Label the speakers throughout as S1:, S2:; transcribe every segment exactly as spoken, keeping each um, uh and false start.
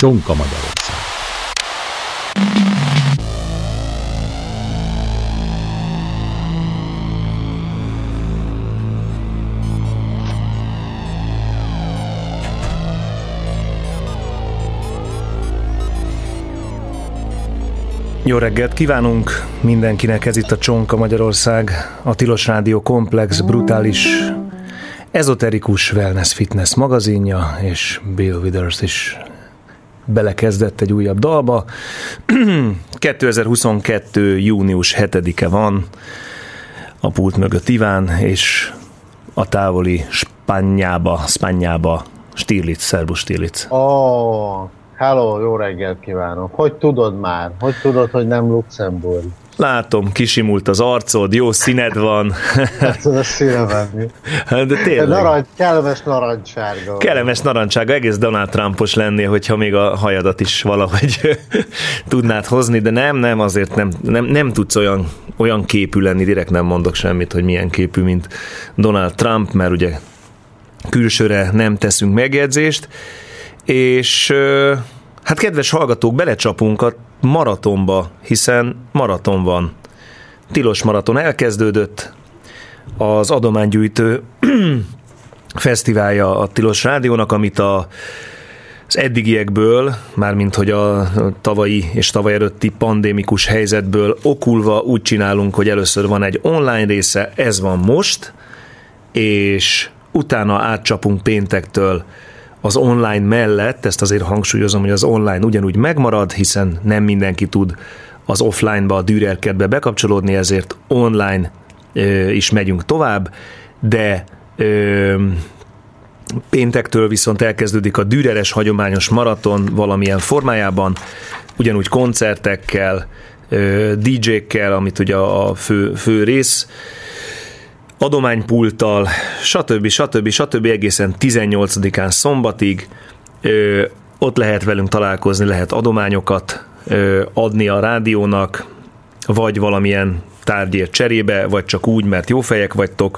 S1: Csonka Magyarország.
S2: Jó reggelt kívánunk mindenkinek, ez itt a Csonka Magyarország, a Tilos Rádió komplex, brutális, ezoterikus wellness fitness magazinja, és Bill Withers is belekezdett egy újabb dalba. kétezer-huszonkettő. június hetedike van, a pult mögött Iván, és a távoli Spanyába, Spanyába Stirlitz, szervusz Stirlitz.
S3: Oh. Hello, jó reggelt kívánok! Hogy tudod már? Hogy tudod, hogy nem Luxemburg?
S2: Látom, kisimult az arcod, jó színed van.
S3: Látod a színe venni.
S2: De tényleg.
S3: Narancs, kellemes narancssárga.
S2: Kellemes narancssárga, egész Donald Trumpos lennél, hogyha még a hajadat is valahogy tudnád hozni, de nem, nem, azért nem, nem, nem tudsz olyan, olyan képű lenni, direkt nem mondok semmit, hogy milyen képű, mint Donald Trump, mert ugye külsőre nem teszünk megjegyzést. És hát kedves hallgatók, belecsapunk a maratonba, hiszen maraton van. Tilos maraton elkezdődött, az adománygyűjtő fesztiválja a Tilos Rádiónak, amit a, az eddigiekből, mármint hogy a tavalyi és tavaly előtti pandémikus helyzetből okulva úgy csinálunk, hogy először van egy online része, ez van most, és utána átcsapunk péntektől az online mellett, ezt azért hangsúlyozom, hogy az online ugyanúgy megmarad, hiszen nem mindenki tud az offline-ba, a Dürerkertbe bekapcsolódni, ezért online ö, is megyünk tovább, de ö, péntektől viszont elkezdődik a Düreres hagyományos maraton valamilyen formájában, ugyanúgy koncertekkel, ö, dé dzsékkel, amit ugye a fő, fő rész, adománypulttal, stb. stb. stb. Egészen tizennyolcadikán szombatig. Ö, ott lehet velünk találkozni, lehet adományokat ö, adni a rádiónak, vagy valamilyen tárgyért cserébe, vagy csak úgy, mert jó fejek vagytok.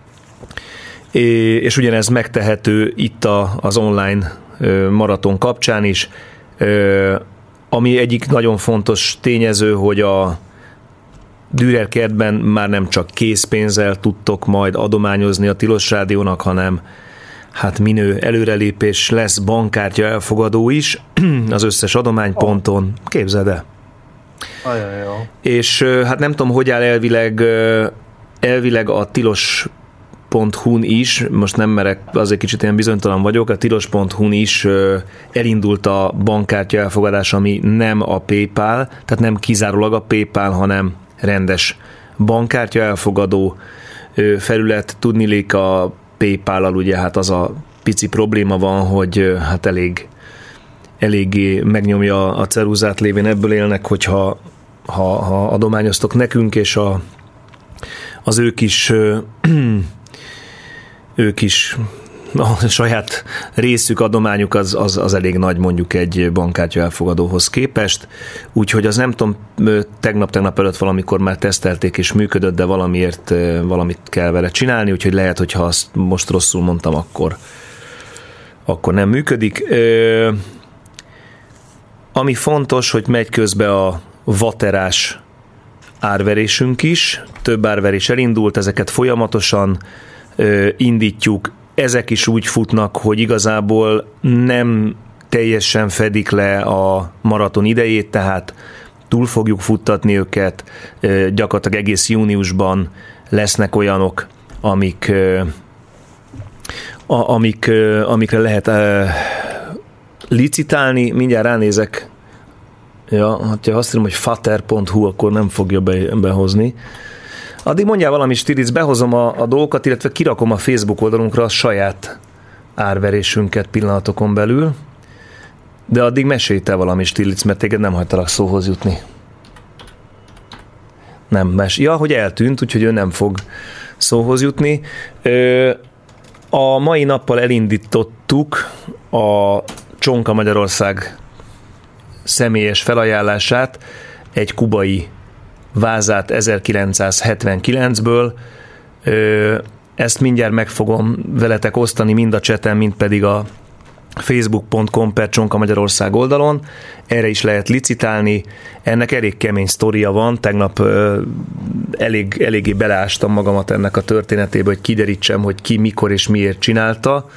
S2: É, és ugyanez megtehető itt a, az online ö, maraton kapcsán is. Ö, ami egyik nagyon fontos tényező, hogy a Dürerkertben már nem csak készpénzzel tudtok majd adományozni a Tilos Rádiónak, hanem hát minő előrelépés lesz, bankkártya elfogadó is az összes adományponton. Képzeld el.
S3: Nagyon jó.
S2: És hát nem tudom, hogy áll elvileg, elvileg a tilos pont hu-n is, most nem merek, azért kicsit ilyen bizonytalan vagyok, a tilos pont hu-n is elindult a bankkártya elfogadás, ami nem a PayPal, tehát nem kizárólag a PayPal, hanem rendes bankkártya elfogadó felület. Tudniillik a PayPal-al ugye hát az a pici probléma van, hogy hát elég eléggé megnyomja a ceruzát, lévén ebből élnek, hogyha ha, ha adományoztok nekünk, és a, az ők is ők is a saját részük, adományuk az, az, az elég nagy mondjuk egy bankkártya elfogadóhoz képest, úgyhogy az nem tudom, tegnap-tegnap előtt valamikor már tesztelték és működött, de valamiért valamit kell vele csinálni, úgyhogy lehet, hogyha azt most rosszul mondtam, akkor, akkor nem működik. Ö, ami fontos, hogy megy közbe a vaterás árverésünk is, több árverés elindult, ezeket folyamatosan ö, indítjuk. Ezek is úgy futnak, hogy igazából nem teljesen fedik le a maraton idejét, tehát túl fogjuk futtatni őket, gyakorlatilag egész júniusban lesznek olyanok, amik, amik, amikre lehet licitálni. Mindjárt ránézek, ja, ha azt mondom, hogy fater pont hu, akkor nem fogja be, behozni. Addig mondjál valami, Stirlitz, behozom a, a dolgokat, illetve kirakom a Facebook oldalunkra a saját árverésünket pillanatokon belül, de addig mesélj te valami, Stirlitz, mert téged nem hagytalak szóhoz jutni. Nem, mes. Ja, hogy eltűnt, úgyhogy ő nem fog szóhoz jutni. Ö, a mai nappal elindítottuk a Csonka Magyarország személyes felajánlását, egy kubai vázát ezerkilencszázhetvenkilencből. Ezt mindjárt meg fogom veletek osztani, mind a cseten, mind pedig a facebook pont com per Csonka Magyarország oldalon, erre is lehet licitálni, ennek elég kemény sztoria van, tegnap ö, elég, eléggé beleástam magamat ennek a történetébe, hogy kiderítsem, hogy ki, mikor és miért csinálta,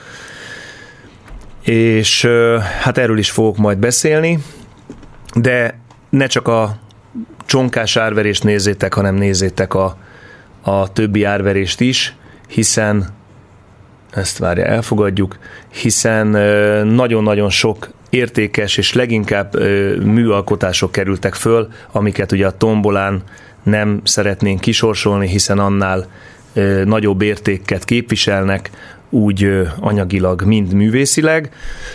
S2: és ö, hát erről is fogok majd beszélni, de ne csak a csonkás árverést nézzétek, hanem nézzétek a, a többi árverést is, hiszen ezt várja, elfogadjuk, hiszen nagyon-nagyon sok értékes és leginkább műalkotások kerültek föl, amiket ugye a tombolán nem szeretnénk kisorsolni, hiszen annál nagyobb értéket képviselnek, úgy anyagilag, mind művészileg.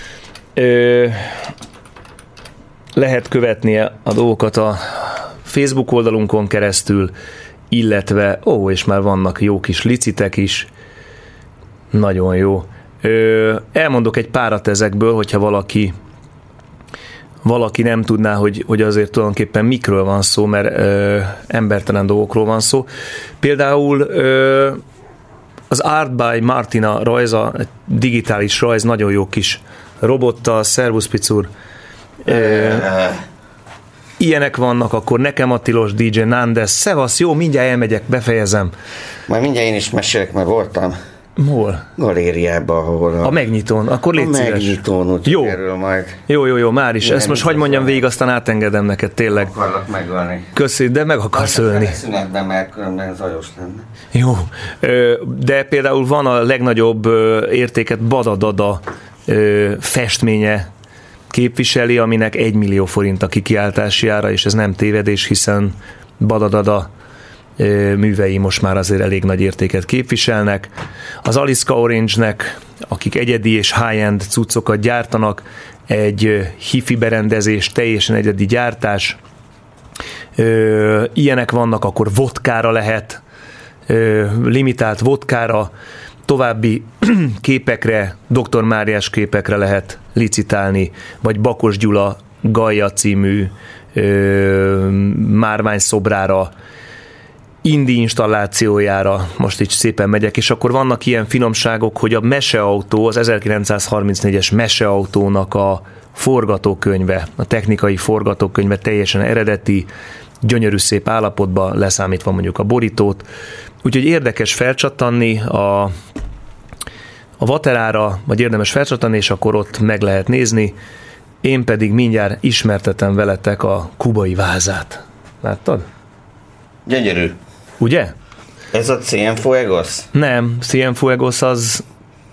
S2: Lehet követni a dolgokat a Facebook oldalunkon keresztül, illetve, ó, és már vannak jó kis licitek is, nagyon jó. Ö, elmondok egy párat ezekből, hogyha valaki valaki nem tudná, hogy, hogy azért tulajdonképpen mikről van szó, mert ö, embertelen dolgokról van szó. Például ö, az Art by Martina rajza, egy digitális rajz, nagyon jó kis robottal, szervusz Picur. Ö, ilyenek vannak, akkor nekem a tilos dé dzsé Nandes, szevasz, jó, mindjárt elmegyek, befejezem.
S1: Majd mindjárt én is mesélek, mert voltam.
S2: Hol?
S1: Galériában, ahol a...
S2: A megnyitón, akkor légy
S1: a
S2: szíves.
S1: megnyitón, úgyhogy
S2: jó.
S1: Erről majd...
S2: Jó, jó, jó, már is.
S1: Nem,
S2: ezt most hagyd mondjam végig, aztán átengedem neked, tényleg.
S1: Akarlak megölni.
S2: Köszi, de meg akarsz ölni.
S1: Szünetben, mert különben zajos lenne.
S2: Jó, de például van a legnagyobb értéket Badadada festménye képviseli, aminek egy millió forint a kikiáltási ára, és ez nem tévedés, hiszen Badadada művei most már azért elég nagy értéket képviselnek. Az Aliska Orange-nek, akik egyedi és high-end cuccokat gyártanak, egy hifi berendezés, teljesen egyedi gyártás. Ilyenek vannak, akkor vodkára lehet, limitált vodkára, további képekre, doktor Máriás képekre lehet licitálni, vagy Bakos Gyula Gaia című márványszobrára, Indi installációjára, most így szépen megyek, és akkor vannak ilyen finomságok, hogy a Meseautó, az ezerkilencszázharmincnégyes Meseautónak a forgatókönyve, a technikai forgatókönyve teljesen eredeti, gyönyörű szép állapotban, leszámítva mondjuk a borítót. Úgyhogy érdekes felcsattanni a, a Vaterára, vagy érdemes felcsattanni, és akkor ott meg lehet nézni. Én pedig mindjárt ismertetem veletek a kubai vázát. Láttad?
S1: Gyönyörű.
S2: Ugye?
S1: Ez a Cienfuegos?
S2: Nem, Cienfuegos az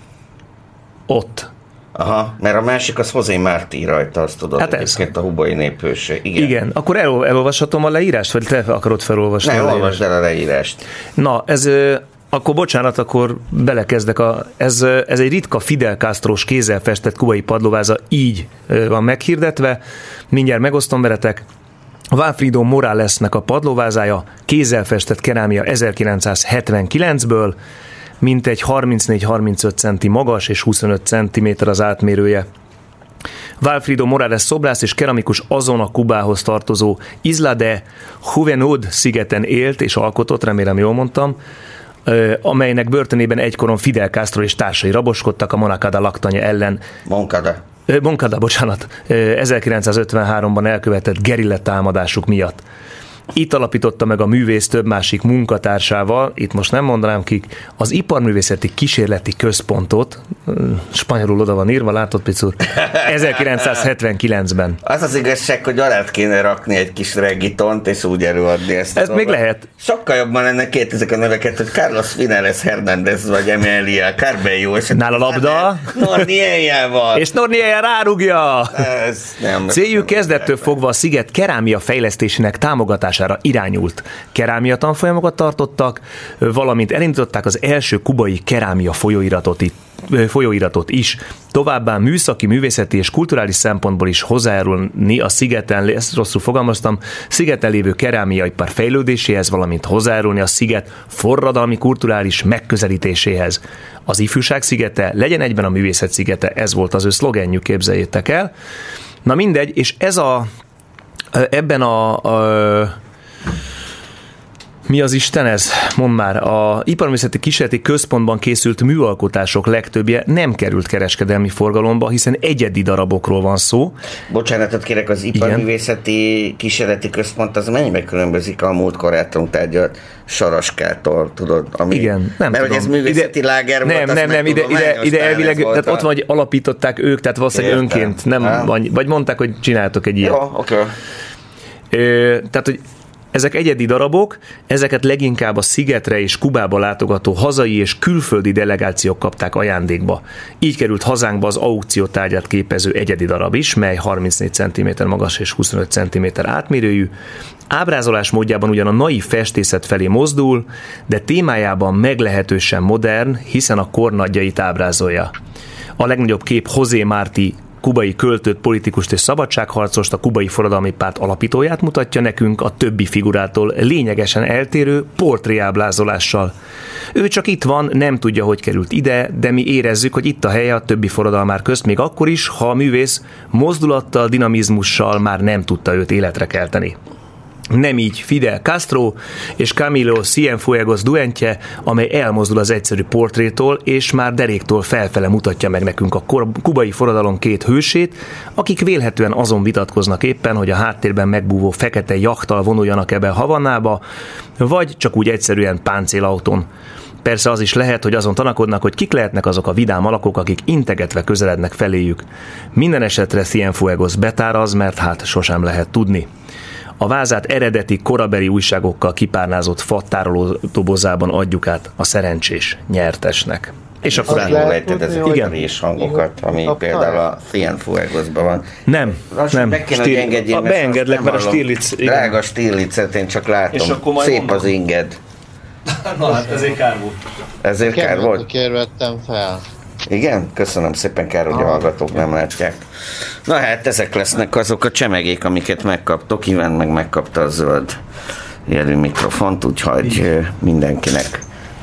S2: ott.
S1: Aha, mert a másik az José Martí rajta, azt tudod,
S2: hát
S1: egyébként a hubai néphőse. Igen.
S2: Igen, akkor el, elolvashatom a leírást, vagy te akarod felolvasni?
S1: Ne, olvasd el a leírást.
S2: Na, ez, akkor bocsánat, akkor belekezdek. A, ez, ez egy ritka Fidel Castro-s kézzel festett kubai padlóváza, így van meghirdetve. Mindjárt megosztom veletek. Walfrido Moralesnek a padlóvázája, kézzel festett kerámia ezerkilencszázhetvenkilencből, mintegy harmincnégy-harmincöt centi magas és huszonöt centiméter az átmérője. Walfrido Morales szobrász és keramikus azon a Kubához tartozó Isla de Juventud szigeten élt és alkotott, remélem jól mondtam, amelynek börtönében egykoron Fidel Castro és társai raboskodtak a Moncada laktanya ellen.
S1: Moncada.
S2: Moncada, bocsánat, ezerkilencszázötvenháromban elkövetett gerilla támadásuk miatt. Itt alapította meg a művész több másik munkatársával, itt most nem mondanám kik, az Iparművészeti Kísérleti Központot, spanyolul oda van írva, látod, Picur? ezerkilencszázhetvenkilencben.
S1: Az az igazság, hogy alá kéne rakni egy kis reggaetont, és úgy előadni ezt.
S2: Ez még lehet.
S1: Sokkal jobban lenne két ezek a neveket, hogy Carlos Vineres Hernández vagy Emilia Carbello.
S2: Nála labda.
S1: Norniejával.
S2: És Nornieja rárugja.
S1: Ez nem.
S2: Céljuk kezdettől fogva a sziget kerámia fejlesztésének támogatására irányult. Kerámia tanfolyamokat tartottak, valamint elindították az első kubai kerámia folyóiratot itt folyóiratot is. Továbbá műszaki, művészeti és kulturális szempontból is hozzájárulni a szigeten, ezt rosszul fogalmaztam, szigeten lévő kerámiaipar fejlődéséhez, valamint hozzájárulni a sziget forradalmi kulturális megközelítéséhez. Az ifjúság szigete legyen egyben a művészet szigete, ez volt az ő szlogenjük, képzeljétek el. Na mindegy, és ez a ebben a, a Mi az Isten ez? Mondd már, a Iparművészeti Kísérleti Központban készült műalkotások legtöbbje nem került kereskedelmi forgalomba, hiszen egyedi darabokról van szó.
S1: Bocsánatot kérek, az Iparművészeti Kísérleti Központ az mennyibe különbözik a múltkor általunk tárgyalt Saraskától, tudod? Ami,
S2: Igen, nem
S1: mert
S2: tudom.
S1: hogy ez művészeti ide, láger
S2: nem,
S1: volt,
S2: nem, nem, ide, ide, ide elvileg, tehát ott vagy alapították ők, tehát valószínűleg
S1: Értem.
S2: önként, nem, vagy, vagy mondták, hogy csináltok egy ilyet.
S1: Jó, oké. Okay.
S2: Tehát, hogy ezek egyedi darabok, ezeket leginkább a Szigetre és Kubába látogató hazai és külföldi delegációk kapták ajándékba. Így került hazánkba az aukció tárgyát képező egyedi darab is, mely harmincnégy centiméter magas és huszonöt centiméter átmérőjű. Ábrázolás módjában ugyan a naív festészet felé mozdul, de témájában meglehetősen modern, hiszen a kor nagyjait ábrázolja. A legnagyobb kép José Martí kubai költőt, politikust és szabadságharcost, a kubai forradalmi párt alapítóját mutatja nekünk a többi figurától lényegesen eltérő portréábrázolással. Ő csak itt van, nem tudja, hogy került ide, de mi érezzük, hogy itt a helye a többi forradalmár közt, még akkor is, ha a művész mozdulattal, dinamizmussal már nem tudta őt életre kelteni. Nem így Fidel Castro és Camilo Cienfuegos duettje, amely elmozdul az egyszerű portrétól, és már deréktól felfele mutatja meg nekünk a kubai forradalom két hősét, akik vélhetően azon vitatkoznak éppen, hogy a háttérben megbúvó fekete jachttal vonuljanak ebbe Havannába, vagy csak úgy egyszerűen páncélautón. Persze az is lehet, hogy azon tanakodnak, hogy kik lehetnek azok a vidám alakok, akik integetve közelednek feléjük. Minden esetre Cienfuegos betáraz, mert hát sosem lehet tudni. A vázát eredeti korabeli újságokkal kipárnázott fa tároló dobozában adjuk át a szerencsés nyertesnek. És akkor
S1: jól ejted ezeket a réshangokat, ami például a Cienfuegosban van.
S2: Nem,
S1: Lassan
S2: nem.
S1: Meg kéne, hogy engedjél, mert
S2: beengedlek, mert a Stirlitz...
S1: Drága Stirlitzet, én csak látom. Szép mondom. Az inged.
S2: Na hát ezért kár volt.
S1: Ezért kár volt?
S3: Kérvettem fel.
S1: Igen? Köszönöm szépen, kár, hogy a hallgatók nem látják. Na hát ezek lesznek azok a csemegék, amiket megkaptok. Iván meg megkapta a zöld jelű mikrofont, úgyhogy mindenkinek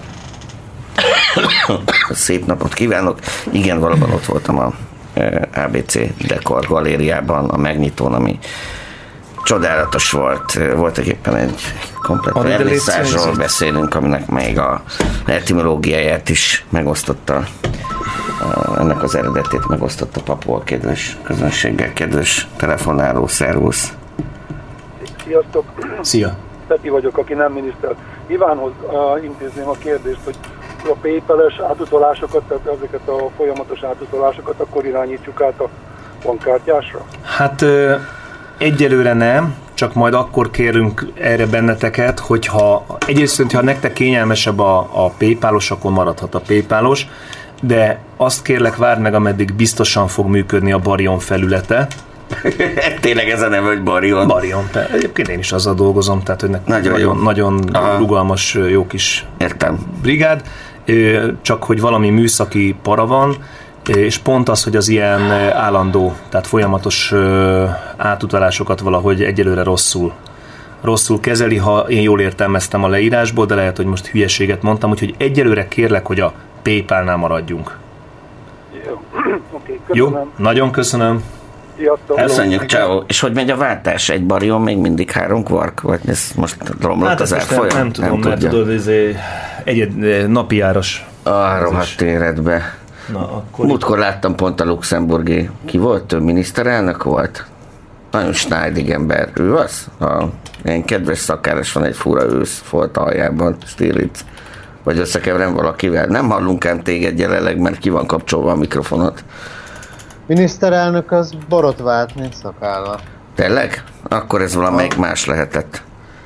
S1: szép napot kívánok. Igen, valóban ott voltam a á bé cé Dekor galériában, a megnyitón, ami csodálatos volt. Voltak éppen egy komplet vernisszázsról beszélünk, aminek még a etimológiáját is megosztotta, ennek az eredetét megosztotta Papu a kedves közönséggel, kedves telefonáló, szervusz.
S4: Sziasztok!
S2: Szia!
S4: Peti vagyok, aki nem miniszter. Ivánhoz uh, intézném a kérdést, hogy a PayPal-es átutalásokat, tehát ezeket a folyamatos átutalásokat akkor irányítsuk át a bankkártyásra?
S2: Hát ö, egyelőre nem, csak majd akkor kérünk erre benneteket, hogyha egyrészt, ha nektek kényelmesebb a, a PayPal-os, akkor maradhat a PayPal-os, de azt kérlek, várd meg, ameddig biztosan fog működni a Barion felülete.
S1: Tényleg ez a neve, hogy Barion?
S2: Barion. Egyébként én is azzal dolgozom, tehát hogy nagyon, nagyon, nagyon rugalmas, jó kis
S1: Értem.
S2: brigád, csak hogy valami műszaki para van, és pont az, hogy az ilyen állandó, tehát folyamatos átutalásokat valahogy egyelőre rosszul rosszul kezeli, ha én jól értelmeztem a leírásból, de lehet, hogy most hülyeséget mondtam, úgyhogy egyelőre kérlek, hogy a PayPal-nál maradjunk.
S4: Jó, okay, köszönöm.
S2: Jó, nagyon köszönöm.
S4: Sziasztok.
S1: Köszönjük, ciao. És hogy megy a váltás? Egy Barion még mindig három kvark? Vagy ez most romlott
S2: hát
S1: az árfolyam?
S2: Nem, nem tudom, nem mert tudod, ez egy napi áras.
S1: A rohadt éredbe.
S2: Na, akkor...
S1: Múltkor láttam pont a luxemburgi, ki volt? Ő miniszterelnök volt? Nagyon snájdig ember. Ő az? A ilyen kedves szakáros, van egy fura ősz folt aljában, Stirlitz. Vagy összekeverem valakivel. Nem hallunk ám téged jelenleg, mert ki van kapcsolva a mikrofonot.
S3: Miniszterelnök az borotvált, nincs szakálla.
S1: Tényleg? Akkor ez valamelyik ha. más lehetett.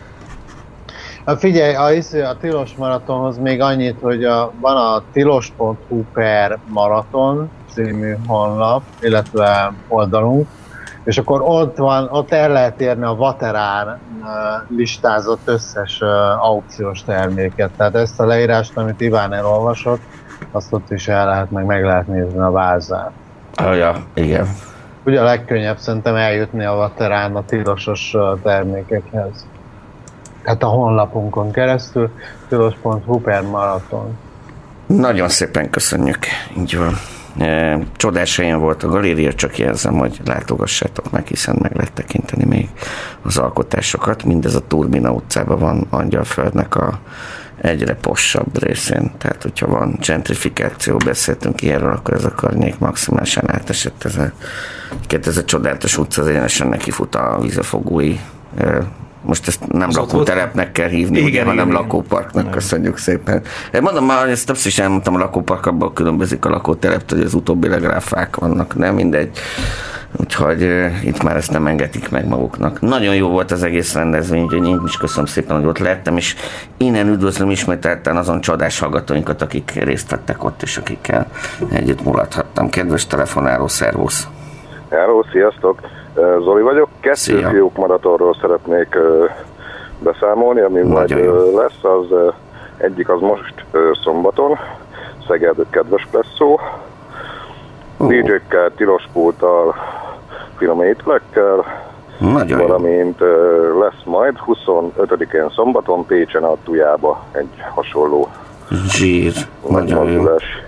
S3: A figyelj, a, a Tilos Maratonhoz még annyit, hogy a, van a tilos pont hu per maraton című honlap, illetve oldalunk, és akkor ott van, ott el lehet érni a Vaterán listázott összes aukciós terméket. Tehát ezt a leírást, amit Iván elolvasott, azt ott is el lehet, meg meg lehet nézni a vázát.
S1: Ah, ja, igen.
S3: Ugye a legkönnyebb szerintem eljutni a Vaterán a tilosos termékekhez. Hát a honlapunkon keresztül, tilos pont hu per maraton.
S1: Nagyon szépen köszönjük. Így van. Csodás helyen volt a galéria, csak jelzem, hogy látogassátok meg, hiszen meg lehet tekinteni még az alkotásokat. Mindez a Turbina utcában van, Angyalföldnek a egyre possabb részén. Tehát, hogyha van gentrifikáció, beszéltünk ilyenről, akkor ez a környék maximálisan átesett. Ez a, ez a csodálatos utca, az egyenesen nekifut a vízefogói. Most ezt nem az lakótelepnek kell hívni, igen, ugye, igen, hanem igen. lakóparknak, igen. Köszönjük szépen. Mondom már, ezt többször is elmondtam, a lakópark abban különbözik a lakóteleptől, hogy az utóbbi legalább fák vannak, nem mindegy. Úgyhogy uh, itt már ezt nem engedik meg maguknak. Nagyon jó volt az egész rendezvény, úgyhogy én is köszönöm szépen, hogy ott lettem, és innen üdvözlöm ismételten azon csodás hallgatóinkat, akik részt vettek ott, és akikkel együtt mulathattam. Kedves telefonáló, szervusz!
S5: Hello, sziasztok! Zoli vagyok. Kettő fiók maratonról szeretnék beszámolni, ami majd lesz. Az egyik az most szombaton, Szeged Kedves Presszó, uh. dé dzsékkel, tilos pulttal, finom ételekkel, nagyon valamint jó. Lesz majd huszonötödikén szombaton Pécsen a Tujába egy hasonló
S1: zsír, nagyon jó.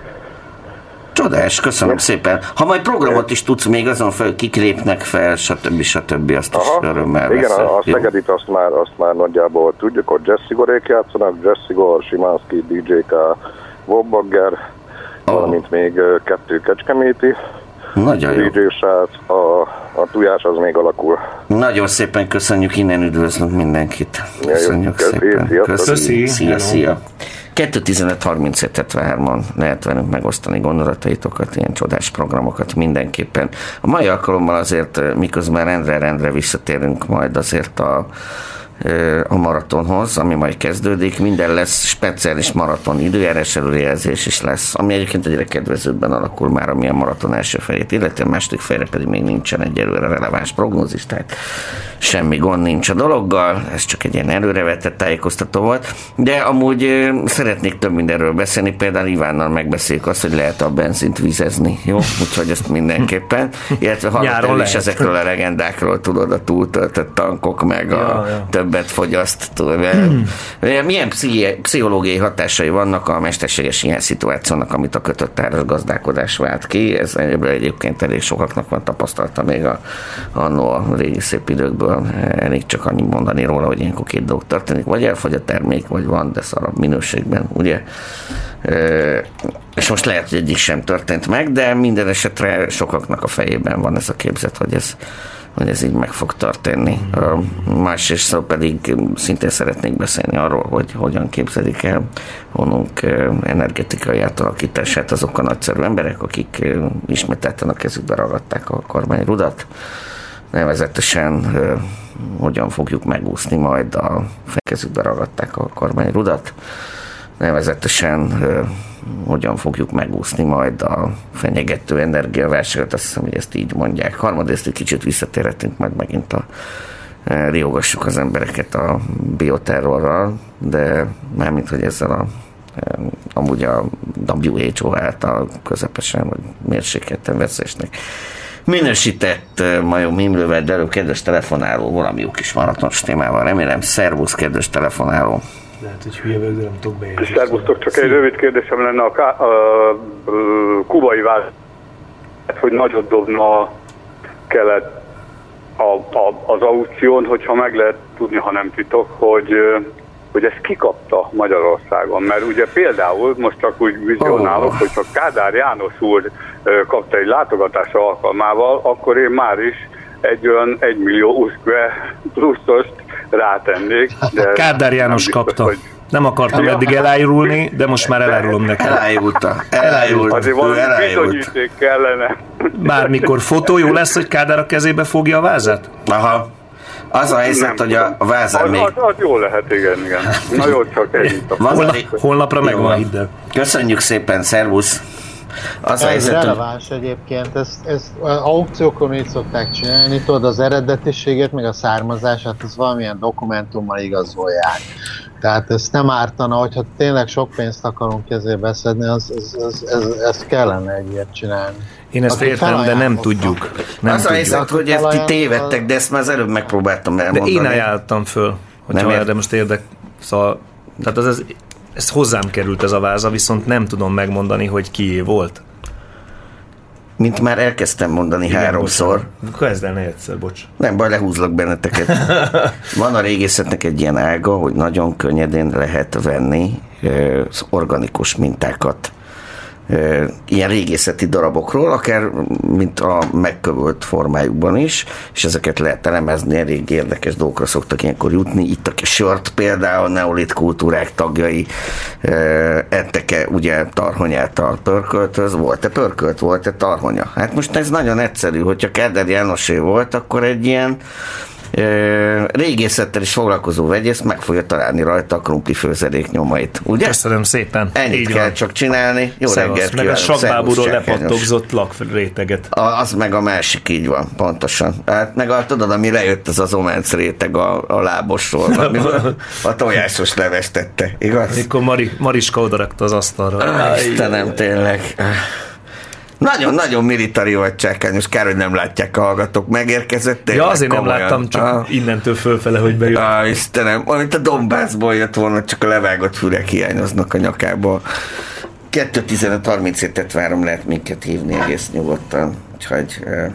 S1: Csodás, köszönöm ja. szépen. Ha majd programot is tudsz még azon fel, kik lépnek fel, stb. stb. Azt Aha. is örömmel
S5: Igen,
S1: veszek.
S5: a, a Szegedit azt már, azt már nagyjából tudjuk, hogy Jesse Gorék játszanak, Jesse Gor, Simánszky, dé dzsé ká, Wobbagger, oh. valamint még kettő kecskeméti.
S1: Nagyon jó.
S5: dé dzsé srác, a, a Tujás az még alakul.
S1: Nagyon szépen köszönjük, innen üdvözlünk mindenkit. Köszönjük
S5: ja,
S1: szépen.
S5: Köszönjük.
S1: Szia, szia. kettő tizenöt harmincöt hetvenhárom lehet velünk megosztani gondolataitokat, ilyen csodás programokat mindenképpen. A mai alkalommal azért, miközben rendre-rendre visszatérünk majd azért a a maratonhoz, ami majd kezdődik. Minden lesz speciális maraton időjárás előrejelzés is lesz, ami egyébként egyre kedvezőbben alakul már, ami a maraton első felét, illetve a második felre pedig még nincsen egyelőre releváns prognózis, tehát semmi gond nincs a dologgal, ez csak egy ilyen előrevetett tájékoztató volt, de amúgy szeretnék több mindenről beszélni, például Ivánnal megbeszéljük azt, hogy lehet a benzint vizezni, jó? Úgyhogy ezt mindenképpen, illetve hallottál is ezekről a legendákról, tudod, a túltöltött tankok, meg a ja, ja. többet fogyaszt. Milyen pszichológiai hatásai vannak a mesterséges ilyen szituációnak, amit a kötött áras gazdálkodás vált ki? Ez egyébként elég sokaknak van tapasztalata még a, annó a régi szép időkből. Elég csak annyi mondani róla, hogy ilyenkor két dolog történik. Vagy elfogy a termék, vagy van, de szarabb minőségben, ugye? És most lehet, hogy egyik sem történt meg, de minden esetre sokaknak a fejében van ez a képzet, hogy ez hogy ez így meg fog történni. Másrészt szóval pedig szintén szeretnék beszélni arról, hogy hogyan képzelik el honunk energetikai átalakítását azok a nagyszerű emberek, akik ismételten a kezükbe ragadták a kormányrudat. Nevezetesen hogyan fogjuk megúszni majd a kezükbe ragadták a kormányrudat. Nevezetesen hogyan fogjuk megúszni majd a fenyegető energiaválságot, azt hiszem, hogy ezt így mondják. Harmadrészt egy kicsit visszatérhetünk majd megint a riogassuk az embereket a bioterrorral, de mármint, hogy ezzel a amúgy a dupla vé há o által közepesen vagy mérsékelten veszélyesnek minősített majom himlővel, de előbb kedves telefonáló, valami jó kis maratonos témával, remélem. Szervusz, kedves telefonáló!
S2: Lehet, hogy hülye vagyok, de nem tudok beérni.
S4: Szervusztok, csak egy rövid kérdésem lenne a, ká- a, a kubai vált, hogy nagyot dobna kelet a, a, az aukción, hogyha meg lehet tudni, ha nem titok, hogy, hogy ezt kikapta Magyarországon. Mert ugye például most csak úgy vizionálok, oh. hogy ha Kádár János úr kapta egy látogatása alkalmával, akkor én már is egy olyan egymillió uszkve pluszost rátennék. De
S2: Kádár János biztos, kapta. Hogy... Nem akartam eddig elájulni, de most már elárulom nekem.
S1: Elájulta. Elájult.
S4: Azért valami bizonyíték kellene.
S2: Bármikor fotó, jó lesz, hogy Kádár a kezébe fogja a vázat?
S1: Aha. Az a helyzet, hogy a vázán
S4: az,
S1: még...
S4: Az, az jó lehet, igen, igen. Na jó, csak egy.
S2: Holna, holnapra megvan, hidd el.
S1: Köszönjük szépen, szervusz.
S3: Az ez helyzet, releváns hogy... egyébként, ezt, ezt aukciókon így szokták csinálni, tudod, az eredetiséget, meg a származását, az valamilyen dokumentummal igazolják. Tehát ez nem ártana, hogyha tényleg sok pénzt akarunk kezébe beszedni, az, ez, ez, ez, ez kellene egy ilyet csinálni.
S2: Én ezt értem, de nem tudjuk. Nem
S1: az a helyzet, hogy ezt ti tévedtek, de ezt már az előbb megpróbáltam elmondani.
S2: De én ajánlottam föl, hogyha erre most érdek. Szóval, tehát az, ez, ez hozzám került ez a váza, viszont nem tudom megmondani, hogy kié volt.
S1: mint már elkezdtem mondani igen, háromszor.
S2: Kezd el negyedszer, bocs.
S1: Nem baj, lehúzlak benneteket. Van a régészetnek egy ilyen ága, hogy nagyon könnyedén lehet venni az organikus mintákat ilyen régészeti darabokról, akár mint a megkövölt formájukban is, és ezeket lehet elemezni, elég érdekes dolgokra szoktak ilyenkor jutni. Itt a sört például neolit kultúrák tagjai ettek-e ugye tarhony által pörköltöz, volt-e pörkölt, volt-e tarhonya? Hát most ez nagyon egyszerű, hogyha Kádár Jánosé volt, akkor egy ilyen régészettel is foglalkozó vegyész meg fogja találni rajta a krumpli főzelék nyomait, ugye?
S2: Köszönöm szépen.
S1: Ennyit
S2: így
S1: kell
S2: van.
S1: csak csinálni. Jó
S2: Szevasz.
S1: reggelt
S2: meg
S1: kívánok.
S2: a sakbábúról lepattogzott lakréteget.
S1: Az meg a másik, így van, pontosan. Hát meg a, tudod, ami lejött az az ománc réteg a, a lábosról, amiből a tojásos leves tette, igaz?
S2: Mikor Mari, Mariska odarakta az asztalra.
S1: Ah, Istenem, tényleg. Nagyon-nagyon militári vagy, Csákányos, kár, hogy nem látják a hallgatók. Megérkezett tényleg.
S2: Ja, azért komolyan. Nem láttam, csak ah. innentől fölfele, hogy bejött.
S1: Ah, Istenem, amit a Donbassból jött volna, csak a levágott fürek hiányoznak a nyakából. kettő tizenöt harminchétet várom, lehet minket hívni egész nyugodtan. Úgyhogy eh,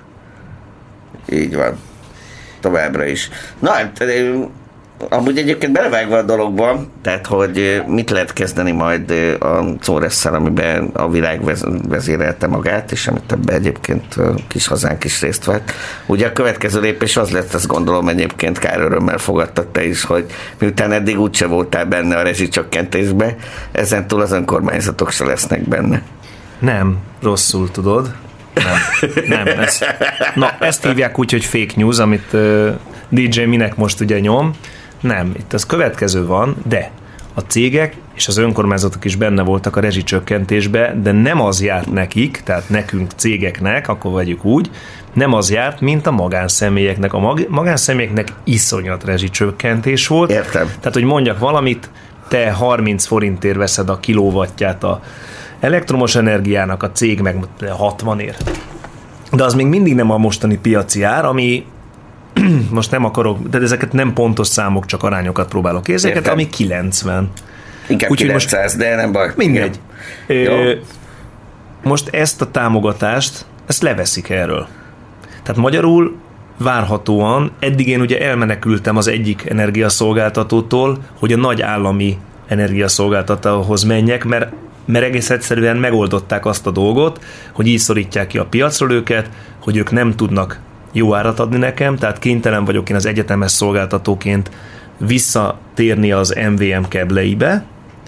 S1: így van. Továbbra is. Na, hát, amúgy egyébként belevágva a dologba, tehát, hogy mit lehet kezdeni majd a Czóresszel, amiben a világ vezérelte magát, és amit ebben egyébként kis hazánk is részt vett. Ugye a következő lépés az lett, azt gondolom egyébként kár örömmel fogadtad te is, hogy miután eddig úgyse voltál benne a rezsicsökkentésbe, ezentúl az önkormányzatok se lesznek benne.
S2: Nem, rosszul tudod. Nem, nem. Ez, na, ezt hívják úgy, hogy fake news, amit uh, dé dzsé Minek most ugye nyom. Nem, itt az következő van, de a cégek és az önkormányzatok is benne voltak a rezsicsökkentésbe, de nem az járt nekik, tehát nekünk cégeknek, akkor vegyük úgy, nem az járt, mint a magánszemélyeknek. A mag- magánszemélyeknek iszonyat rezsicsökkentés volt.
S1: Értem.
S2: Tehát, hogy mondjak valamit, te harminc forintért veszed a kilówattját a elektromos energiának, a cég meg hatvanért. De az még mindig nem a mostani piaci ár, ami most nem akarok, de ezeket nem pontos számok, csak arányokat próbálok érzéket, ami kilencven.
S1: Inkább úgy, kilencszáz, most, de nem baj.
S2: Mindegy. Ö, most ezt a támogatást, ezt leveszik erről. Tehát magyarul várhatóan, eddig én ugye elmenekültem az egyik energiaszolgáltatótól, hogy a nagy állami energiaszolgáltatóhoz menjek, mert, mert egész egyszerűen megoldották azt a dolgot, hogy így szorítják ki a piacról őket, hogy ők nem tudnak jó árat adni nekem, tehát kénytelen vagyok én az egyetemes szolgáltatóként visszatérni az em vé em kebleibe.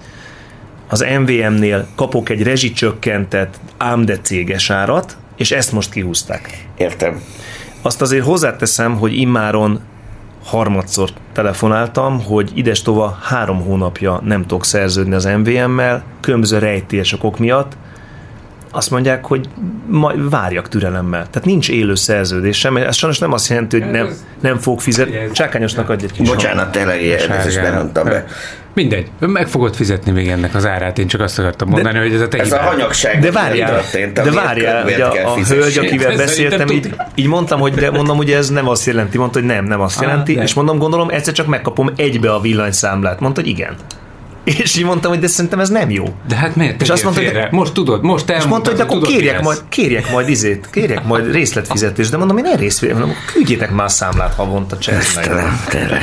S2: Az em vé em-nél kapok egy rezsicsökkentett, ám de céges árat, és ezt most kihúzták.
S1: Értem.
S2: Azt azért hozzáteszem, hogy immáron harmadszor telefonáltam, hogy idestova három hónapja nem tudok szerződni az em vé em-mel, különböző rejtélyes okok miatt. Azt mondják, hogy majd várjak türelemmel. Tehát nincs élő szerződésem, ez sajnos nem azt jelenti, hogy nem, nem fog fizetni. Csákányosnak adj egy kis.
S1: Bocsánat, tényleg ez is berontam be.
S6: Mindegy, meg fogod fizetni még ennek az árát, én csak azt akartam mondani, de, hogy ez a te
S1: Ez
S6: hibád.
S1: a hanyagság.
S2: De várjál, de várjál, hogy a, a hölgy, akivel beszéltem, így, így mondtam, hogy de mondom, hogy ez nem azt jelenti, mondta, hogy nem, nem azt jelenti, ah, és mondom, gondolom, egyszer csak megkapom egybe a villanyszámlát. Mondta, hogy igen. És így mondtam, hogy de szerintem ez nem jó.
S6: De hát miért?
S2: És azt mondta, hogy
S6: most tudod, most elmondtad.
S2: És mondta, hogy akkor kérjek majd, kérjek majd izét, kérjek majd részletfizetést, de mondom, én nem részletfizetést, mondom, küldjétek már a számlát havonta, cserélj meg.
S1: Tényleg.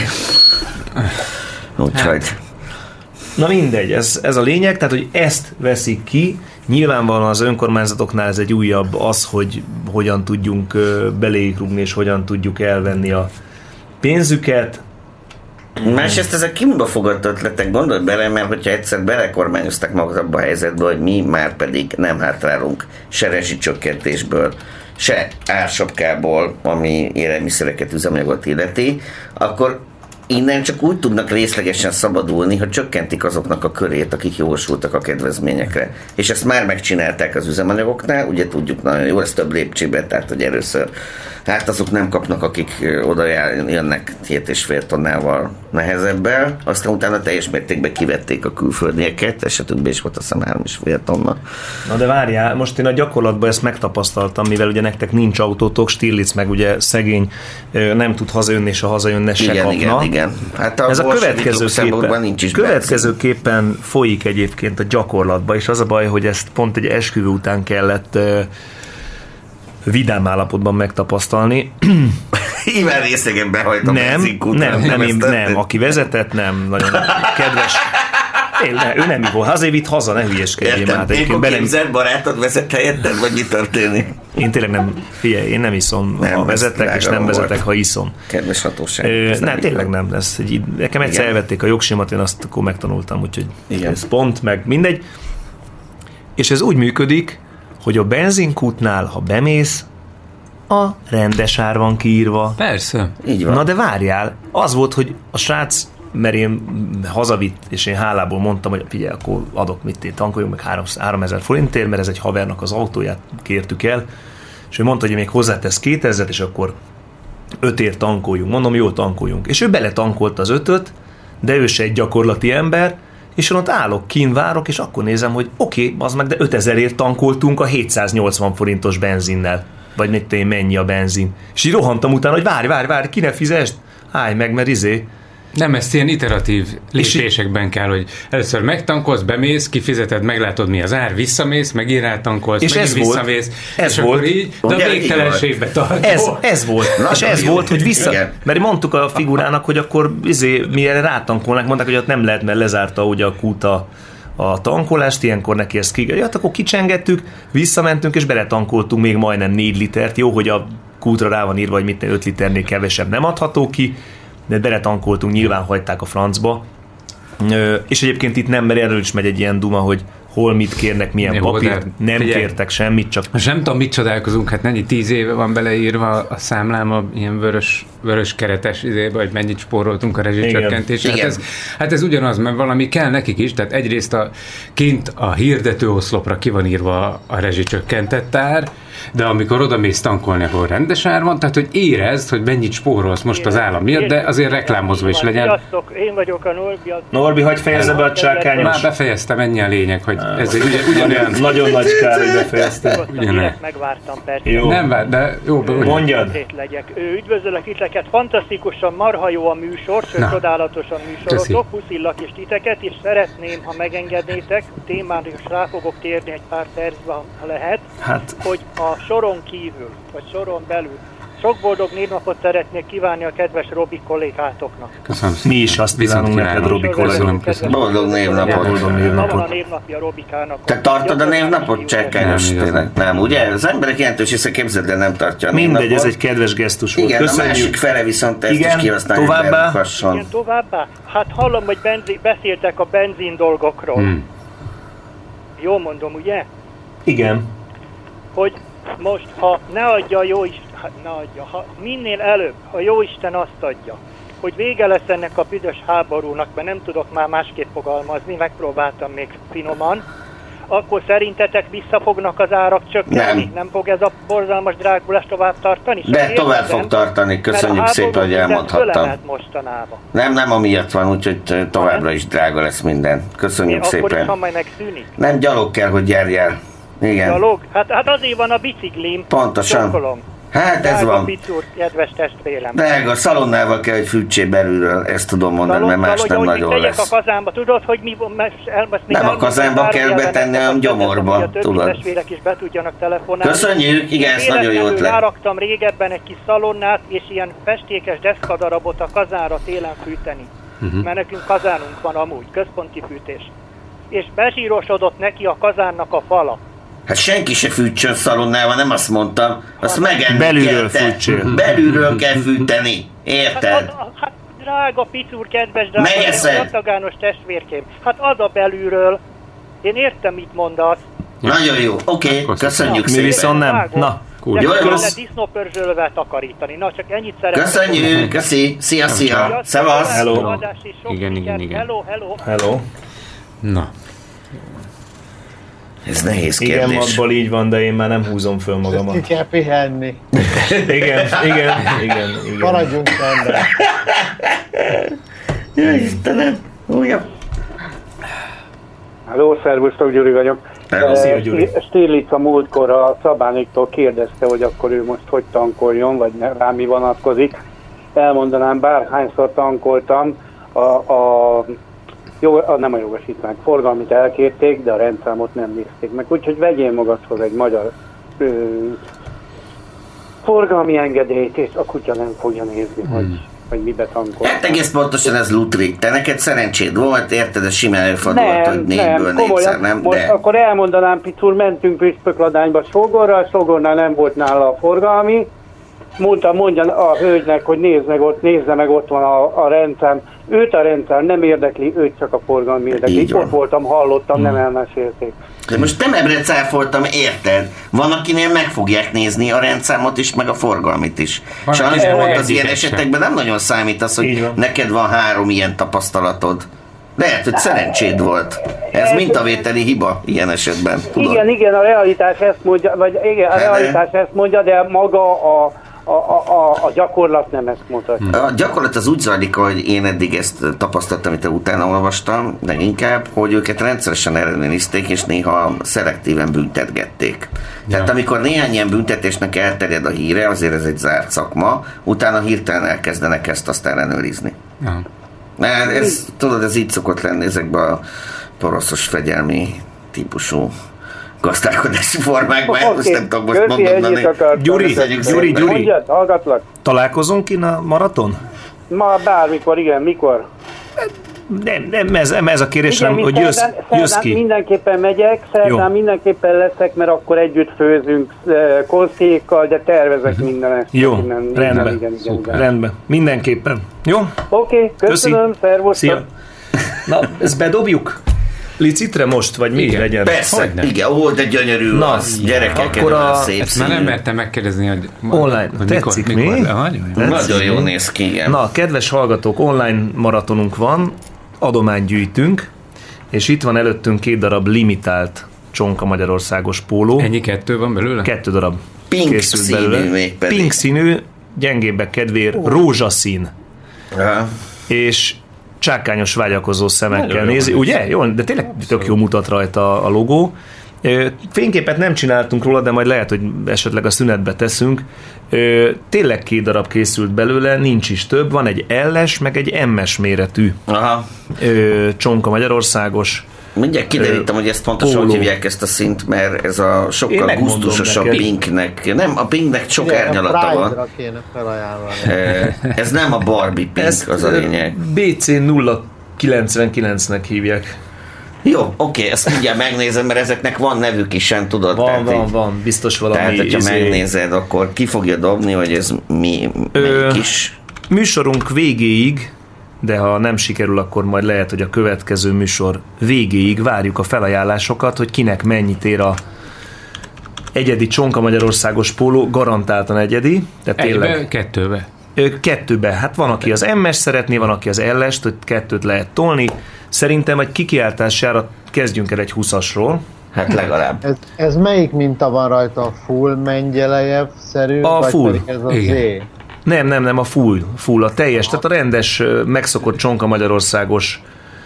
S1: Úgyhogy.
S2: Na mindegy, ez, ez a lényeg, tehát, hogy ezt veszik ki, nyilvánvalóan az önkormányzatoknál ez egy újabb az, hogy hogyan tudjunk beléjük rúgni, és hogyan tudjuk elvenni a pénzüket.
S1: Másrészt ezek kimba fogott ötletek, gondolj bele, mert hogyha egyszer belekormányoztak magukat abba a helyzetbe, hogy mi már pedig nem hátrálunk se rezsicsökkentésből, se ársapkából, ami élelmiszereket, üzemanyagot illeti, akkor innen csak úgy tudnak részlegesen szabadulni, hogy csökkentik azoknak a körét, akik jogosultak a kedvezményekre. És ezt már megcsinálták az üzemanyagoknál, ugye tudjuk nagyon jól, ez több lépcsében, tehát hogy először hát azok nem kapnak, akik oda jönnek két és fél tonnával nehezebbel, aztán utána teljes mértékben kivették a külföldieket, esetükben is volt azt hiszem három és fél tonna.
S2: Na de várjál, most én a gyakorlatban ezt megtapasztaltam, mivel ugye nektek nincs autótok, Stirlitz meg ugye szegény nem tud hazajönni, és a hazajönne se
S1: igen,
S2: kapna.
S1: Igen, igen. Hát a
S2: ez a következőképpen,
S1: nincs is
S2: következőképpen folyik egyébként a gyakorlatban, és az a baj, hogy ezt pont egy esküvő után kellett vidám állapotban megtapasztalni.
S1: Íven részegen behajtom.
S2: Nem, nem, nem, nem, nem, aki vezetett, nem, nagyon kedves. Én, ne, ő nem volt. Azért vitt haza, ne hülyeskedjél már.
S1: Én akkor képzeld, barátod vezet helyetted, vagy mi történik?
S2: Én tényleg nem, figyelj, én nem iszom, nem, ha vezetek, és nem vezetek, volt. Ha iszom.
S1: Kedves hatóság.
S2: Ö, nem, tényleg nem. Ez egy, nekem egyszer igen. elvették a jogsimat, én azt akkor megtanultam, úgyhogy igen. ez pont, meg mindegy. És ez úgy működik, hogy a benzinkútnál, ha bemész, a rendes ár van kiírva.
S6: Persze.
S2: Így van. Na de várjál, az volt, hogy a srác, mert én hazavitt, és én hálából mondtam, hogy figyelj, akkor adok mit én tankoljunk meg háromezer forintért, mert ez egy havernak az autóját kértük el, és ő mondta, hogy még hozzátesz kétezret, és akkor ötért tankoljunk. Mondom, jó, tankoljunk. És ő beletankolta az ötöt, de ő se egy gyakorlati ember, és én ott állok, kín várok, és akkor nézem, hogy oké, okay, az meg, de ötezerért tankoltunk a hétszáznyolcvan forintos benzinnel. Vagy mit én, mennyi a benzin. És így rohantam utána, hogy várj, várj, várj, ki ne fizest? Állj meg, mert izé.
S6: Nem, ezt ilyen iteratív lépésekben kell, hogy először megtankolsz, bemész, kifizeted, meglátod mi az ár, visszamész, megint rátankolsz, és megint ez visszamész, volt, és ez akkor volt. Így, de a végtelenségbe tartó.
S2: Ez, ez volt, na, és ez jó, volt, hogy vissza, igen. Mert mondtuk a figurának, hogy akkor izé, mi erre rátankolnánk, mondták, hogy ott nem lehet, mert lezárta ugye a kúta a tankolást, ilyenkor neki ezt kig... Ja, akkor kicsengettük, visszamentünk, és beletankoltunk még majdnem négy litert, jó, hogy a kútra rá van írva, hogy mit öt liternél kevesebb nem adható ki, de beletankoltunk, nyilván hagyták a francba. Ö, és egyébként itt nem, mert erről is megy egy ilyen duma, hogy hol mit kérnek, milyen jó, papírt, nem figyelj, kértek semmit, csak...
S6: Most nem tudom, mit csodálkozunk, hát mennyi tíz éve van beleírva a számlám a ilyen vörös, vörös keretes izébe, hogy mennyit spóroltunk a rezsicsökkentésre. Hát ez, hát ez ugyanaz, mert valami kell nekik is, tehát egyrészt a, kint a hirdető oszlopra ki van írva a rezsicsökkentett ár, de amikor oda mész tankolni, akkor rendes ár van, tehát hogy érezd, hogy mennyit spórolsz most az állam miatt, de azért reklámozva is legyen.
S7: Sziasztok, én vagyok a Norbi.
S2: Norbi, hagyj fejezze be a csákányos.
S6: Már befejeztem, ennyi a lényeg, hogy ez egy ugye, ugyanolyan...
S2: Nagyon nagy kár, hogy befejeztem.
S7: Megvártam persze.
S6: Jó. Nem vár, de jó,
S2: mondjad.
S7: Üdvözöllek titeket, fantasztikusan, marha jó a műsor, sőt, csodálatos a műsorotok, puszillak és titeket, és szeretném, ha megengednétek, témára is rá fogok térni egy pár percben, ha lehet, hát. Hogy a soron kívül, vagy soron belül sok boldog névnapot szeretnék kívánni a kedves Robi kollégátoknak.
S6: Köszönöm.
S2: Mi is azt kívánunk neked, Robi kollégátoknak.
S1: Boldog névnapot.
S2: Boldog névnapot.
S7: Van a névnapja Robikának.
S1: Te tartod a névnapot, Cserkányos? Nem, nem, ugye? Az emberek jelentős része képzeld, de nem tartja a névnapot.
S2: Mindegy, ez egy kedves gesztus volt.
S1: Igen,
S2: köszönjük.
S1: A másik fele viszont ezt
S2: igen,
S1: is kihasználjuk.
S2: Továbbá?
S7: Igen, továbbá? Hát hallom, hogy benzin, beszéltek a benzin dolgokról. Hmm. Jól mondom, ugye?
S2: Igen.
S7: Hogy most, ha ne adja a Jóisten, hát ne adja, ha minél előbb a Jóisten azt adja, hogy vége lesz ennek a büdös háborúnak, mert nem tudok már másképp fogalmazni, megpróbáltam még finoman, akkor szerintetek visszafognak az árak csökkenni? Nem. Nem fog ez a borzalmas drágulás tovább tartani?
S1: De Én tovább értem, fog tartani, köszönjük szépen, hogy elmondhattam. Nem, nem amiatt van, úgyhogy továbbra is drága lesz minden. Köszönjük
S7: Én
S1: szépen.
S7: Akkor is, ha majd megszűnik.
S1: Nem, gyalog kell, hogy járjál. Igen.
S7: Gyalog? Hát, hát azért van a biciklim.
S1: Pontosan.
S7: Sokkolom.
S1: Hát ez
S7: Drága
S1: van.
S7: Picúr, kedves testvérem.
S1: Drága, szalonnával kell, hogy fűtsé belülről, ezt tudom mondani,
S7: Szalon,
S1: mert más nem nagyon lesz.
S7: a kazánba, tudod, hogy mi el,
S1: nem a kazánba kell betenni, hanem gyomorba,
S7: a
S1: tudod.
S7: A testvérek is be tudjanak telefonálni.
S1: Köszönjük, igen, ez nagyon jó ötlet.
S7: Ráraktam régebben egy kis szalonnát, és ilyen festékes deszkadarabot a kazánra télen fűteni. Uh-huh. Mert nekünk kazánunk van amúgy, központi fűtés. És bezsírosodott neki a kazánnak a fala.
S1: Hát senki se fűtsön szalonnával, nem azt mondtam. Azt megenni
S2: belülről
S1: kell
S2: fűtsél.
S1: Belülről kell fűteni. Érted?
S7: Hát, az, hát drága Picúr, kedves drága tagános testvérkém. Hát az a belülről. Én értem, mit mondasz.
S1: Nagyon jó. Oké, okay, köszönjük
S2: Na,
S1: szépen.
S2: Mi viszont nem. Na,
S7: Jó, jó. Kellene disznópörzsölvel takarítani. Na, csak ennyit szeretném.
S1: Köszönjük, köszi. Szia, szia. Szevasz.
S2: Hello.
S6: Igen, igen, igen.
S7: Hello, hello.
S2: Hello.
S6: Na.
S1: Ez nehéz kérdés.
S2: Igen, abból így van, de én már nem húzom föl magamat.
S3: Ki kell pihenni.
S2: igen, igen, igen, igen.
S3: Maradjunk rendben.
S1: Ja, Istenem. Újabb.
S8: Halló, szervusztok, Gyuri vagyok.
S2: Szia, Gyuri.
S8: Stirlica múltkor a Szabániktól kérdezte, hogy akkor ő most hogy tankoljon, vagy rá mi vonatkozik. Elmondanám, bárhányszor tankoltam, a, a, jó, a nem a jogosítvány, forgalmit elkérték, de a rendszámot nem nézték meg. Úgyhogy vegyél magadhoz egy magyar ö, forgalmi engedélyt, és a kutya nem fogja nézni, hmm. hogy, hogy mibe tankol.
S1: Hát egész pontosan ez lutrik. Te neked szerencséd volt, érted, ez simán előfordult, hogy négyből négyszer, nem?
S8: Most
S1: de...
S8: akkor elmondanám, Picur, mentünk Püspökladányba Sógorral, Sógornál nem volt nála a forgalmi, mondta, mondja a hölgynek, hogy nézd meg ott, nézze meg, ott van a, a rendszám. Őt a rendszer nem érdekli, őt csak a forgalmi érdekli. Ott voltam, hallottam, hmm. nem elmesélték.
S1: De most nem ebbre cáfoltam, érted? Van, akinél meg fogják nézni a rendszámot is, meg a forgalmit is. Sajnos pont az ilyen esetekben nem nagyon számít az, hogy neked van három ilyen tapasztalatod. Lehet, hogy szerencséd volt. Ez mintavételi hiba ilyen esetben. Tudod?
S8: Igen, igen, a realitás ezt mondja, vagy igen, a realitás ezt mondja, de maga a A, a, a gyakorlat nem ezt mutatja.
S1: A gyakorlat az úgy zajlik, hogy én eddig ezt tapasztaltam, amit utána olvastam, de inkább, hogy őket rendszeresen ellenőrizték, és néha szelektíven büntetgették. Ja. Tehát amikor néhány ilyen büntetésnek elterjed a híre, azért ez egy zárt szakma, utána hirtelen elkezdenek ezt azt ellenőrizni. Ja. Mert ez, tudod, ez így szokott lenni ezekben a poroszos fegyelmi típusú gazdálkodási formákban, okay. Most nem tudom most mondani.
S2: Gyuri, Gyuri, Gyuri,
S8: Mondjad, hallgatlak.
S2: Találkozunk innen a maraton?
S8: Ma bármikor, igen, mikor?
S2: Nem, nem ez, ez a kérés, igen, hogy jössz, szerdán, jössz ki.
S8: Mindenképpen megyek, szerdán mindenképpen leszek, mert akkor együtt főzünk konszékkal, de tervezek mindenet.
S2: Jó,
S8: minden,
S2: rendben,
S8: minden, igen, igen, igen.
S2: rendben, mindenképpen. Jó?
S8: Oké, okay, köszönöm, szervusztok.
S2: Na, ezt bedobjuk? Licitre most, vagy mi legyen?
S1: Persze, igen, ó, de gyönyörű na, az, gyerekek, akkor a szép
S6: ezt már nem mertem megkérdezni, hogy
S2: online, hogy tetszik mikor, mi?
S1: Mikor, mikor, nagyon jól néz ki, igen.
S2: Na, kedves hallgatók, online maratonunk van, adományt gyűjtünk, és itt van előttünk két darab limitált Csonka Magyarországos póló.
S6: Ennyi kettő van belőle?
S2: Kettő darab.
S1: Pink színű még pedig.
S2: Pink színű, gyengébbek kedvéért, oh. rózsaszín.
S1: Ja.
S2: És csákányos vágyakozó szemekkel nézi, ugye? Jó, de tényleg tök jó mutat rajta a logó. Fényképet nem csináltunk róla, de majd lehet, hogy esetleg a szünetbe teszünk. Tényleg két darab készült belőle, nincs is több, van egy L-es, meg egy M-es méretű.
S1: Aha.
S2: Csonka Magyarországos.
S1: Mindjárt kiderítem, hogy ezt pontosan hogy hívják ezt a szint, mert ez a sokkal gusztusosabb Pinknek. Nem, a Pinknek sok igen, árnyalata van.
S3: Kéne felajánlani.
S1: Ez nem a Barbie Pink, ezt az a lényeg.
S2: bé cé nulla kilencvenkilencnek hívják.
S1: Jó, oké, ezt mindjárt megnézem, mert ezeknek van nevük is, sem tudod.
S2: Van, van, így, van, biztos valami.
S1: Tehát, hogyha izé... megnézed, akkor ki fogja dobni, hogy ez mi, melyik is.
S2: Műsorunk végéig, de ha nem sikerül, akkor majd lehet, hogy a következő műsor végéig várjuk a felajánlásokat, hogy kinek mennyit ér a egyedi Csonka Magyarországos póló, garantáltan egyedi. Tehát tényleg,
S6: egybe, kettőbe?
S2: Kettőbe. Hát van, aki az M-es szeretné, van, aki az L-est, hogy kettőt lehet tolni. Szerintem egy kikiáltására kezdjünk el egy húszasról.
S1: Hát legalább.
S3: Ez, ez melyik minta van rajta? A full Mengyelejev-szerű?
S2: A
S3: vagy
S2: full.
S3: Ez a Z?
S2: Nem, nem, nem, a full, full, a teljes, tehát a rendes, megszokott Csonka Magyarországos,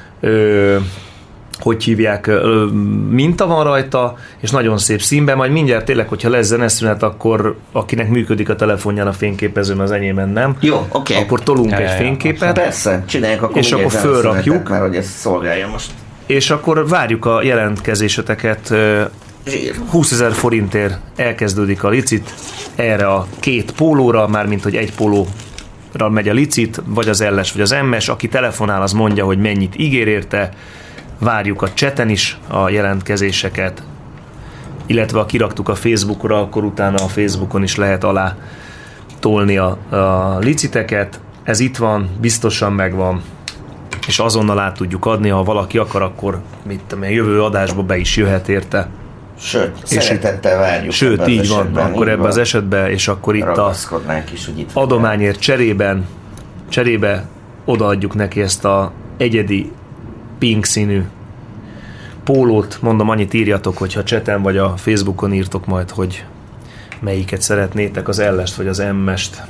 S2: ö, hogy hívják, ö, minta van rajta, és nagyon szép színben, majd mindjárt tényleg, hogyha lesz zeneszünet, akkor akinek működik a telefonján a fényképezőn, az enyémben nem.
S1: Jó, oké. Okay.
S2: Akkor tolunk
S1: ja,
S2: egy
S1: ja,
S2: fényképet.
S1: Persze, csináljuk, akkor
S2: és akkor fölrakjuk.
S1: Mert hogy ez szolgálja most.
S2: És akkor várjuk a jelentkezéseteket. húszezer forintért elkezdődik a licit erre a két pólóra, mármint hogy egy pólóra megy a licit, vagy az L-es, vagy az M-es. Aki telefonál, az mondja, hogy mennyit ígér érte. Várjuk a chaten is a jelentkezéseket, illetve ha kiraktuk a Facebookra, akkor utána a Facebookon is lehet alá tolni a, a liciteket. Ez itt van, biztosan megvan, és azonnal át tudjuk adni, ha valaki akar, akkor mit tudom, jövő adásba be is jöhet érte.
S1: Sőt, szeretettel várjuk.
S2: Sőt, így van, esetben, akkor ebben az esetben, és akkor itt a
S1: is, hogy itt
S2: adományért cserében, cserébe odaadjuk neki ezt a egyedi pink színű pólót. Mondom, annyit írjatok, hogyha chaten vagy a Facebookon írtok majd, hogy melyiket szeretnétek, az L-est vagy az M-est.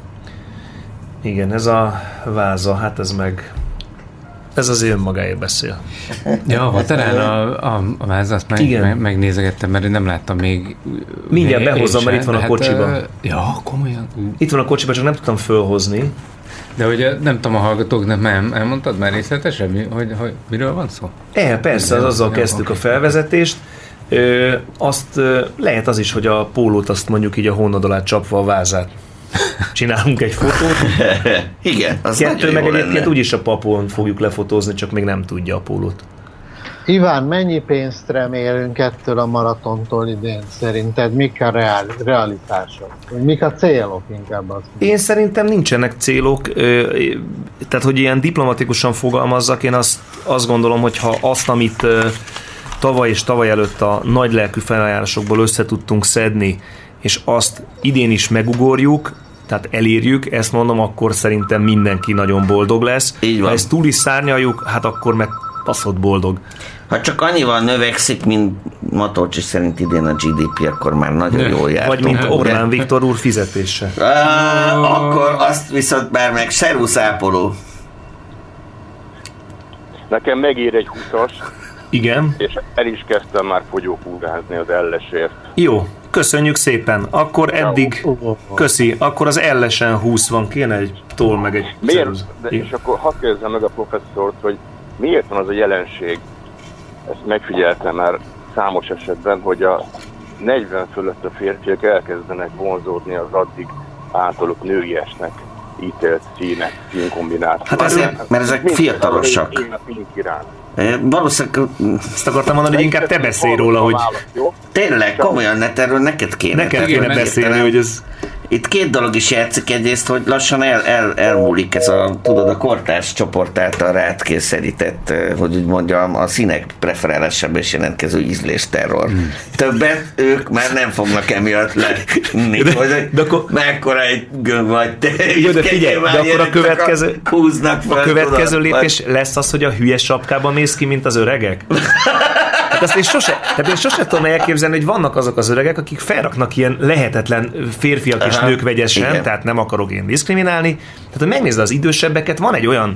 S2: Igen, ez a váza, hát ez meg ez azért önmagáért beszél.
S6: Ja, van talán a, a, a váza, azt meg, meg, megnézegettem, mert nem láttam még.
S2: Mindjárt behozom, mert itt van a kocsiba.
S6: Hát, ja, komolyan.
S2: Itt van a kocsiba, csak nem tudtam fölhozni.
S6: De hogy nem tudom, a hallgatóknak már elmondtad már részletesen, hogy, hogy miről van szó?
S2: E, persze, az azzal kezdtük a felvezetést. Ö, azt ö, lehet az is, hogy a pólót azt mondjuk így a hónad alá csapva a vázát csinálunk egy fotót.
S1: Igen, az
S2: Kettő meg egyébként
S1: lenne.
S2: úgyis a papon fogjuk lefotózni, csak még nem tudja a pólót.
S3: Iván, mennyi pénzt remélünk ettől a maratontól idén szerinted? Mik a reál, realitások? Mik a célok inkább az?
S2: Én szerintem nincsenek célok, tehát hogy ilyen diplomatikusan fogalmazzak, én azt, azt gondolom, hogy ha azt, amit tavaly és tavaly előtt a nagy lelkű felajánlásokból össze tudtunk szedni, és azt idén is megugorjuk, tehát elérjük, ezt mondom, akkor szerintem mindenki nagyon boldog lesz.
S1: Így van.
S2: Ha ezt túl is szárnyaljuk, hát akkor meg baszott boldog.
S1: Ha csak annyival növekszik, mint Matolcsi szerint idén a gé dé pé, akkor már nagyon jól jártunk.
S2: Vagy mint Orbán Viktor úr fizetése.
S1: Uh, akkor azt viszont már meg szervusz ápoló.
S5: Nekem megír egy húszas,
S2: Igen.
S5: és el is kezdtem már fogyókúrázni az ellesért.
S2: Jó, köszönjük szépen. Akkor eddig, köszi, akkor az ellesen húsz van, kéne egy toll meg egy
S5: Miért?
S2: ceruza.
S5: De, és akkor hadd kérdezzem meg a professzort, hogy miért van az a jelenség, ezt megfigyeltem már számos esetben, hogy a negyven fölött a férfiak elkezdenek vonzódni az addig általuk nőiesnek ítélt színek, színkombinációk.
S1: Hát azért, mert ezek fiatalosak.
S5: Én a pink iránt.
S1: Valószínűleg
S2: Ezt akartam mondani, hogy inkább te beszélj róla, hogy
S1: tényleg komolyan, ne erről neked kéne.
S2: neked kéne beszélni, hogy ez...
S1: Itt két dolog is játszik, egyrészt, hogy lassan el, el, elmúlik ez a, tudod, a kortárs csoport által rád kényszerített, hogy úgy mondjam, a színek preferálásában is jelentkező ízlésterror. Hmm. Többet ők már nem fognak emiatt lenni, de, hogy de akkor, mekkora egy gömb vagy te.
S2: Jó, de figyelj, de akkor a következő,
S1: húznak fel,
S2: a következő
S1: tudod,
S2: lépés vagy... lesz az, hogy a hülye sapkában mész ki, mint az öregek? Hát azt én sose, tehát én sose tudom elképzelni, hogy vannak azok az öregek, akik felraknak ilyen lehetetlen férfiak és nők vegyesen, igen. Tehát nem akarok én diszkriminálni. Tehát, hogy megnézd az idősebbeket, van egy olyan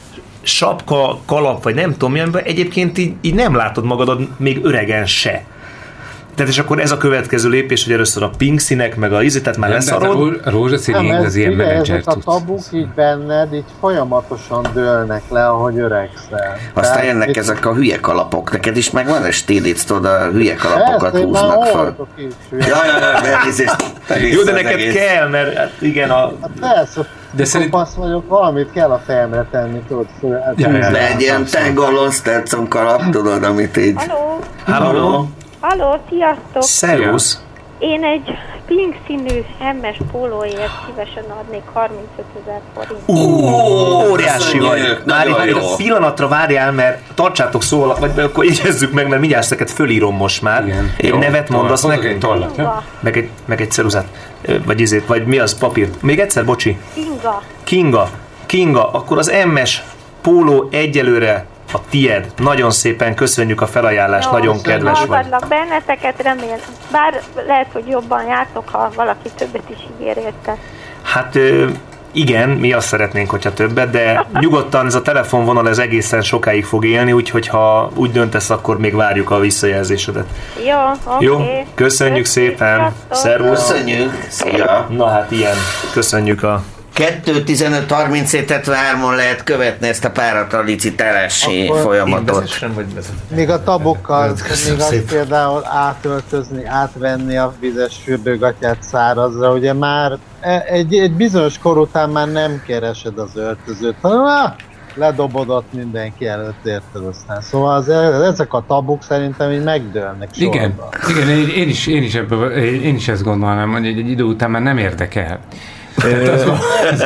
S2: sapka, kalap, vagy nem tudom milyen, egyébként így, így nem látod magadat még öregen se. Tehát és akkor ez a következő lépés, hogy először a pink színek, meg a ízé, tehát már leszarod.
S6: A rózsaszín az ilyen menedzser
S3: ezek a tabuk így benned, így folyamatosan dőlnek le, ahogy öregszel.
S1: Aztán
S3: Tehát
S1: jönnek
S3: itt...
S1: ezek a hülye kalapok. Neked is megvan, és stílít, tudod, a hülye kalapokat
S3: ezt,
S1: húznak fel.
S3: Jaj,
S1: jaj, jaj,
S2: jó, de neked egész. Kell, mert hát igen a...
S3: Hát persze, de szerint... kopasz vagyok, valamit kell a fejemre tenni, tudod.
S1: Egy ilyen Tengolon Stetson kalap, tudod, amit így...
S9: Halló!
S2: Halló!
S9: Halló, sziasztok!
S2: Szervusz!
S9: Én egy pink színű hemmes pólóért szívesen adnék harmincötezer forint.
S2: Ó, óriási vagy! Már itt a pillanatra várjál, mert tartsátok szóval, vagy akkor jegyezzük meg, mert mindjárt ezeket fölírom most már. Igen. Egy nevet mondasz nekünk? Meg egy, meg egy ceruzát. Vagy izét, vagy mi az, papír? Még egyszer, bocsi.
S9: Kinga.
S2: Kinga. Kinga, akkor az em-es póló egyelőre a tied. Nagyon szépen köszönjük a felajánlást, jó, nagyon kedves vagy.
S9: Hallgatlak benneteket, remélem. Bár lehet, hogy jobban jártok, ha valaki többet is ígér érte.
S2: Hát igen, mi azt szeretnénk, hogyha többet, de nyugodtan ez a telefonvonal ez egészen sokáig fog élni, úgyhogy ha úgy döntesz, akkor még várjuk a visszajelzésedet.
S9: Jó, oké.
S2: Jó, köszönjük szépen. Szervusz.
S1: Köszönjük. Szia.
S2: Na hát ilyen, köszönjük a...
S1: kettő tizenöt harminc hetvenhárom lehet követni ezt a páratlan licitálási folyamatot.
S3: Még a tabokkal, még azt például átöltözni, átvenni a vizes fürdőgatyát szárazra, ugye már egy, egy bizonyos kor után már nem keresed az öltözőt, hanem ledobod ott mindenki előtt, érted aztán. Szóval az, ezek a tabuk szerintem így megdőlnek sorba.
S6: Igen, igen én, én, is, én, is ebbe, én is ezt gondolnám, hogy egy, egy idő után már nem érdekel. Az, az,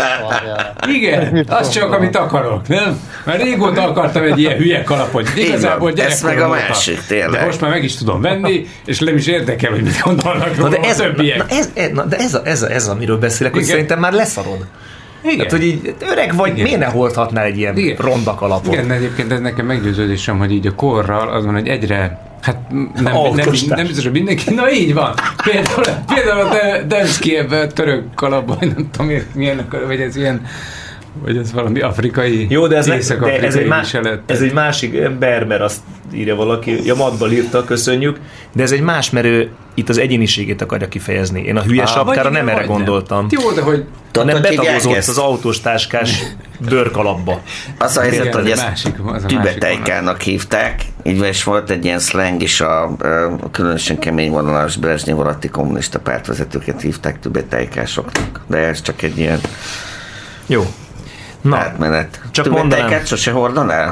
S6: igen, az csak amit akarok, nem? Mert régóta akartam egy ilyen hülye kalapot. Igazából
S1: ez meg a másik, tényleg.
S6: De most már meg is tudom venni, és nem is érdekel, hogy mit gondolnak róla
S2: de ez,
S6: a többiek.
S2: Na, ez, na, de ez, a, ez, a, ez a, amiről beszélek, igen. Hogy szerintem már leszarod. Igen. Tehát, hogy így öreg vagy, igen. Miért ne hordhatnál egy ilyen igen. ronda kalapot?
S6: Igen, de egyébként ez nekem meggyőződésem, hogy így a korral az van, hogy egyre hát nem, oh, nem, nem, nem biztos, hogy mindenki, na így van. Például, például a Demszki ebben török kalapban, nem tudom milyen, vagy ez ilyen Vagy ez valami afrikai,
S2: jó, de ez, ne, de ez, egy, más, ez egy másik ember, mert azt írja valaki, ja, Matbal írta, köszönjük, de ez egy más, mert ő itt az egyéniségét akarja kifejezni. Én a hülye ah, sapkára nem erre gondoltam.
S6: Nem. Jó, de hogy...
S2: Nem betagozott az autós táskás bőrkalapba.
S1: Az a helyzet, hogy ezt tübetejkának hívták, így is volt egy ilyen slang is, a, a különösen kemény vonalas Brezsnyev alatti kommunista pártvezetőket hívták tübetejkásoknak. De ez csak egy ilyen
S2: jó. Na,
S1: átmenet.
S2: Csak
S1: tübetejkát sose hordanál?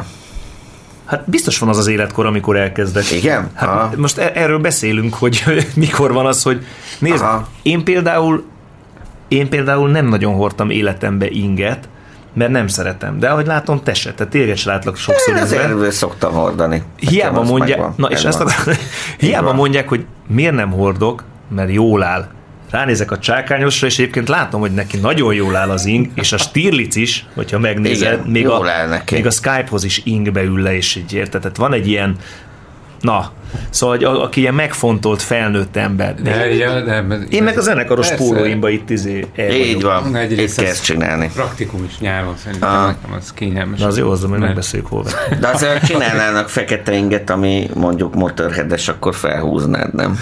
S2: Hát biztos van az az életkor, amikor elkezdek.
S1: Igen?
S2: Hát most erről beszélünk, hogy mikor van az, hogy nézd, aha. én például én például nem nagyon hordtam életembe inget, mert nem szeretem. De ahogy látom, te se. Tehát téged se látlak sokszor.
S1: Én azért szoktam hordani.
S2: Hiába mondják, na és ezt akar, hiába mondják, hogy miért nem hordok, mert jól áll. Ránézek a csákányosra, és egyébként látom, hogy neki nagyon jól áll az ing, és a Stirlitz is, hogyha megnézed, igen, még, a, még a Skype-hoz is ingbe ül le, és így érted. Tehát van egy ilyen, na, szóval, a, aki ilyen megfontolt, felnőtt ember.
S6: De, ja, de,
S2: én meg a zenekaros pólóimba itt izé el
S1: így van, itt kezd csinálni.
S6: Praktikum is nyáron, szerintem ah. nekem az kényelmes.
S2: De az jó, azzal, hogy megbeszéljük hol.
S1: De azért csinálnának fekete inget, ami mondjuk motorheades, akkor felhúznád, nem?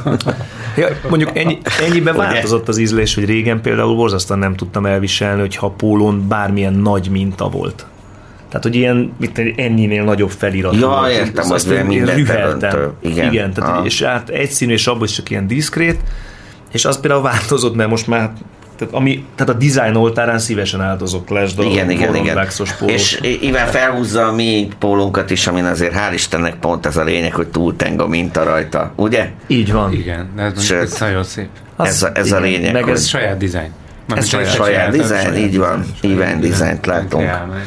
S2: Ja, mondjuk ennyi, ennyiben változott az ízlés, hogy régen például borzasztóan nem tudtam elviselni, hogyha a pólón bármilyen nagy minta volt. Tehát, hogy ilyen, mit ennyinél nagyobb felirat.
S1: Ja, értem, az olyan mindent elöntő.
S2: Igen. Igen, tehát, ah. és hát egyszínű, és abban is csak ilyen diszkrét, és az például változott, mert most már tehát, ami, tehát a design oltárán szívesen áldozok Clash dolog.
S1: Igen, igen, igen. És Iván felhúzza a mi pólónkat is, amin azért hál' Istennek pont ez a lényeg, hogy túlteng a minta rajta, ugye?
S2: Így van.
S6: Igen, de ez, ez nagyon szép.
S1: Az, ez a, ez igen, a lényeg.
S6: Meg ez saját design.
S1: Ez saját, saját design, így van. Iván dizájnt látunk.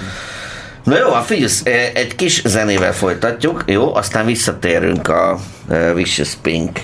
S1: Na jó, figyelj, egy kis zenével folytatjuk, jó, aztán visszatérünk a Vicious Pink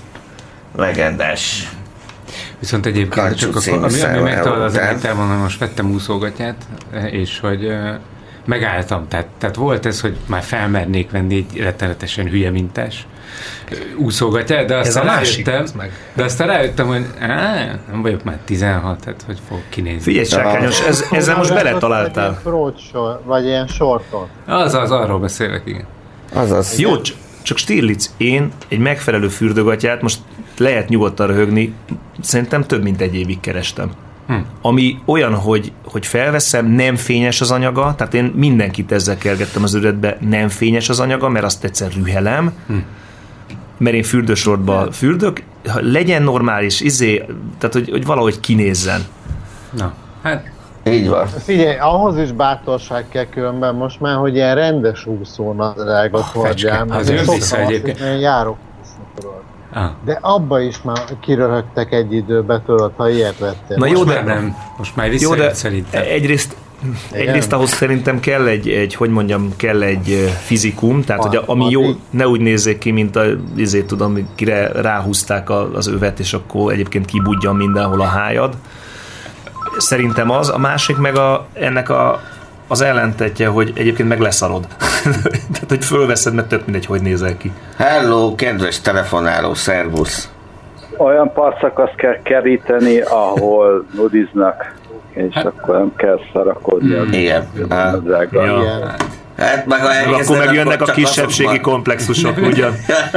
S1: legendás.
S6: Viszont egyébként csak akkor, ami, ami megtalál az zenét, elmondom, most vettem úszógatját, és hogy uh, megálltam, tehát, tehát volt ez, hogy már felmernék venni egy rettenetesen hülye mintás úszógatját, de aztán rájöttem, de aztán rájöttem, hogy á, nem vagyok már tizenhat, tehát hogy fog kinézni.
S2: Figyelj, Csákányos, ez, ezzel most beletaláltál.
S3: Vagy ilyen sorton.
S6: Az, az, arról beszélek, igen.
S1: Azaz.
S2: Jó, csak Stirlitz, én egy megfelelő fürdőgatját, most lehet nyugodtan röhögni, szerintem több mint egy évig kerestem. Hm. Ami olyan, hogy, hogy felveszem, nem fényes az anyaga, tehát én mindenkit ezzel kergettem az üredbe, nem fényes az anyaga, mert azt egyszer rühelem, hm. mert én fürdősortba fürdök, legyen normális, izé, tehát hogy, hogy valahogy kinézzen.
S6: Na, hát
S1: így van.
S3: Figyelj, ahhoz is bátorság kell különben most már, hogy ilyen rendes úszónadrágot oh, hordjál.
S6: Az jön vissza egyébként.
S3: Én járok ah. De abba is már kiröhögtek egy időbe, tudod, ha ilyet vettél.
S2: Na
S6: most
S2: jó,
S6: már
S2: de
S6: nem. Most már visszajött szerintem.
S2: Egyrészt, egyrészt ahhoz szerintem kell egy, egy, hogy mondjam, kell egy fizikum, tehát ah, hogy ami jó, ne úgy nézzék ki, mint a, izét tudom, kire ráhúzták az övet, és akkor egyébként kibudjan mindenhol a hájad. Szerintem az, a másik meg a, ennek a, az ellentetje, hogy egyébként meg leszarod. Tehát, hogy fölveszed, mert tök mindegy, hogy nézel ki.
S1: Hello, kedves telefonáló, szervusz!
S10: Olyan partszakaszt kell keríteni, ahol nudiznak, és hát, akkor nem kell szarakodni.
S1: Mm. Igen.
S2: Ja. Hát meg a akkor megjönnek a kisebbségi komplexusok, ugyan?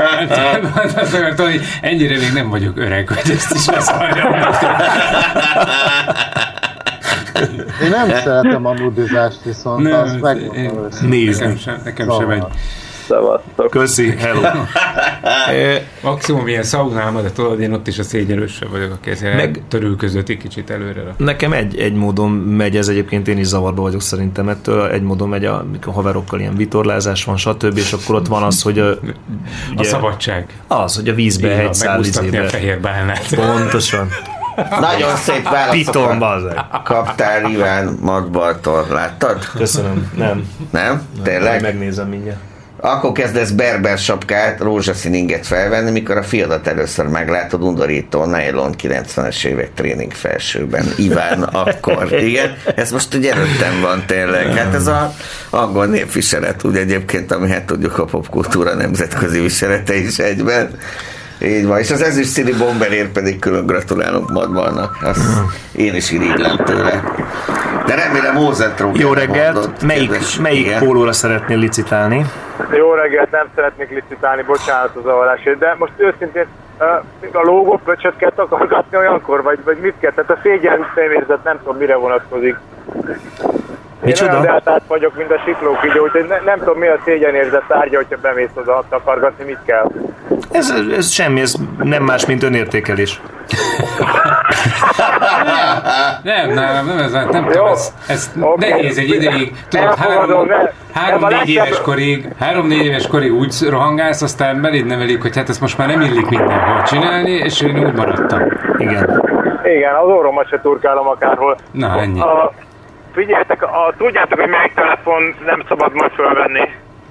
S6: Azt akartam, hogy ennyire még nem vagyok öreg, hogy ezt is leszarjam.
S3: Én nem szeretem a nudizást, viszont nem, azt megmondom őszintén.
S2: Nézd.
S6: Nekem sem, nekem sem egy.
S10: Szevasztok.
S2: Köszi, hello.
S6: Maximum ilyen szaunám, de tudod, én ott is a szégyenlősebb vagyok, aki ezért meg törülközött egy kicsit előre.
S2: Nekem egy, egy módon megy ez egyébként, én is zavarba vagyok szerintem ettől. Egy módon megy, a, a haverokkal ilyen vitorlázás van, stb. És akkor ott van az, hogy a,
S6: ugye, a szabadság.
S2: Az, hogy a vízbe egy száll
S6: izébe. A fehér bálnát.
S2: Pontosan.
S1: Nagyon szép válaszokat kaptál Iván Matbaltól, láttad?
S2: Köszönöm, nem.
S1: Nem? Tényleg?
S2: Megnézem mindjárt.
S1: Akkor kezdesz berber sapkát, rózsaszín inget felvenni, mikor a fiadat először meglátod undorító nylon kilencvenes évek tréning felsőben. Iván, akkor. Igen, ez most ugye előttem van tényleg. Hát ez az angol népviselet, úgy egyébként, ami hát tudjuk a popkultúra nemzetközi viselete is egyben. Így van, és az ezüst színű bomberért pedig külön gratulálunk Madbalnak. Azt én is irigylem tőle. De remélem Mózes Tróger.
S2: Jó reggelt, mondott, melyik, melyik pólóra szeretnél licitálni?
S11: Jó reggelt, nem szeretnék licitálni, bocsánat az avalásért, de most őszintén a lógó pöcsöt kell takargatni olyankor, vagy, vagy mit kell? Tehát a szégyen személyzet nem tudom mire vonatkozik.
S2: Micsoda?
S11: Én olyan deltát vagyok, mint a siklók így, úgyhogy ne, nem tudom mi a szégyenérzet tárgya, hogyha bemész oda takargatni, mit kell.
S2: Ez, ez semmi, ez nem más, mint önértékelés.
S6: nem, nem, nem, ez nem tudom, ez, ez okay. Nehéz egy ideig, tudod, három, három-négy éves korig, három-négy éves korig úgy rohangálsz, aztán beléd nevelik, hogy hát ezt most már nem illik mindenhol csinálni, és én úgy maradtam. Igen.
S11: Igen, az orromat se turkálom akárhol.
S6: Na, ennyi.
S11: A, figyeljetek, a, tudjátok, hogy melyik telefon nem szabad majd fölvenni?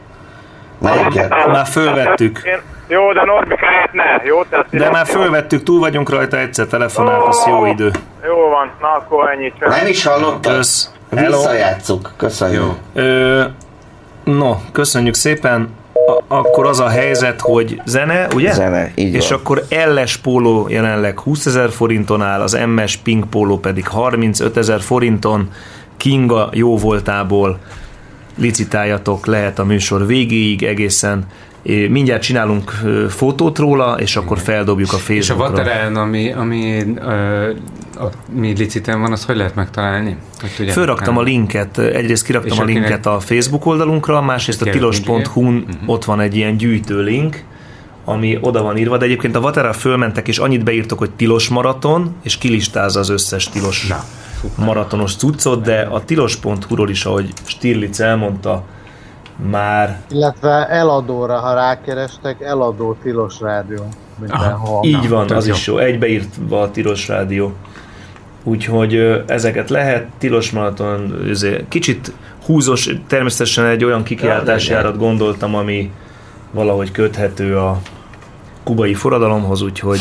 S2: Már fölvettük.
S11: Én, jó, de Norbikáját ne, jó? Tehát
S2: de már fölvettük, túl vagyunk rajta, egyszer telefonált, az jó idő.
S11: Jó van, na akkor ennyit.
S1: Nem is hallottam. Visszajátszuk, köszönjük.
S2: Ö, no, köszönjük szépen. A, akkor az a helyzet, hogy zene, ugye?
S1: Zene, így
S2: és
S1: van.
S2: akkor el es póló jelenleg húszezer forinton áll, az em es Pink póló pedig harmincötezer forinton. Kinga jó voltából licitáljatok, lehet a műsor végéig egészen. Mindjárt csinálunk fotót róla, és akkor feldobjuk a Facebookra.
S6: És a Vaterán, ami, ami a, a, mi liciten van, az hogy lehet megtalálni?
S2: Fölraktam a linket, egyrészt kiraktam a linket a Facebook oldalunkra, másrészt a tilos pont hu-n uh-huh. ott van egy ilyen gyűjtő link, ami oda van írva, de egyébként a Vaterán fölmentek, és annyit beírtok, hogy tilos maraton, és kilistázza az összes tilos Na. maratonos cuccot, de a tilos pont hu-ról is, ahogy Stirlitz elmondta, már...
S3: Illetve eladóra, ha rákerestek, eladó Tilos Rádió.
S2: Aha, így van, az jó. Is jó. Egybeírtva a Tilos Rádió. Úgyhogy ezeket lehet, Tilos Maraton, kicsit húzós, természetesen egy olyan kikiáltási járat gondoltam, ami valahogy köthető a kubai forradalomhoz, úgyhogy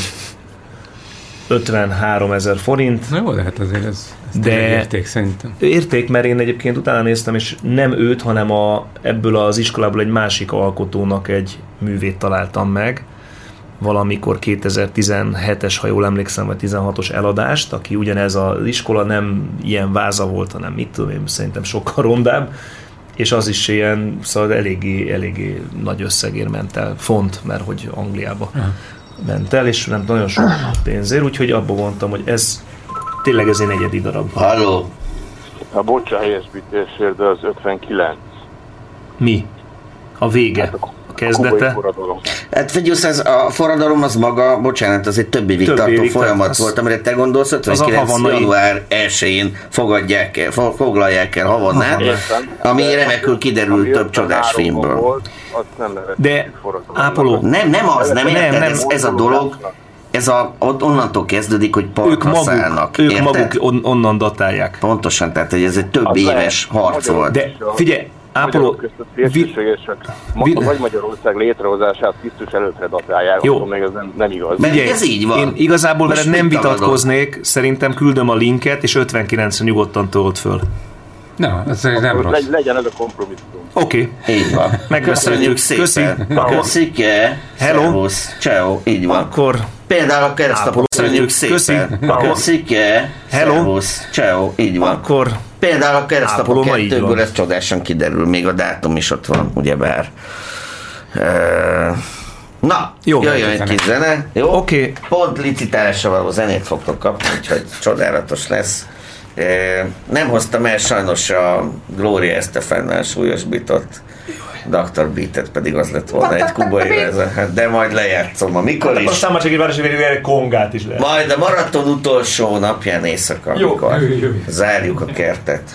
S2: ötvenháromezer forint.
S6: Na jó, de hát azért ez, ez
S2: de
S6: érték szerintem.
S2: Érték, mert én egyébként utána néztem, és nem őt, hanem a, ebből az iskolából egy másik alkotónak egy művét találtam meg, valamikor kétezer-tizenhetes, ha jól emlékszem, vagy tizenhatos eladást, aki ugyanez az iskola nem ilyen váza volt, hanem mit tudom én, szerintem sokkal rondább, és az is ilyen, szóval eléggé, eléggé nagy összegér ment el, font, mert hogy Angliába uh-huh. ment el, és nem nagyon sok pénzért, úgyhogy abból mondtam, hogy ez tényleg ez egy negyedi darab.
S1: Halló!
S12: A bocsa helyesbítésért, de az ötvenkilenc.
S2: Mi? A vége? Hát a, a kezdete?
S12: Forradalom.
S1: Hát figyelsz, ez a forradalom az maga, bocsánat, az egy több évig több tartó évig folyamat az, volt, amire te gondolsz, ötvenkilenc január elsején fogadják el, foglalják el Havannát, ami remekül kiderült több csodás filmből. Volt,
S12: nem
S2: de Ápoló...
S1: Nem, nem az, nem, nem, nem ez, ez a dolog, ez a, onnantól kezdődik, hogy partra szállnak.
S2: Ők maguk on, onnan datálják.
S1: Pontosan, tehát hogy ez egy több az éves lehet. harc volt.
S2: De figyelj, Ápoló...
S12: Vi... Vi... Vagy Magyarország létrehozását biztos előtre datálják,
S2: jó.
S12: Akkor még ez nem, nem igaz.
S1: Figyelj, ez így van.
S2: Én igazából veled nem vitatkoznék, szerintem küldöm a linket, és ötvenkilencre nyugodtan tölt föl.
S6: Na, ez nem rossz.
S12: Legy, legyen ez a kompromisszum.
S2: Oké.
S1: Okay. Így van.
S2: Megköszönjük
S1: szépen. Köszike.
S2: Hello.
S1: Ciao. Így van.
S2: Akkor
S1: például a keresztapot köszönjük szépen. Köszike.
S2: Hello.
S1: Ciao. Így van.
S2: Akkor
S1: például a keresztapot kettőből ez csodásan kiderül. Még a dátum is ott van, ugyebár. Na, jó, jöjjön egy kis zene. Jó?
S2: Oké. Okay.
S1: Pont licitálásra való zenét fogtok kapni, úgyhogy csodálatos lesz. Nem hoztam el sajnos a Gloria Estefannál súlyosbított doktor Beat-et, pedig az lett volna egy kubai verze. De majd lejátszom, amikor hát, is.
S2: Aztán már csak egy városi egy kongát is lehet.
S1: Majd a maraton utolsó napján éjszaka, amikor jó, jó, jó. zárjuk a kertet.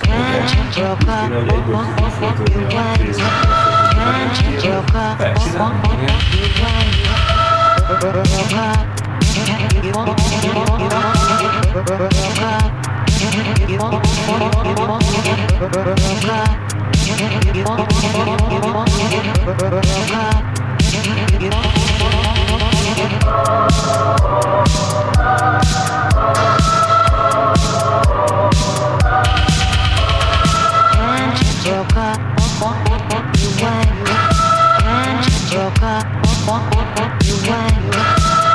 S13: You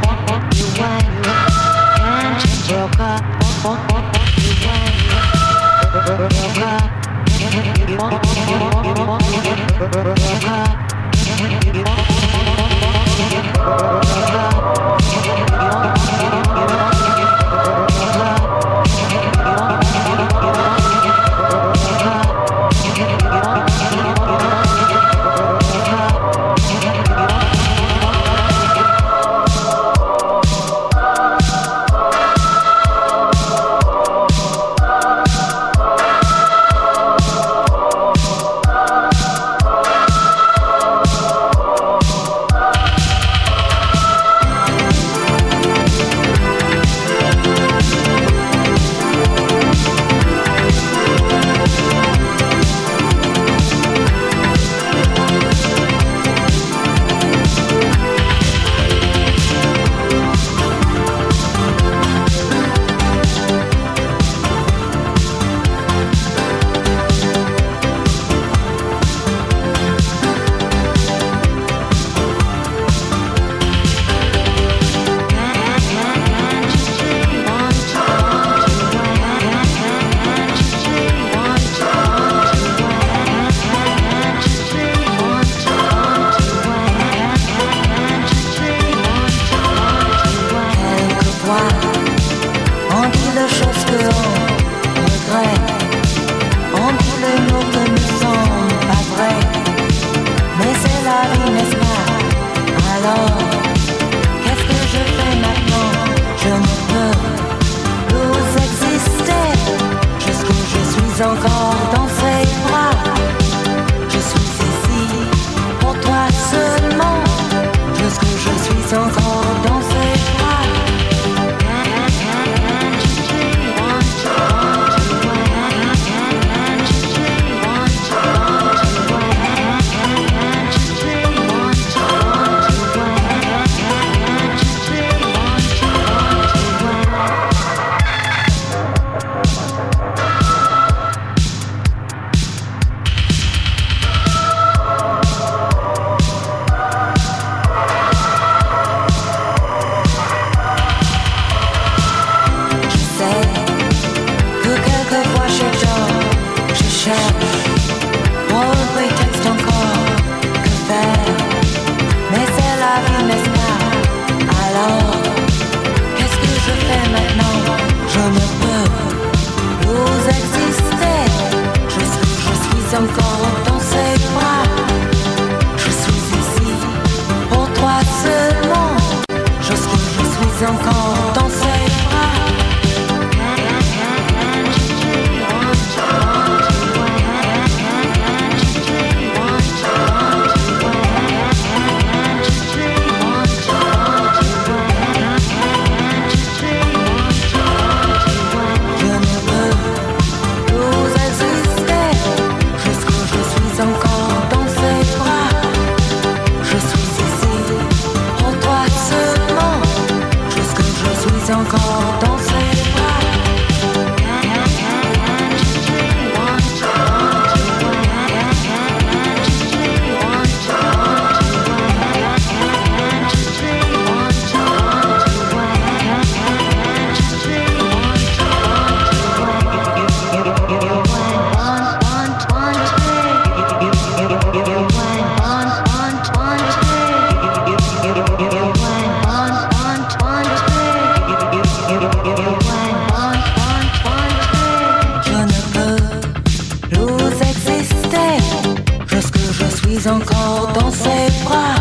S13: Encore dans ses bras,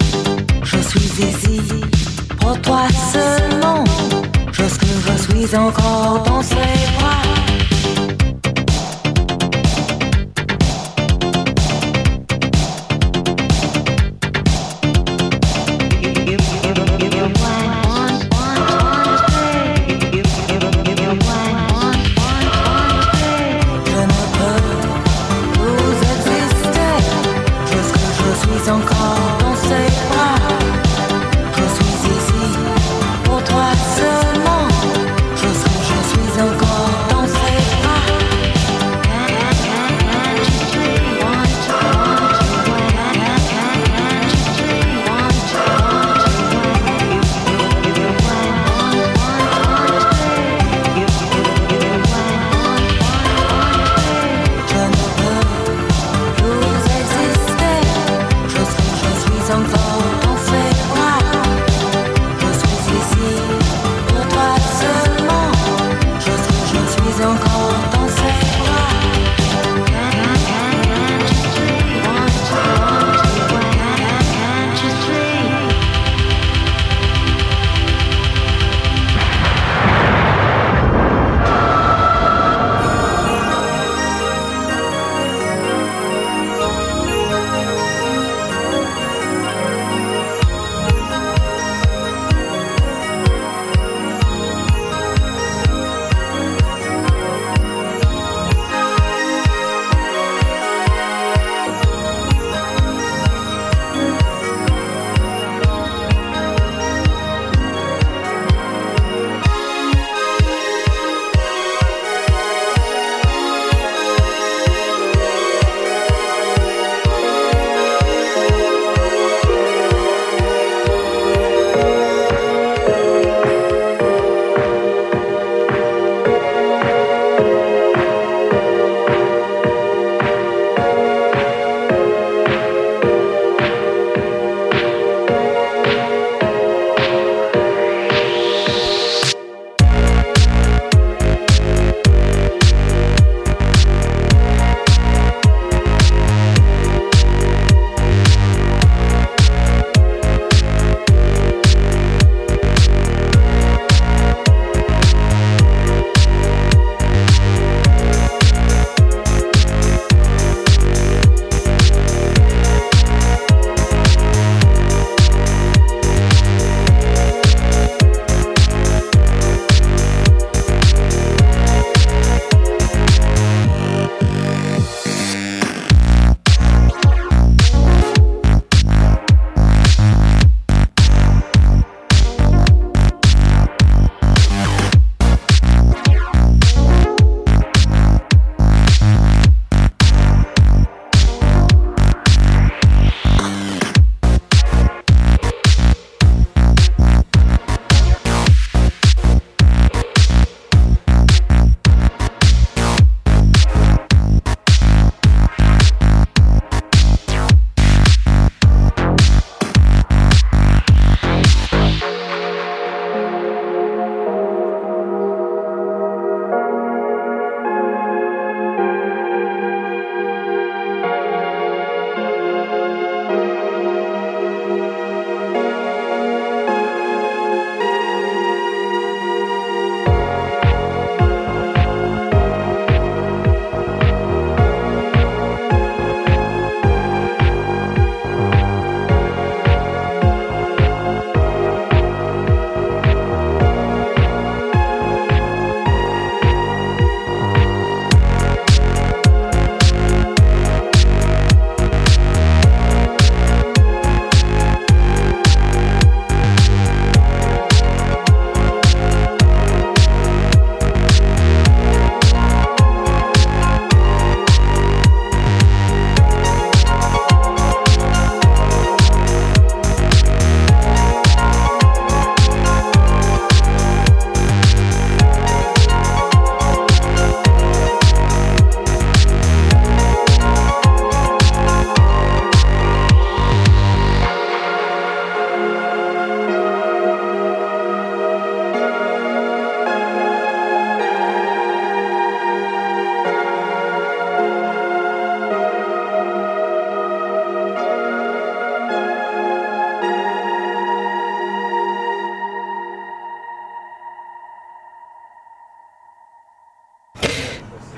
S13: je suis ici pour toi seulement. Jusque je suis encore dans ses bras. Encore dans ses bras, je suis ici pour toi seulement. Je suis, je suis encore dans ses bras.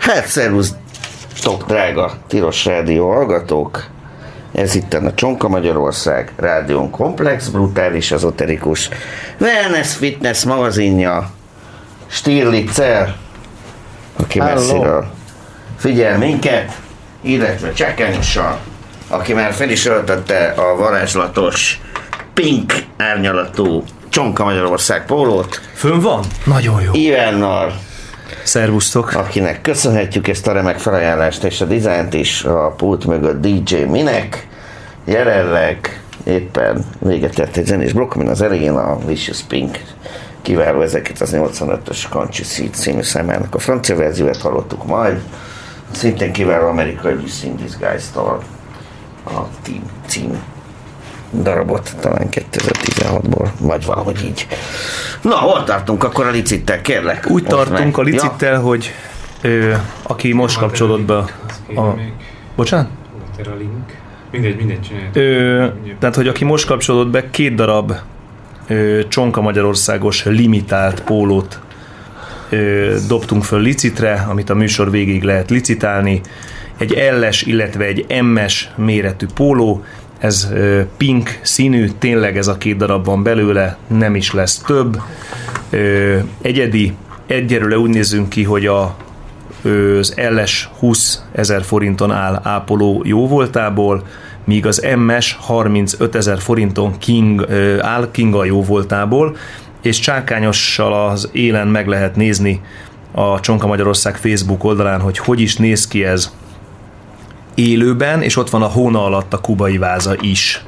S1: Hát szervusztok, drága Tilos Rádió hallgatók! Ez itten a Csonka Magyarország rádión komplex, brutális, ezoterikus wellness, fitness magazinja Stirlitzer, aki Hello. messziről figyel minket, illetve Csákányossal, aki már fel is öltötte a varázslatos pink árnyalatú Csonka Magyarország pólót.
S2: Fönn van? Nagyon jó.
S1: Ivennal.
S2: Szervusztok.
S1: Akinek köszönhetjük ezt a remek felajánlást és a dizájnt is, a pult mögött dé dzsé Minek. Jelenleg éppen véget ért egy zenés blokk, mint az elején a Vicious Pink kiváló ezerkilencszáznyolcvanötös Country Seed című számának a francia verziót hallottuk majd. Szintén kiváló amerikai Bliss in Disguise-tól a Team című darabot, talán kétezer-tizenhatból, vagy valahogy így. Na, hol tartunk akkor a licittel, kérlek?
S2: Úgy tartunk meg. a licittel, ja. hogy ö, aki most kapcsolódott be a... a bocsánat?
S6: A link. Mindegy, mindegy csinálják.
S2: Ö, tehát, hogy aki most kapcsolódott be, két darab ö, Csonka Magyarországos limitált pólót ö, dobtunk föl licitre, amit a műsor végéig lehet licitálni. Egy el-es, illetve egy em-es méretű póló. Ez ö, pink színű, tényleg ez a két darab van belőle, nem is lesz több. Ö, egyedi, egyelőre úgy nézzünk ki, hogy a, ö, az el-es húszezer forinton áll ápoló jóvoltából, míg az em-es harmincötezer forinton king, ö, áll kinga jóvoltából, és Csákányossal az élen meg lehet nézni a Csonka Magyarország Facebook oldalán, hogy hogy is néz ki ez élőben, és ott van a hóna alatt a kubai váza is.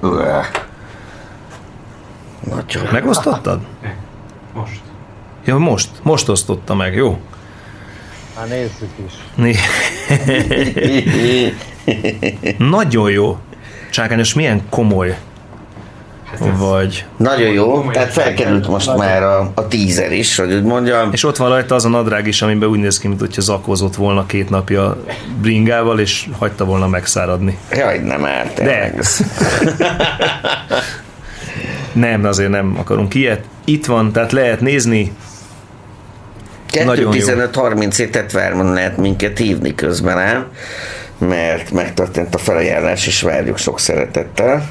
S1: Nagyon.
S2: Megosztottad?
S6: Most.
S2: Ja, most. Most osztotta meg, jó?
S3: Hát nézzük is.
S2: Né- Nagyon jó. Csákányos, milyen komoly vagy.
S1: Nagyon jó, tehát felkerült most nagyon. Már a, a tízer is, hogy úgy mondjam.
S2: És ott van rajta az a nadrág is, amiben úgy néz ki, mint hogyha zakozott volna két napja bringával, és hagyta volna megszáradni.
S1: Jaj, nem árt.
S2: De. Nem, azért nem akarunk ilyet. Itt van, tehát lehet nézni.
S1: kettő tizenöt harmincöt várban lehet minket hívni közben, ám, mert megtörtént a felajánlás, és várjuk sok szeretettel.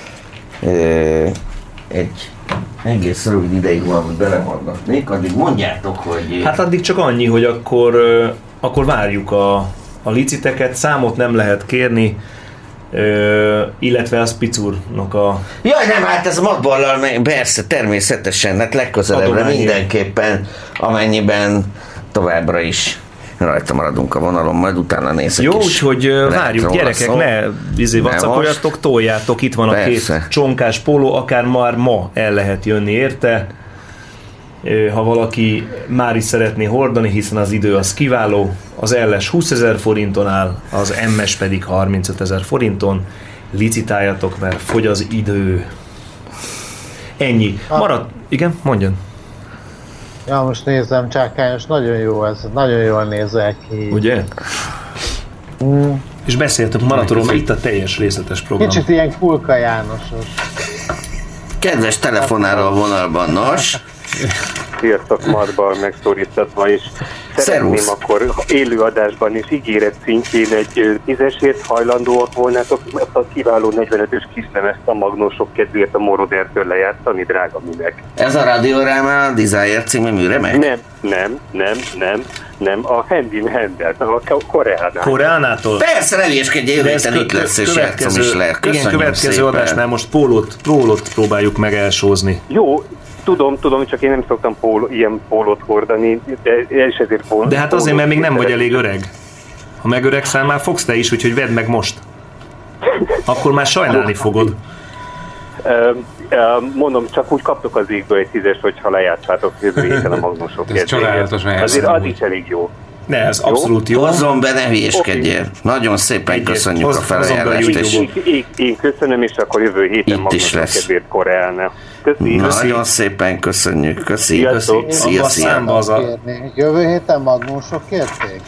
S1: Egy egész rövid ideig valamit belehallgatnék, addig mondjátok, hogy...
S2: Hát addig csak annyi, hogy akkor, akkor várjuk a, a liciteket, számot nem lehet kérni, illetve az Picurnak a...
S1: Jaj, nem, hát ez magballal, persze, természetesen, hát legközelebbre mindenképpen, amennyiben továbbra is rajta maradunk a vonalon, majd utána nézek.
S2: Jó, úgyhogy várjuk, gyerekek, szó. ne izé vacakoljatok, toljátok, itt van persze. A két csonkás póló, akár már ma el lehet jönni érte, ha valaki már is szeretné hordani, hiszen az idő az kiváló, az el-es húszezer forinton áll, az em-es pedig harmincötezer forinton, licitáljatok, mert fogy az idő. Ennyi. Marad, igen, mondjon.
S3: Ja, most nézem, Csákányos, nagyon jó ez, nagyon jól nézel ki.
S2: Ugye? Mm. És beszéltünk maratonról, mert itt a teljes részletes program.
S3: Kicsit ilyen Kulka Jánosos.
S1: Kedves telefonáló a vonalban, nos.
S12: Sziasztok, Martbal megszólítatva is. Szeretném Szervusz. Akkor élő adásban is ígéret szintjén egy tízesért hajlandóak volnátok, mert a kiváló negyvenötös kislemezt a magnósok kedvéért a Morodertől lejátszani, drága Minek.
S1: Ez a Radioráma Desire című műre meg?
S12: Nem, nem, nem, nem, nem, a Hand in Hand-et, a Koreánától.
S2: Koreánától?
S1: Persze, ne vieskedj, jövő héten itt lesz, és játszom is le.
S2: Igen, következő szépen. Adásnál most pólót, pólót próbáljuk meg elsózni.
S12: Jó. Tudom, tudom, csak én nem szoktam póló, ilyen pólót hordani, de és ezért pólót.
S2: De hát azért, mert még nem vagy elég öreg. Ha megöregszel, már fogsz te is, úgyhogy vedd meg most. Akkor már sajnálni fogod.
S12: Mondom, csak úgy kaptok az égből egy tízes, hogyha lejátszátok jövő héten a magnósok
S6: kedvéért.
S12: Azért az is elég jó.
S2: Ne, ez jó? Abszolút jó.
S1: Hozzon be, ne hülyéskedjél. Okay. Nagyon szépen Egyet. Köszönjük Hoz, a felajánlást.
S12: Én, én, én köszönöm, és akkor jövő héten magnósok kedvéért Koreálnál.
S1: Köszi. Nagyon szépen köszönjük. Köszi.
S12: Sziasztok.
S1: Szia, szia.
S3: Az a... Jövő héten magnósok kérték?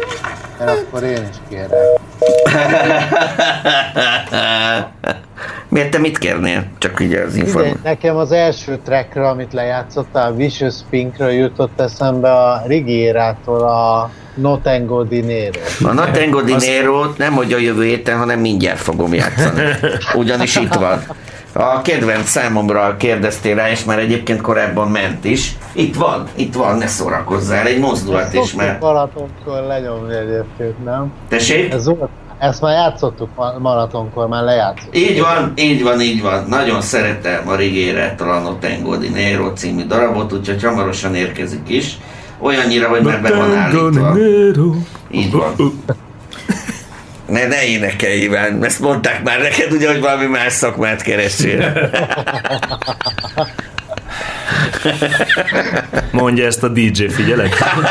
S3: Mert akkor én is kérek.
S1: Miért te mit kérnél? Csak így az információ.
S3: Nekem az első trackről, amit lejátszottál, Vicious Pinkről jutott eszembe a Rigierától a No Tango Dinero.
S1: A No Tango Dinero nem hogy a jövő héten, hanem mindjárt fogom játszani. Ugyanis itt van. A kedvenc számomra kérdeztél rá, és már egyébként korábban ment is. Itt van, itt van, ne szórakozzál, egy mozdulat is, mert...
S3: Maratonkor lenyomni egyébként, nem?
S1: Tessék?
S3: Ez, ezt már játszottuk maratonkor, már lejátszottuk.
S1: Így van, így van, így van. Nagyon szeretem a Rigierától a No Tango Dinero című darabot, úgyhogy hamarosan érkezik is. Olyannyira, hogy már be van állítva. Így van. Ne, ne énekelj, Iván, ezt mondták már neked, ugye, hogy valami más szakmát keresél.
S2: Mondja ezt a dé dzsé, figyelek.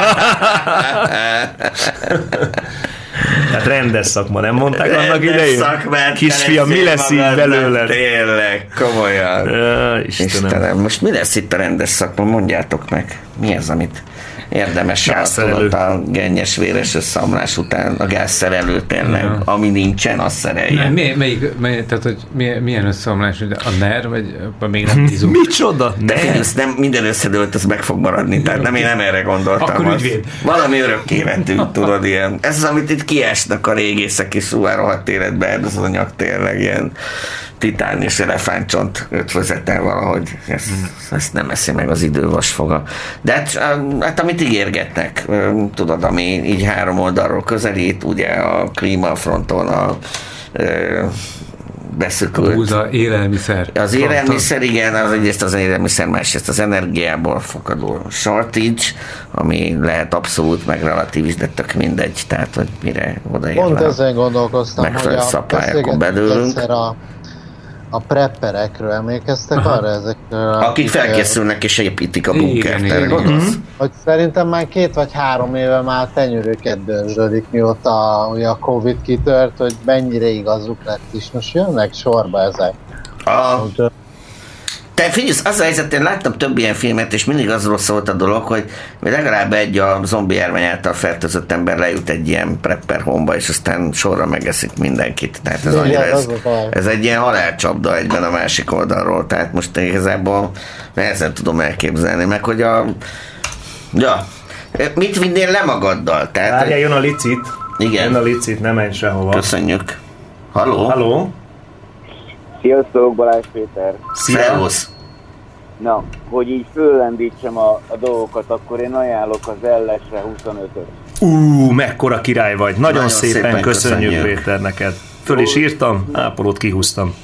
S2: Tehát rendes szakma, nem mondták rendes annak idején?
S1: Szakmát
S2: kisfiam, mi lesz így belőle?
S1: Tényleg, komolyan.
S2: Ja, Istenem.
S1: Istenem, most mi lesz itt a rendes szakma? Mondjátok meg, mi az, amit érdemes a, a gennyes véres összeomlás után a gázszerelő tényleg, uh-huh. ami nincsen, azt szereljen.
S6: Mely, melyik, mely, tehát, hogy milyen összeomlás, a NER, vagy még nem tízunk?
S2: Micsoda?
S1: NER? Nem, minden összedőlt, az meg fog maradni, tehát nem, én nem erre gondoltam.
S6: Akkor ügyvéd.
S1: Valami örökkévetünk, tudod, ilyen. Ez az, amit itt kiesnek a régészek, és szóval rohadt életbe, ez az anyag tényleg ilyen titán és elefántcsont ötvözete valahogy. Ezt, ezt nem eszi meg az idő vasfoga. De hát, hát amit ígérgetnek, tudod, ami így három oldalról közelít, ugye a klímafronton a beszökült.
S6: Búza, élelmiszer.
S1: Az élelmiszer, igen, az egyrészt az élelmiszer, másrészt az energiából fakadó shortage, ami lehet abszolút, meg relatív is, de tök mindegy, tehát, hogy mire odaér
S3: Pont ezen gondolkoztam,
S1: megfelelő szabályokon belőlünk.
S3: A, a prepperekről emlékeztek arra ezekről?
S1: Akik felkészülnek és építik a bunkert, erre gondolsz?
S3: Hogy szerintem már két vagy három éve már tenyörőket dörzsödik, mióta ugye a Covid kitört, hogy mennyire igazuk lett is. Most jönnek sorba ezek.
S1: A... Te figyelj, az a helyzet, én láttam több ilyen filmet, és mindig azról szólt a dolog, hogy legalább egy a zombi járvány által fertőzött ember lejut egy ilyen prepper home-ba, és aztán sorra megeszik mindenkit. Tehát ez, annyira, ez, ez egy ilyen halálcsapda egyben a másik oldalról. Tehát most igazából nehezen tudom elképzelni, meg hogy a... Ja, mit vinnél le magaddal? Tehát,
S2: Várjál, jön a licit.
S1: Igen.
S2: Jön a licit, nem menj sehova.
S1: Köszönjük. Halló?
S2: Halló?
S14: Sziasztok, Balázs Péter.
S1: Szervusz.
S14: Na, hogy így föllendítsem a, a dolgokat, akkor én ajánlok az el es-re huszonötöt.
S2: Ú, mekkora király vagy. Nagyon, Nagyon szépen, szépen köszönjük, köszönjük, Péter, neked. Föl is írtam, ápolót kihúztam.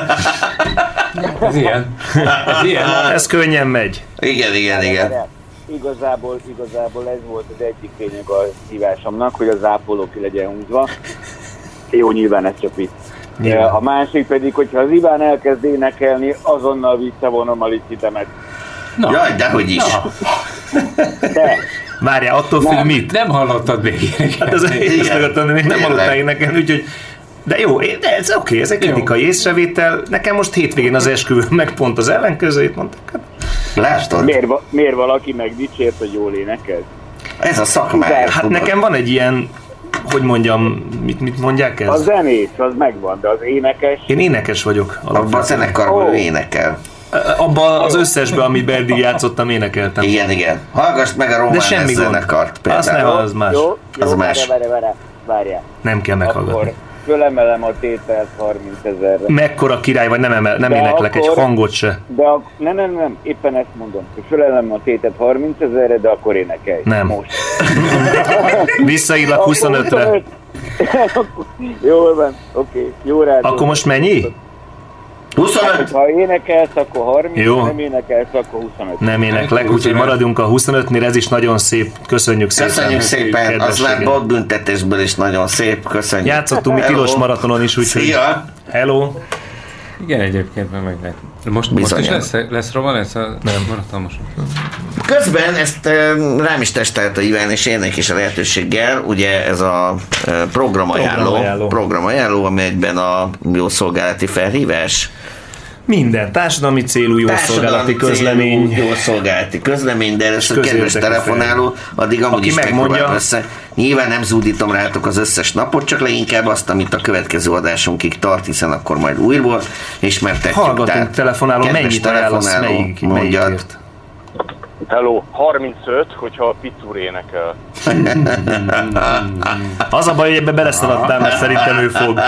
S6: Ez ilyen. Ez ilyen.
S2: Ez könnyen megy.
S1: Igen, igen, igen.
S14: Igazából, igazából ez volt az egyik lényeg a hívásomnak, hogy az ápoló ki legyen húzva. Jó, nyilván ez csak vicc. Nyilván. A másik pedig, hogyha az Iván elkezd énekelni, azonnal visszavonom a licitemet.
S1: Na. Jaj, dehogy is.
S14: De.
S2: Várjál, attól függ mit?
S6: Nem hallottad még.
S2: Hát ez én még nem hallottál énekelni, úgyhogy de jó, de ez oké, okay, ez egy kritikai észrevétel. Nekem most hétvégén az esküvő meg pont az ellenkezőjét mondták.
S1: Látod?
S14: Miért, miért valaki megdicsért, hogy jól énekel?
S1: Ez a szakmája.
S2: Hát nekem van egy ilyen, hogy mondjam, mit, mit mondják ez?
S14: A zenész, az megvan, de az énekes...
S2: Én énekes vagyok.
S1: Abban a zenekarban oh. énekel.
S2: Abban az összesben, amiben eddig játszottam, énekeltem.
S1: Igen, igen. Hallgass meg a román zenekart például.
S2: Azt ne, az más.
S14: Jó, jó,
S1: az más.
S14: Várjál, várjál, várjál.
S2: Nem kell meghallgatni.
S14: Akkor fölemelem a tételt harmincezerre.
S2: Mekkora király vagy, nem, emel, nem éneklek akkor, egy hangot se.
S14: De a, nem, nem, nem, éppen ezt mondom, hogy fölemelem a tételt harmincezerre, de akkor énekelj.
S2: Nem.
S14: Most.
S2: Visszaírlak huszonötre.
S14: Jól van, oké, okay. Jó rád.
S2: Akkor most mennyi?
S1: huszonöt.
S14: Ha énekelsz, akkor harminc,
S2: jó.
S14: Nem énekelsz, akkor huszonöt.
S2: Nem éneklek, úgyhogy maradjunk a huszonötnél, ez is nagyon szép. Köszönjük szépen.
S1: Köszönjük szépen, az már botbüntetésből is nagyon szép. Köszönjük.
S2: Játszottunk mi tilos maratonon is, úgyhogy...
S1: Szia!
S2: Hello!
S6: Igen, egyébként meg lehet. Most, most is lesz, lesz rova, lesz a nem. maraton most.
S1: Közben ezt rám is testelt a Iván, és énnek is a lehetőséggel, ugye ez a programajánló, programajánló, programajánló ami egyben a jó szolgálati felhívás,
S2: Minden. Társadalmi célú jószolgálati közlemény.
S1: Jószolgálati közlemény, de először kedves telefonáló, addig amúgy
S2: aki
S1: is
S2: megmondja
S1: össze. Nyilván nem zúdítom rátok az összes napot, csak leginkább azt, amit a következő adásunkig tart, hiszen akkor majd újból ismertetjük.
S2: Hallgatunk telefonáló, mennyit ajánlasz, melyik, melyikért?
S15: Hello, harmincöt, hogyha a Pizzur énekel.
S2: Az a baj, hogy ebbe beleszaladtál, mert szerintem ő fog.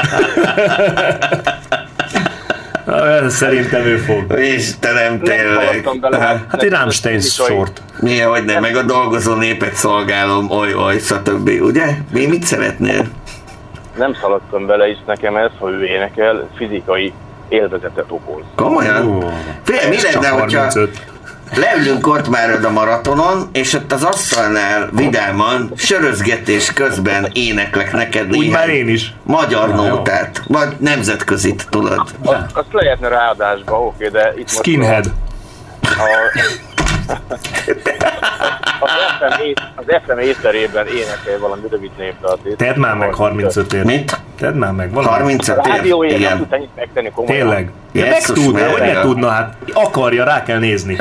S2: Szerintem ő fog.
S1: Istenem, tényleg.
S2: Hát egy Rammstein sort.
S1: Milyen, hogy nem, meg a dolgozó népet szolgálom, oly, oly, stb. Ugye? Mi mit szeretnél?
S15: Nem szaladtam bele, és nekem ez, ha ő énekel, fizikai élvezetet okoz.
S1: Komolyan? Fél, mi lenne, hogyha leülünk ott már a maratonon, és ott az asztalnál vidáman, sörözgetés közben éneklek neked
S2: úgy már én is.
S1: Magyar nótát, vagy nemzetközit, tudod.
S15: Azt, azt lehetne ráadásba, oké, de itt
S2: Skinhead.
S15: Most a, a, az ef em étterében énekelj valami rövid népdalt.
S2: Tedd már meg harmincötért.
S1: Mit?
S2: Tedd már meg valami.
S1: harmincötért?
S15: A rádióért nem tudsz ennyit megtenni komolyan.
S2: Tényleg? Ja, meg tudna, hogy ne tudna, hát akarja, rá kell nézni.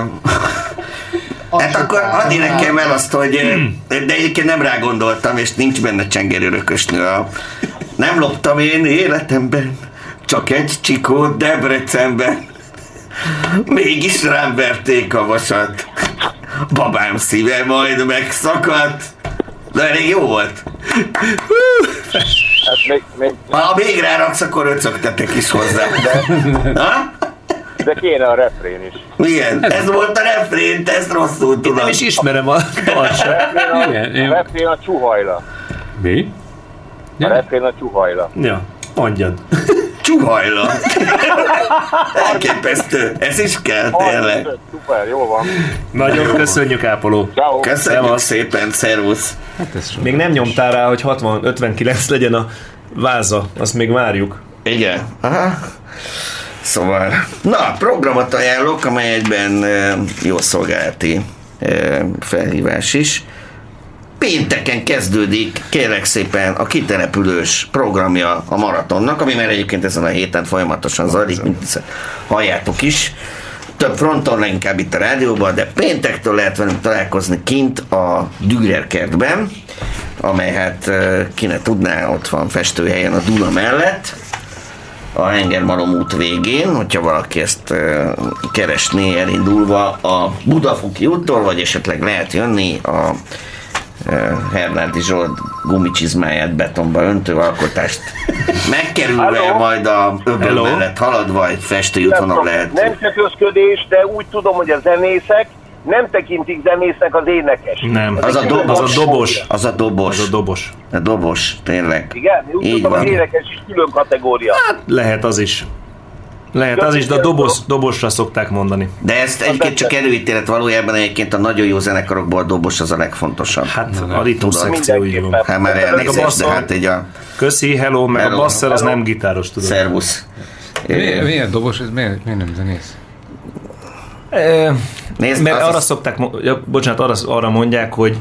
S1: Hát akkor add nekem el azt, hogy de egyébként nem rá gondoltam, és nincs benne csengerőrökösnő. Nem loptam én életemben, csak egy csikót Debrecenben. Mégis rám verték a vasat. Babám szíve majd megszakadt. De elég jó volt.
S15: Hát még, még...
S1: Ha még ráraksz, akkor öcögtetek is hozzá.
S15: De, de kéne a refrén is.
S1: Milyen? Ez, ez volt a refrén, te ezt rosszul tudod.
S2: Én nem is ismerem a
S15: dalsat. A refrén a csuhajla.
S2: Mi?
S15: A refrén a csuhajla.
S2: Ja, mondjad.
S1: Csuhajla. Elképesztő. Ez is kell, tényleg.
S15: Szuper, jó van.
S2: Nagyon köszönjük, Ápoló.
S15: Ciao.
S1: Köszönjük Szevasz. Szépen, szervusz.
S2: Hát még nem nyomtál rá, hogy hatvan ötvenkilenc legyen a váza. Azt még várjuk.
S1: Igen. Aha. Szóval, na, programot ajánlok, amely egyben e, jószolgálati e, felhívás is. Pénteken kezdődik, kérlek szépen, a kitelepülős programja a maratonnak, ami már egyébként ezen a héten folyamatosan zajlik, mint halljátok is. Több fronton, leginkább itt a rádióban, de péntektől lehet velünk találkozni kint a Dürer kertben, amely hát ki ne tudná, ott van festőhelyen a Duna mellett, a Hengermalom út végén, hogyha valaki ezt uh, keresné elindulva a Budafoki úttól, vagy esetleg lehet jönni a uh, Hernádi Zsolt gumicsizmáját betonba öntő alkotást megkerülve, Hello. majd a öböl mellett haladva egy festőútvonon lehet.
S16: Nem kötözködés, de úgy tudom, hogy a zenészek nem tekintik zenésznek az énekes.
S2: Nem,
S1: az, az, a, do- az a dobos. Az a dobos.
S2: Az a dobos.
S1: A dobos, tényleg.
S16: Igen, úgy
S1: így
S16: tudom,
S1: van.
S16: az énekes is külön kategória.
S2: Hát lehet az is. Lehet az is, de a dobos, dobosra szokták mondani.
S1: De ezt egyébként csak előítélet, valójában egyébként a nagyon jó zenekarokból a dobos az a legfontosabb.
S2: Hát a ritmusszekció így van.
S1: Hát már elnézést, de hát egy a...
S2: Köszi, hello, meg hello. A basszer az nem gitáros, tudod.
S1: Szervusz.
S6: Miért, miért dobos, ez miért, miért nem zenész?
S2: E,
S1: Nézd,
S2: mert arra
S1: az...
S2: szokták, ja, bocsánat, arra, arra mondják, hogy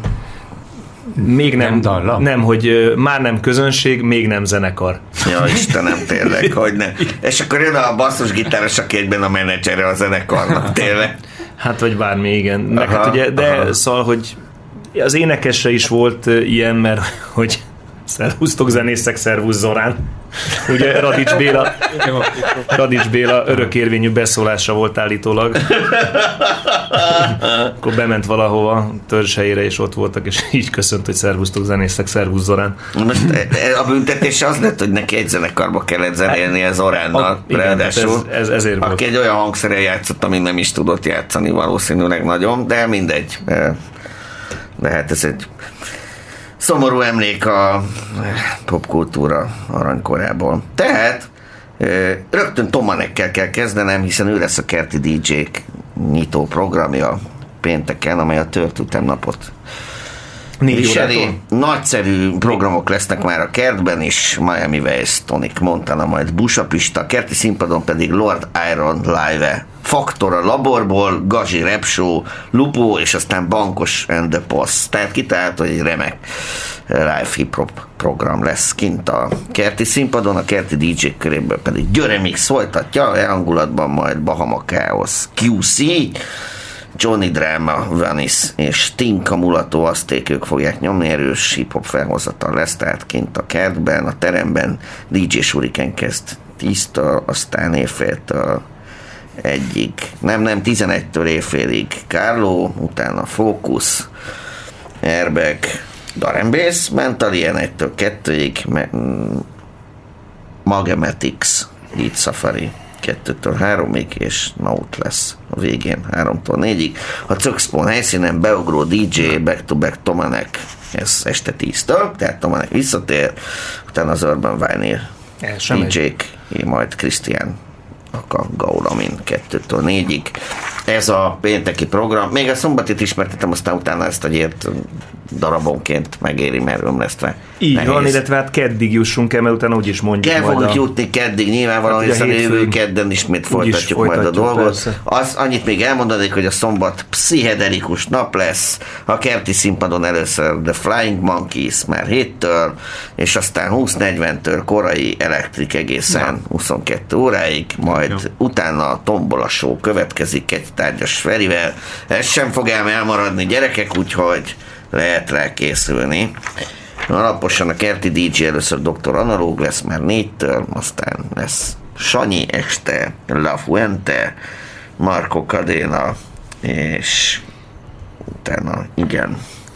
S2: még nem,
S6: nem,
S2: nem, hogy már nem közönség, még nem zenekar.
S1: Ja, Istenem, tényleg, hogy nem. És akkor jön a basszusgitáros, aki egyben a menedzsere a zenekarnak, tényleg.
S2: Hát, vagy bármi, igen. Meg hát ugye, de aha. Szóval, hogy az énekesre is volt ilyen, mert hogy szervusztok zenészek, szervusz Zorán. Ugye Radics Béla, Radics Béla örökérvényű beszólása volt állítólag. Akkor bement valahova törzshelyére, és ott voltak, és így köszönt, hogy szervusztok zenészek, szervusz Zorán.
S1: Most a büntetés az lett, hogy neki egy zenekarba kellett zenélni az Zoránnal, ráadásul.
S2: Ez, ez, ezért volt.
S1: Aki egy olyan hangszeren játszott, amit nem is tudott játszani valószínűleg nagyon, de mindegy. De hát ez egy szomorú emlék a popkultúra aranykorából. Tehát rögtön Tomanekkel kell kezdenem, hiszen ő lesz a Kerti dé dzsé-k nyitó programja pénteken, amely a tört ütemnapot Viseli, nagyszerű programok lesznek már a kertben is, Miami Vice, Tonic Montana, majd Busa Pista, kerti színpadon pedig Lord Iron live-e, Faktor a laborból, Gazi Rap Show, Lupo, és aztán Bankos and the Post. Tehát kitalált, hogy egy remek live hip-hop program lesz kint a kerti színpadon, a kerti dé dzsék köréből pedig Györemix folytatja, elhangulatban majd Bahama Chaos, kú cé, Johnny Drama, Vanice és Tinka Mulató Azték, ők fogják nyomni, erős hip-hop felhozatal lesz, tehát kint a kertben, a teremben dé dzsé Shuriken kezd tíztől, aztán éjféltől egyig, nem, nem, tizenegytől éjfélig Carlo, utána Focus, Airbag, Darembész, Mentalien egytől kettőig, Magematics, Beat Safari kettőtől háromig, és Naut lesz a végén háromtól négyig. A Cökszpón helyszínen beugró dé dzsé back-to-back Tomanek, ez este tíztől, tehát Tomanek visszatér, utána az Urban Vinyl dé dzsék, majd Krisztián a Gaulamin kettőtől négyig. Ez a pénteki program. Még a szombatit ismertetem, aztán utána ezt a gyért darabonként megéri, mert ömlesztve.
S2: Így
S1: nehéz.
S2: van, illetve hát keddig jussunk el, mert utána úgyis mondjuk
S1: Kell
S2: majd
S1: fogunk
S2: a...
S1: jutni keddig, nyilvánvalóan,
S2: hát,
S1: hiszen a jövő kedden ismét folytatjuk, folytatjuk majd a dolgot. Persze. Az, annyit még elmondanék, hogy a szombat pszichedelikus nap lesz, a kerti színpadon először The Flying Monkeys már héttől, és aztán húsz negyventől korai elektrik egészen ja. huszonkettő óráig, majd ja. utána a Tombola Show következik egy tárgyas Ferivel. Ez sem fog ám elmaradni, gyerekek, úgyhogy lehet rá készülni. Alaposan a kerti dé dzsé először doktor Analóg lesz már négytől, aztán lesz Sanyi este, La Fuente, Marco Cadena, és utána igen,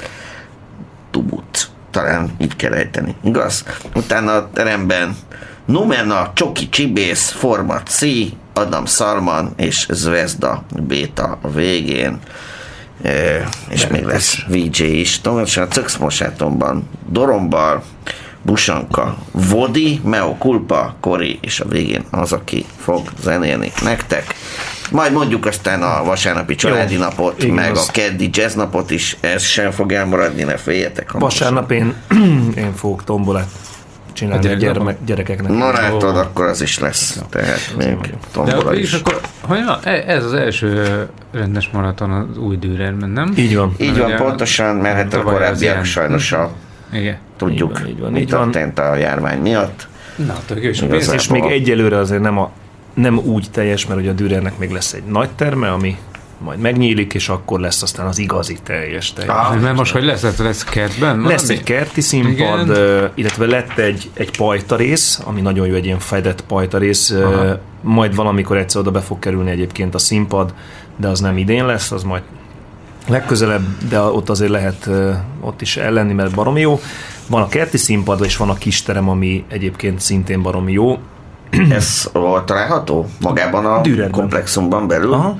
S1: Tubut. Talán így kell ejteni, igaz? Utána a teremben Numena, Csoki Csibész, Forma C, Adam Salman és Zvezda Béta a végén. E, és de még lesz vé dzsé is. Tomácsan a Cökszmonsátonban Dorombal, Busanka, Vodi, Meo Kulpa, Kori, és a végén az, aki fog zenélni nektek. Majd mondjuk aztán a vasárnapi családi Jó, napot, igen, meg az... a keddi jazz napot is, ez sem fog elmaradni, ne féljetek.
S2: Vasárnap én, én fogok tombolát csinálni a gyerme, gyerekeknek.
S1: Na látod, akkor az is lesz. Tehát még tombola is.
S6: És akkor, ja, ez az első rendes maraton az új Dürerben, nem?
S2: Így van.
S1: Így van, pontosan, mert hát a korábbiak sajnos a, igen. tudjuk, így van, így van, mi történt a járvány miatt.
S2: Na, és, és még egyelőre azért nem, a, nem úgy teljes, mert ugye a Dürernek még lesz egy nagy terme, ami majd megnyílik, és akkor lesz aztán az igazi teljes teljes.
S6: Ah, mert most hogy lesz? Lesz kertben?
S2: Lesz valami? Egy kerti színpad, igen. Illetve lett egy, egy pajta rész, ami nagyon jó, egy ilyen fedett pajta rész. Aha. Majd valamikor egyszer oda be fog kerülni egyébként a színpad, de az nem idén lesz, az majd legközelebb, de ott azért lehet ott is ellenni, mert baromi jó. Van a kerti színpad, és van a kisterem, ami egyébként szintén baromi jó.
S1: Ez hol található? Magában a Dürerben. Komplexumban belül? Aha.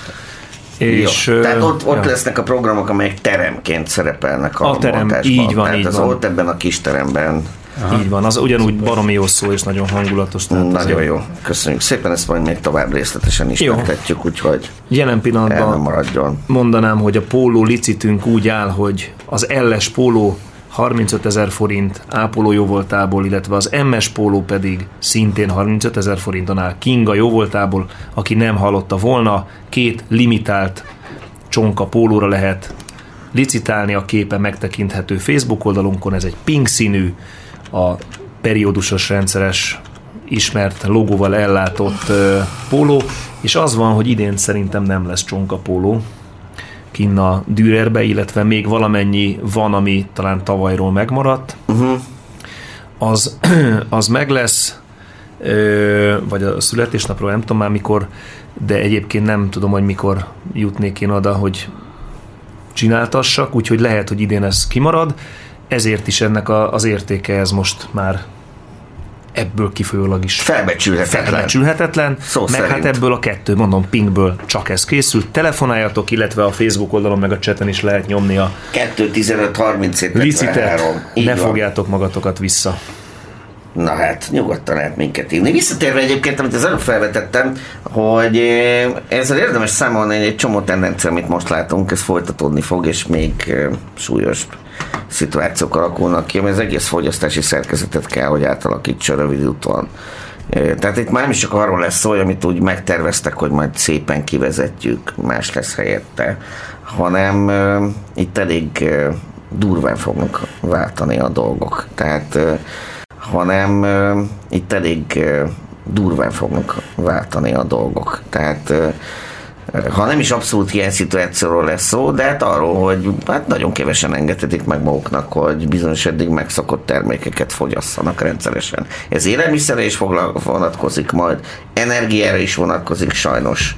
S1: És, jó. Tehát ott, ott ja. lesznek a programok, amelyek teremként szerepelnek a,
S2: a terem, montásban. Így van,
S1: tehát
S2: így
S1: az
S2: van.
S1: Ott ebben a kis teremben.
S2: Aha. Így van, az ugyanúgy baromi jó szó, és nagyon hangulatos.
S1: Nagyon azért... jó, köszönjük szépen, ezt majd még tovább részletesen ismertetjük, úgyhogy
S2: jelen pillanatban mondanám, hogy a póló licitünk úgy áll, hogy az L-es póló harmincötezer forint ápoló jóvoltából, illetve az em es póló pedig szintén harmincötezer forinton áll Kinga jóvoltából, aki nem hallotta volna, két limitált csonka pólóra lehet licitálni, a képe megtekinthető Facebook oldalunkon, ez egy pink színű, a periódusos rendszeres ismert logóval ellátott uh, póló, és az van, hogy idén szerintem nem lesz csonka póló kinn a Dürerbe, illetve még valamennyi van, ami talán tavalyról megmaradt. Uh-huh. Az, az meg lesz, ö, vagy a születésnapról nem tudom már mikor, de egyébként nem tudom, hogy mikor jutnék én oda, hogy csináltassak, úgyhogy lehet, hogy idén ez kimarad, ezért is ennek a, az értéke ez most már ebből kifolyólag is
S1: felbecsülhetetlen,
S2: felbecsülhetetlen
S1: Szó
S2: meg
S1: szerint.
S2: Hát ebből a kettő, mondom, Pinkből csak ez készült. Telefonáljatok, illetve a Facebook oldalon meg a chaten is lehet nyomni a
S1: kettő tizenöt harminc
S2: licitet, ne van. Fogjátok magatokat vissza.
S1: Na hát, nyugodtan lehet minket írni. Visszatérve egyébként, amit az előbb felvetettem, hogy ezzel érdemes számolni egy csomó tendencia, amit most látunk, ez folytatódni fog, és még súlyos szituációk alakulnak ki, ami az egész fogyasztási szerkezetet kell, hogy átalakítsa rövid úton. Tehát itt már nem is csak arról lesz szó, amit úgy megterveztek, hogy majd szépen kivezetjük, más lesz helyette, hanem uh, itt elég uh, durván fognak váltani a dolgok. Tehát, uh, hanem uh, itt elég uh, durván fognak váltani a dolgok. Tehát, uh, ha nem is abszolút ilyen szituációról lesz szó, de hát arról, hogy hát nagyon kevesen engedhetik meg maguknak, hogy bizonyos eddig megszokott termékeket fogyasszanak rendszeresen. Ez élelmiszerre is vonatkozik majd, energiára is vonatkozik sajnos,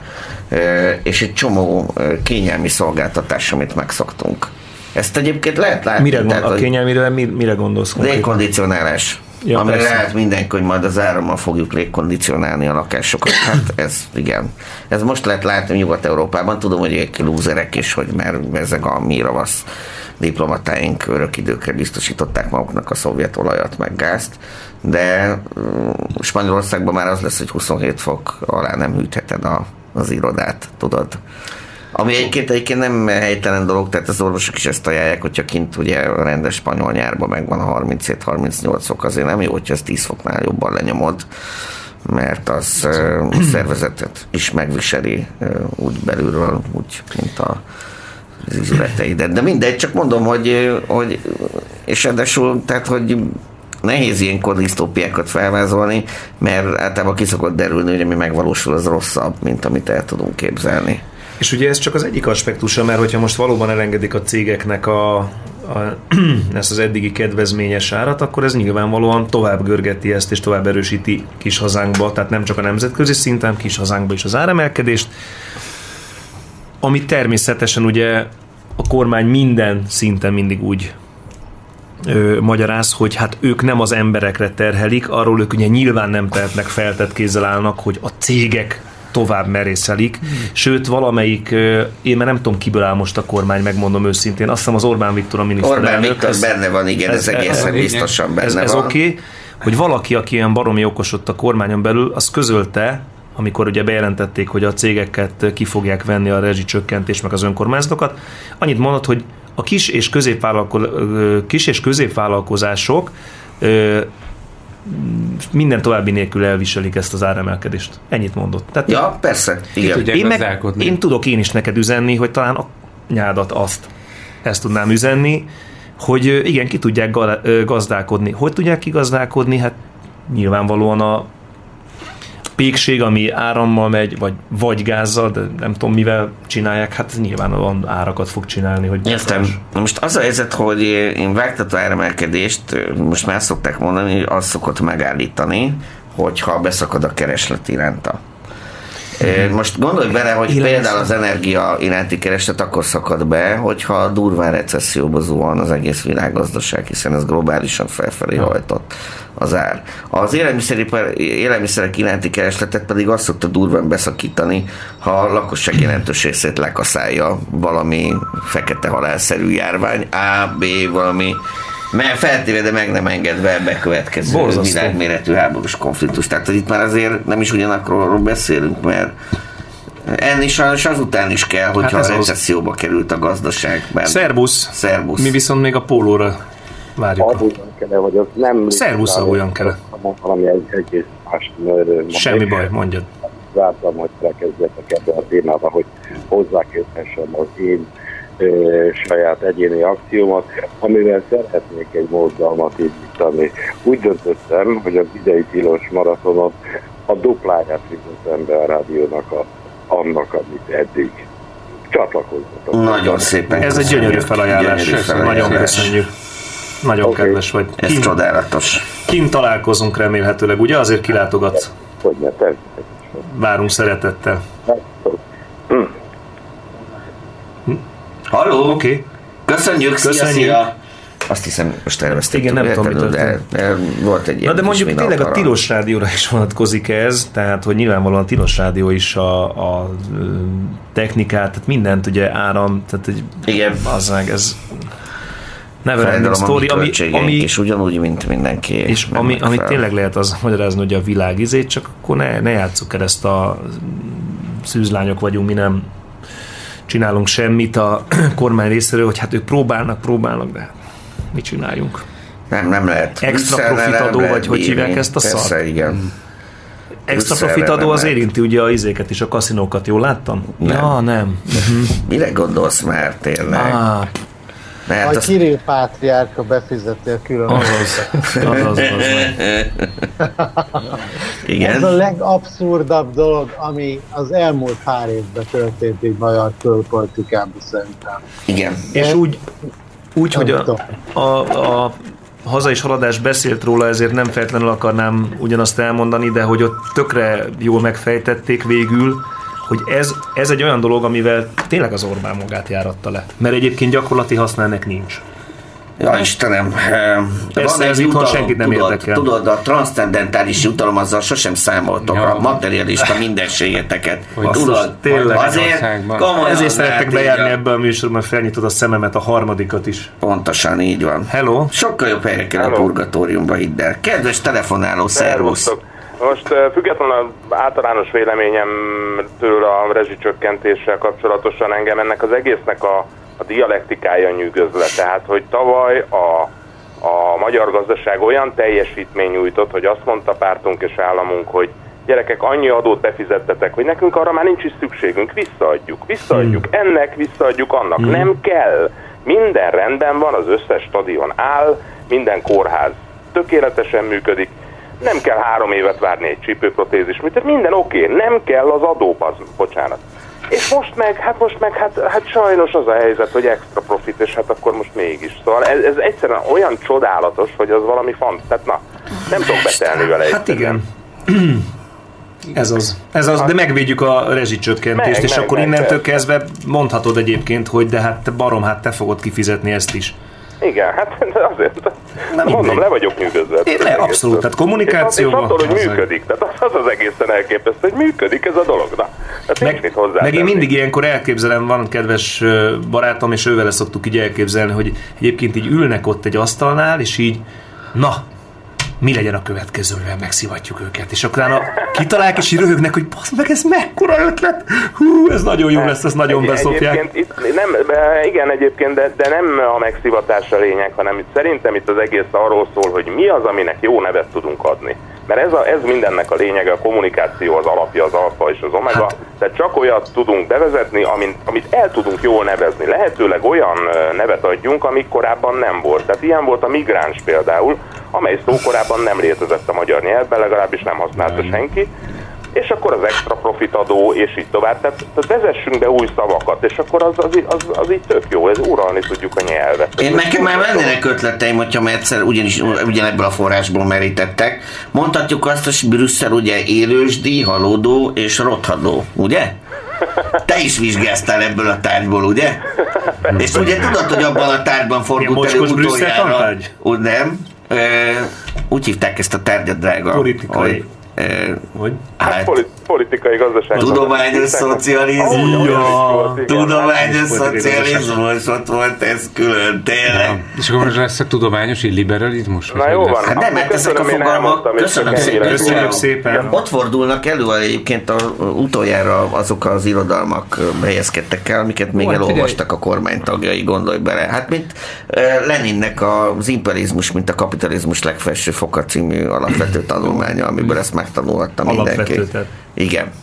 S1: és egy csomó kényelmi szolgáltatás, amit megszoktunk. Ezt egyébként lehet látni.
S2: Mire, tehát, a kényelmire mire gondolsz?
S1: Légkondicionálás. Ja, amire persze. Lehet mindenki, hogy majd az árammal fogjuk légkondicionálni a lakásokat. Hát ez, igen. Ez most lehet látni Nyugat-Európában. Tudom, hogy egy lúzerek is, hogy mert ezek a mi ravasz diplomatáink örök időkre biztosították maguknak a szovjet olajat, meg gázt, de Spanyolországban már az lesz, hogy huszonhét fok alá nem hűtheted a, az irodát, tudod. Ami egyébként, egyébként nem helytelen dolog, tehát az orvosok is ezt ajánlják, hogyha kint ugye a rendes spanyol nyárban megvan a harminchét harmincnyolc fok, azért nem jó, hogyha ez tíz foknál jobban lenyomod, mert az a szervezetet is megviseli úgy belülről, úgy, mint a az izületeidet. De mindegy, csak mondom, hogy, hogy és ráadásul, tehát, hogy nehéz ilyenkor disztópiákat felvázolni, mert általában ki szokott derülni, hogy ami megvalósul, az rosszabb, mint amit el tudunk képzelni.
S2: És ugye ez csak az egyik aspektusa, mert hogyha most valóban elengedik a cégeknek a, a, ezt az eddigi kedvezményes árat, akkor ez nyilvánvalóan tovább görgeti ezt, és tovább erősíti kis hazánkba, tehát nem csak a nemzetközi szinten, kis hazánkba is az áremelkedést, ami természetesen ugye a kormány minden szinten mindig úgy ö, magyaráz, hogy hát ők nem az emberekre terhelik, arról ők ugye nyilván nem tehetnek, feltett kézzel állnak, hogy a cégek tovább merészelik, hmm. sőt valamelyik, én már nem tudom kiből áll most a kormány, megmondom őszintén, azt hiszem az Orbán Viktor a miniszterelnök.
S1: Orbán Viktor ez, benne van, igen, ez, ez egészen ez, biztosan benne
S2: ez, ez
S1: van.
S2: Ez oké, okay, hogy valaki, aki ilyen baromi okosott a kormányon belül, az közölte, amikor ugye bejelentették, hogy a cégeket ki fogják venni a rezsicsökkentés meg az önkormányzatokat, annyit mondott, hogy a kis és, kis és középvállalkozások minden további nélkül elviselik ezt az áremelkedést. Ennyit mondott. Tehát
S1: ja, persze. Igen.
S2: Én, meg, én tudok én is neked üzenni, hogy talán a nyádat azt, ezt tudnám üzenni, hogy igen, ki tudják gazdálkodni. Hogy tudják kigazdálkodni? Hát nyilvánvalóan a pékség, ami árammal megy, vagy, vagy gázzal, de nem tudom mivel csinálják, hát nyilvánvalóan árakat fog csinálni. Hogy
S1: értem. Most az a helyzet, hogy én vágtató áremelkedést, most már szokták mondani, hogy az szokott megállítani, hogyha beszakad a kereslet iránta. Hmm. Most gondolj bele, hogy Illetve. például az energia iránti kereslet akkor szakad be, hogyha durván recesszióba zuhan az egész világgazdaság, hiszen ez globálisan felfelé ja. hajtott az ár. Az élelmiszerek iránti keresletet pedig azt szokta durván beszakítani, ha a lakosság jelentős részét lekaszálja valami fekete halálszerű járvány, A, B, valami mert feltéve, de meg nem engedve bekövetkező borzasztó világméretű háborús konfliktus. Tehát, hogy itt már azért nem is ugyanakról beszélünk, mert enni sajnos azután is kell, hogyha hát a recesszióba került a gazdaság.
S2: Szerbusz.
S1: Szerbusz.
S2: Mi viszont még a pólóra várjuk.
S17: Arra vagy az nem...
S2: Szerbusz a olyan kell.
S17: Valami egész más.
S2: Semmi baj, mondjad.
S17: Vártam, hogy elkezdjetek ebben a témában, hogy hozzáköthessem az én saját egyéni akciómat, amivel szeretnék egy mozgalmat indítani. Úgy döntöttem, hogy az idei tilos maratonon a dupláját fizetem be a rádiónak a, annak, amit eddig. Csatlakozzatok.
S1: Nagyon szépen.
S2: Ez egy gyönyörű felajánlás. Gyönyörű felajánlás. Nagyon köszönjük. Nagyon okay. kedves vagy.
S1: Ez kint, csodálatos.
S2: Kint találkozunk remélhetőleg, ugye? Azért kilátogatsz.
S17: Hogyne, természetesen.
S2: Várunk szeretettel.
S1: Hm. Halló!
S2: Oké. Okay.
S1: Köszönjük, szia, szia! Azt hiszem, most elvesztettük.
S2: Igen, nem tudom, mit
S1: de, de volt egy ilyen.
S2: Na de mondjuk tényleg a Tilos Rádióra is vonatkozik ez, tehát hogy nyilvánvalóan a Tilos Rádió is a, a technikát, tehát mindent ugye áram, tehát egy
S1: igen.
S2: Azzák, ez Neverending Story, ami, ami
S1: és ugyanúgy, mint mindenki.
S2: És ami, amit tényleg lehet az magyarázni, hogy a világ izét, csak akkor ne, ne játsszuk el ezt a szűzlányok vagyunk, mi nem csinálunk semmit a kormány részéről, hogy hát ők próbálnak, próbálnak, de mit csináljunk?
S1: Nem, nem lehet.
S2: Extra profitadó, vagy hogy hívják ezt a szart?
S1: Persze, igen.
S2: Extra profitadó az érinti ugye a izéket is, a kaszinókat, jól láttam?
S1: Nem.
S2: Ja, nem.
S1: Mire gondolsz már tényleg?
S2: Ah.
S3: A Kirill pátriárka befizeti a külön.
S2: Azaz. Azaz, azaz.
S1: Igen.
S3: Ez a legabszurdabb dolog, ami az elmúlt pár évben történt így magyar külpolitikában szerintem.
S1: Igen.
S2: És úgy, úgy hogy a, a, a haza és haladás beszélt róla, ezért nem feltétlenül akarnám ugyanazt elmondani, de hogy ott tökre jól megfejtették végül, hogy ez, ez egy olyan dolog, amivel tényleg az Orbán magát járatta le. Mert egyébként gyakorlati haszna ennek nincs.
S1: Ja, Istenem.
S2: Persze, ez itthon senkit nem
S1: tudod,
S2: érdekel.
S1: Tudod, a transzcendentális jutalom, azzal sosem számoltok, ja. A materialista mindenségeteket. Tudod,
S2: tényleg.
S1: Azért komolyan.
S2: Ezért szerettek bejárni ebbe a műsorban, mert felnyitod a szememet, a harmadikat is.
S1: Pontosan így van.
S2: Hello.
S1: Sokkal jobb helyre kell a purgatóriumba, hidd el. Kedves telefonáló, szervusz.
S18: Most függetlenül általános véleményemtől a rezsicsökkentéssel kapcsolatosan engem ennek az egésznek a, a dialektikája nyűgöz le. Tehát, hogy tavaly a, a magyar gazdaság olyan teljesítmény nyújtott, hogy azt mondta pártunk és államunk, hogy gyerekek, annyi adót befizettetek, hogy nekünk arra már nincs is szükségünk, visszaadjuk, visszaadjuk hmm. ennek, visszaadjuk annak. Hmm. Nem kell. Minden rendben van, az összes stadion áll, minden kórház tökéletesen működik. Nem kell három évet várni egy csípőprotézis, tehát minden oké, okay, nem kell az adó, az, bocsánat. És most meg, hát most meg, hát, hát sajnos az a helyzet, hogy extra profit, és hát akkor most mégis. Szóval ez, ez egyszerűen olyan csodálatos, hogy az valami fant, tehát na, nem tudok betelni vele.
S2: Hát igen. Ez az. Ez az, de megvédjük a rezsicsökkentést, meg, és meg, akkor meg, innentől meg. kezdve mondhatod egyébként, hogy de hát te barom, hát te fogod kifizetni ezt is.
S18: Igen, hát azért, nem mondom, mindegy. Le vagyok nyűgözve.
S2: Én le, abszolút, tehát kommunikációban.
S18: És attól, hogy működik, tehát az az egészen elképesztő, hogy működik ez a dolog, na. Tehát meg, nincs mit hozzá.
S2: Meg én mindig ilyenkor elképzelem, van kedves barátom, és ővele szoktuk így elképzelni, hogy egyébként így ülnek ott egy asztalnál, és így, na, mi legyen a következő, mivel megszivatjuk őket. És akkor a kitalálják, és így röhögnek, hogy basz meg, ez mekkora ötlet! Hú, ez nagyon jó lesz, ezt nagyon beszopják.
S18: Itt nem, igen, egyébként, de, de nem a megszivatás a lényeg, hanem itt, szerintem itt az egész arról szól, hogy mi az, aminek jó nevet tudunk adni. Mert ez, a, ez mindennek a lényege, a kommunikáció az alapja, az alfa és az omega. Hát. Tehát csak olyat tudunk bevezetni, amit, amit el tudunk jól nevezni. Lehetőleg olyan nevet adjunk, amik korábban nem volt. Tehát ilyen volt a migráns például, amely szó korábban nem létezett a magyar nyelvben, legalábbis nem használta senki, és akkor az extra profit adó, és így tovább. Tehát, tehát vezessünk be új szavakat, és akkor az, az, az, az így tök jó, ez uralni tudjuk a nyelvet.
S1: Én nekem már mennének ötleteim, hogyha már egyszer ugyanis, ugyanebből a forrásból merítettek. Mondhatjuk azt, hogy Brüsszel ugye élősdi, halódó és rothadó, ugye? Te is vizsgáztál ebből a tárgyból, ugye? És ugye tudod, hogy abban a tárgyban fordult elő utoljára. Nem? Úgy hívták ezt a tárgyat, drága.
S2: Politikai.
S1: Hogy,
S2: hogy?
S18: Hát, hát politikai gazdaság.
S1: Tudományos szocializmus. Ja, tudományos szocializmus, ott volt ez külön, tényleg. Ja.
S6: És akkor most lesz a tudományos liberalizmus?
S18: Na jó van.
S1: Hát nem, mert ezek a fogalmak, köszönöm szépen.
S2: Köszönöm szépen.
S1: Ott fordulnak elő, egyébként a, utoljára azok az irodalmak helyezkedtek el, amiket még elolvastak a kormánytagjai, gondolj bele. Hát mint Leninnek az imperializmus, mint a kapitalizmus legfelső foka című alapvető tanulmánya, amiből ezt megtanulhatta mindenki. Igen.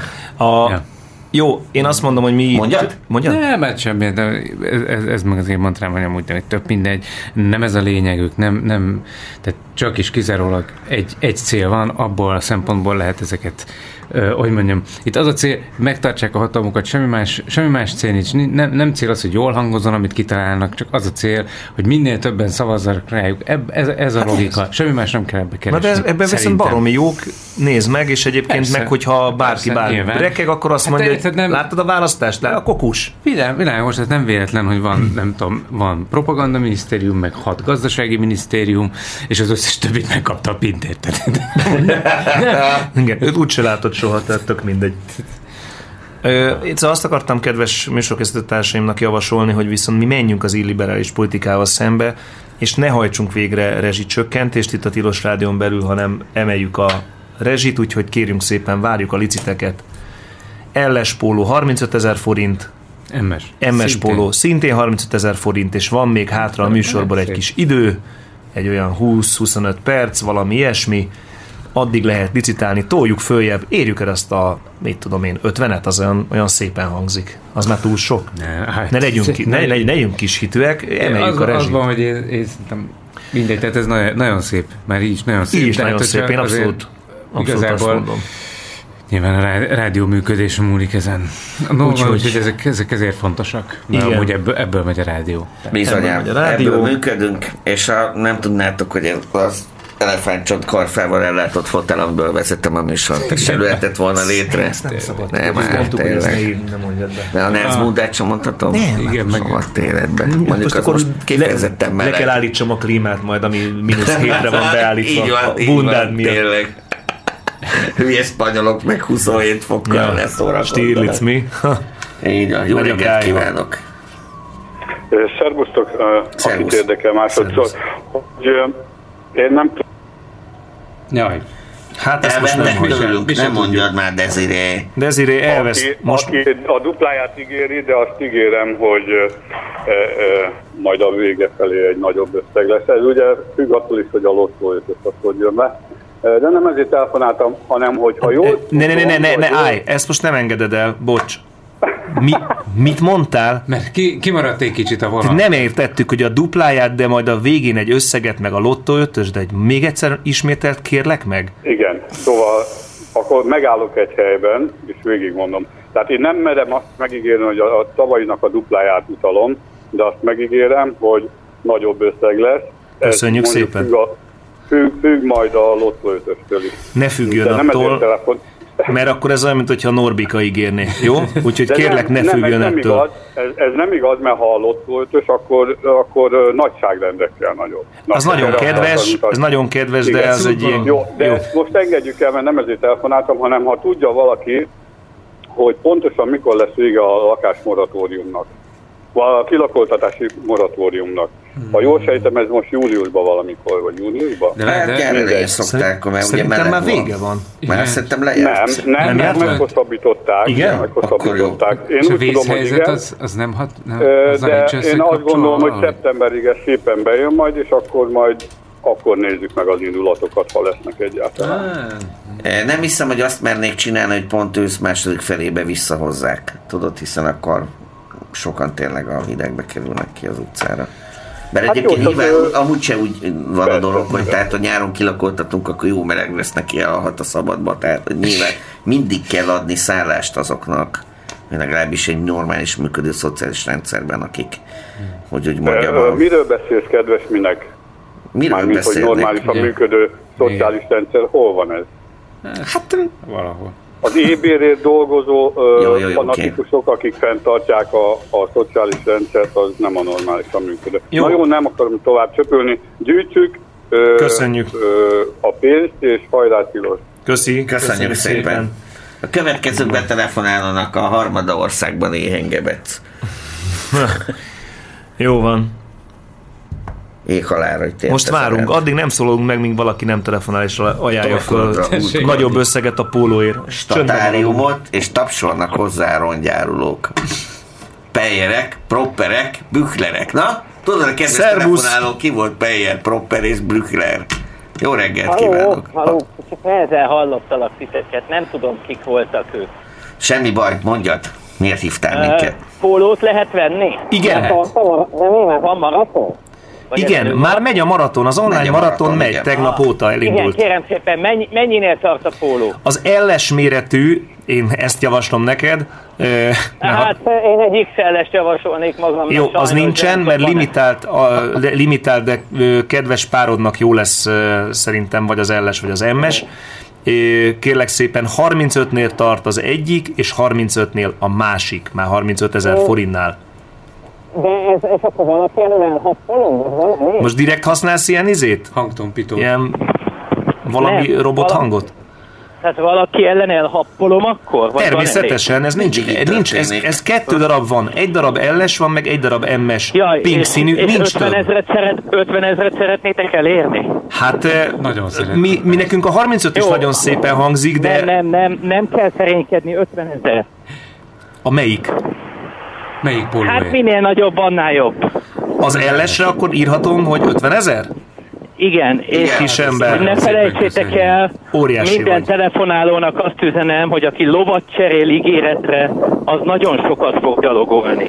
S2: A, ja. Jó, én azt mondom, hogy mi...
S1: Mondjad?
S2: Mondjad?
S6: Nem, hát semmi, de ez, ez, ez meg azért mondtam, hogy amúgy hogy több mindegy. Nem ez a lényegük, nem, nem, tehát csak is kizárólag egy, egy cél van, abból a szempontból lehet ezeket, uh, hogy mondjam, itt az a cél, megtartsák a hatalmukat, semmi más, semmi más cél nincs. Nem, nem cél az, hogy jól hangozzon, amit kitalálnak, csak az a cél, hogy minél többen szavazzanak rájuk. Ebb, ez, ez a hát logika. Ez. Semmi más nem kell ebbe keresni.
S2: De ez, ebben viszont baromi jók, nézd meg, és egyébként persze, meg, hogyha bárki bár rekeg, akkor azt hát mondja, hogy nem, láttad a választást? Lá, a kokus.
S6: Világos, világos, ez nem véletlen, hogy van, nem tudom, van propagandaminisztérium, meg hat gazdasági minisztérium, és az összes többit megkapta a Pintért.
S2: Igen, őt úgyse látod soha, tehát tök mindegy. Itt azt akartam kedves műsorkészítő társaimnak javasolni, hogy viszont mi menjünk az illiberális politikával szembe, és ne hajtsunk végre rezsicsökkentést itt a Tilos Rádión belül, hanem emeljük a rezsit, úgyhogy kérjünk szépen, várjuk a liciteket. el es póló harmincötezer forint,
S6: em es,
S2: em es póló szintén harmincötezer forint, és van még hátra a műsorban egy kis idő, egy olyan húsz-huszonöt perc, valami ilyesmi, addig lehet licitálni, toljuk följebb, érjük el azt a, mit tudom én, ötvenet, az olyan, olyan szépen hangzik. Az már túl sok. Ne, hát, ne, legyünk, ki, ne, ne, ne legyünk kis hitűek, emeljük
S6: az,
S2: a rezsit.
S6: Az van, hogy én, én mindegy, tehát ez nagyon, nagyon szép, már így is nagyon szép.
S2: Így is nagyon szép, én abszolút, abszolút azt mondom.
S6: Nyilván a rádió működése múlik ezen. No, úgyhogy úgy, ezek, ezek ezért fontosak, mert igen. Amúgy ebből, ebből megy a rádió.
S1: Bizonyám, ebből működünk, és ha nem tudnátok, hogy az elefántcsont karfával ellátott fotelamből vezettem a műsort, és lehetett volna létre.
S2: Ezt nem szabad.
S1: Nem, már
S2: mondtuk, hogy ezt ne, nem mondjad be.
S1: De a Nerzmúdát sem mondhatom?
S2: Nem.
S1: Igen, meg szabad életben. Mondjuk az most kifejezetten meleg.
S2: Le kell állítsam a klímát majd, ami mínusz hétre van beállítva.
S1: Így van,
S2: a bundád miatt.
S1: Tényleg. Hülye spanyolok meg huszonhét fokkal ja, leszórakoznak.
S2: Stirlitz mi?
S1: Így van, jó reggelt kívánok.
S4: Szervusztok, akit érdekel másodszor, hogy én nem tudom.
S6: Jaj.
S2: Hát ezt most nem
S1: mondjuk, nem mondjad már, Desiré.
S2: Desiré elvesz.
S4: Aki, most... aki a dupláját ígéri, de azt ígérem, hogy e, e, majd a vége felé egy nagyobb összeg lesz. Ez ugye függ attól is, hogy a lottó ötös hogy jön le. De nem ezért telefonáltam, hanem hogy ha jól...
S2: Ne, ne, ne, ne, ne, ne állj, ezt most nem engeded el, bocs. Mi, mit mondtál?
S6: Mert ki, kimaradt egy kicsit a vonal.
S2: Nem értettük, hogy a dupláját, de majd a végén egy összeget, meg a lottó ötös, de egy még egyszer ismételt kérlek meg?
S4: Igen, szóval akkor megállok egy helyben, és végigmondom. Tehát én nem merem azt megígérni, hogy a, a tavalyinak a dupláját utalom, de azt megígérem, hogy nagyobb összeg lesz.
S2: Köszönjük Ez szépen.
S4: Függ, a, függ, függ majd a lottó ötöstől is.
S2: Ne függjön de attól, mert akkor ez olyan, mint hogyha Norbika ígérné, jó? Úgyhogy de kérlek,
S4: nem,
S2: ne függjön
S4: nem,
S2: ettől.
S4: Igaz, ez, ez nem igaz, mert ha a lottó ötös, akkor, akkor nagyságrendekkel nagyobb.
S2: Az nagyon kedves, ez nagyon kedves, de ez egy ilyen...
S4: Jó, de jó. Ezt most engedjük el, mert nem ezért telefonáltam, hanem ha tudja valaki, hogy pontosan mikor lesz vége a lakásmoratóriumnak, vagy a kilakoltatási moratóriumnak. Ha jól sejtem, ez most júliusban valamikor, vagy júniusban?
S1: De le, de elején szokták, mert ugye
S2: szerintem már vége van.
S1: Már szerintem lejárt.
S4: Nem, nem, nem, meghosszabbították.
S2: Igen?
S4: Meghosszabbították. Én
S6: és
S4: úgy
S6: a
S4: tudom, hogy igen.
S6: Az, az nem hat, nem,
S4: az de én azt gondolom, hogy szeptemberig ez szépen bejön majd, és akkor majd akkor nézzük meg az indulatokat, ha lesznek egyáltalán.
S1: Nem hiszem, hogy azt mernék csinálni, hogy pont ősz második felébe visszahozzák. Tudod, hiszen akkor sokan tényleg a hidegbe kerülnek ki az utcára. Mert hát egyébként jó, nyilván ő... amúgy se úgy van persze, a dolog, hogy tehát, hogy nyáron kilakoltatunk, akkor jó meleg lesz, neki elhalhat a szabadba. Tehát nyilván mindig kell adni szállást azoknak, legalábbis egy normális működő szociális rendszerben, akik, hogy úgy mondjam.
S4: A... Miről beszélsz, kedves minek?
S1: Miről
S4: Mármint,
S1: beszélnek?
S4: hogy normálisan működő szociális igen. rendszer, hol van ez?
S2: Hát
S6: valahol.
S4: Az é bé-ért dolgozó jó, jó, jó, fanatikusok, okay. akik fenntartják a, a szociális rendszert, az nem a normálisan működő. Jó. Na jó, nem akarom tovább csöpölni. Gyűjtsük
S2: Köszönjük.
S4: Ö, a pénzt, és hajrá Tilos.
S2: Köszi.
S1: Köszönjük, Köszönjük szépen. szépen. A következő betelefonálnak a harmada országban éhengebet.
S2: Jó van.
S1: Éjhalára, hogy
S2: most várunk, feled. Addig nem szólunk meg, míg valaki nem telefonál és ajánlja föl nagyobb összeget a pólóért.
S1: Statáriumot, és tapsolnak hozzá rongyárulók. Pejjerek, propperek, büchlerek. Na, tudod, a kedves telefonáló ki volt Pejjer, propper és büchler. Jó reggelt
S19: halló,
S1: kívánok!
S19: Halló, csak nehezen hallottalak titeket, nem tudom, kik voltak ők.
S1: Semmi baj, mondjad, miért hívtál uh, minket?
S19: Pólót lehet venni?
S2: Igen.
S19: Nem, mi, mert van maraton?
S2: Vagy igen, már megy a maraton, az online megy maraton, maraton megy, igen. Tegnap óta elindult.
S19: Igen, kérem szépen, mennyi, mennyinél tart a póló?
S2: Az el es méretű, én ezt javaslom neked.
S19: Hát ha... én egy iksz el-est javasolnék magamnak.
S2: Jó, az nincsen, mert limitált, a, limitált, de kedves párodnak jó lesz szerintem, vagy az el-es, vagy az em-es. Kérlek szépen, harmincötnél tart az egyik, és harmincötnél a másik, már harmincötezer forintnál.
S19: De ez, ez akkor valapján olyan használom?
S2: Most direkt használsz ilyen izét?
S6: Hangtompító.
S2: Ilyen valami nem, robot vala... hangot?
S19: Tehát valaki ellen elhappolom akkor? Vagy
S2: természetesen, ez nincs, nincs ez, ez kettő darab van, egy darab elles van, meg egy darab em-es pink színű,
S19: és
S2: nincs
S19: ötven ezret, szeret, ötven ezret szeretnétek elérni?
S2: Hát nagyon mi, mi nekünk a harmincöt is nagyon szépen hangzik, de...
S19: Nem, nem, nem, nem kell szerénykedni, ötven ezer.
S2: A melyik?
S6: Melyik pólója?
S19: Hát minél nagyobb, annál jobb.
S2: Az ellesre akkor írhatom, hogy ötven ezer?
S19: Igen, és
S2: kis ember.
S19: ne felejtsétek el,
S2: óriási
S19: minden
S2: vagy.
S19: Telefonálónak azt üzenem, hogy aki lovat cserél ígéretre, az nagyon sokat fog gyalogolni.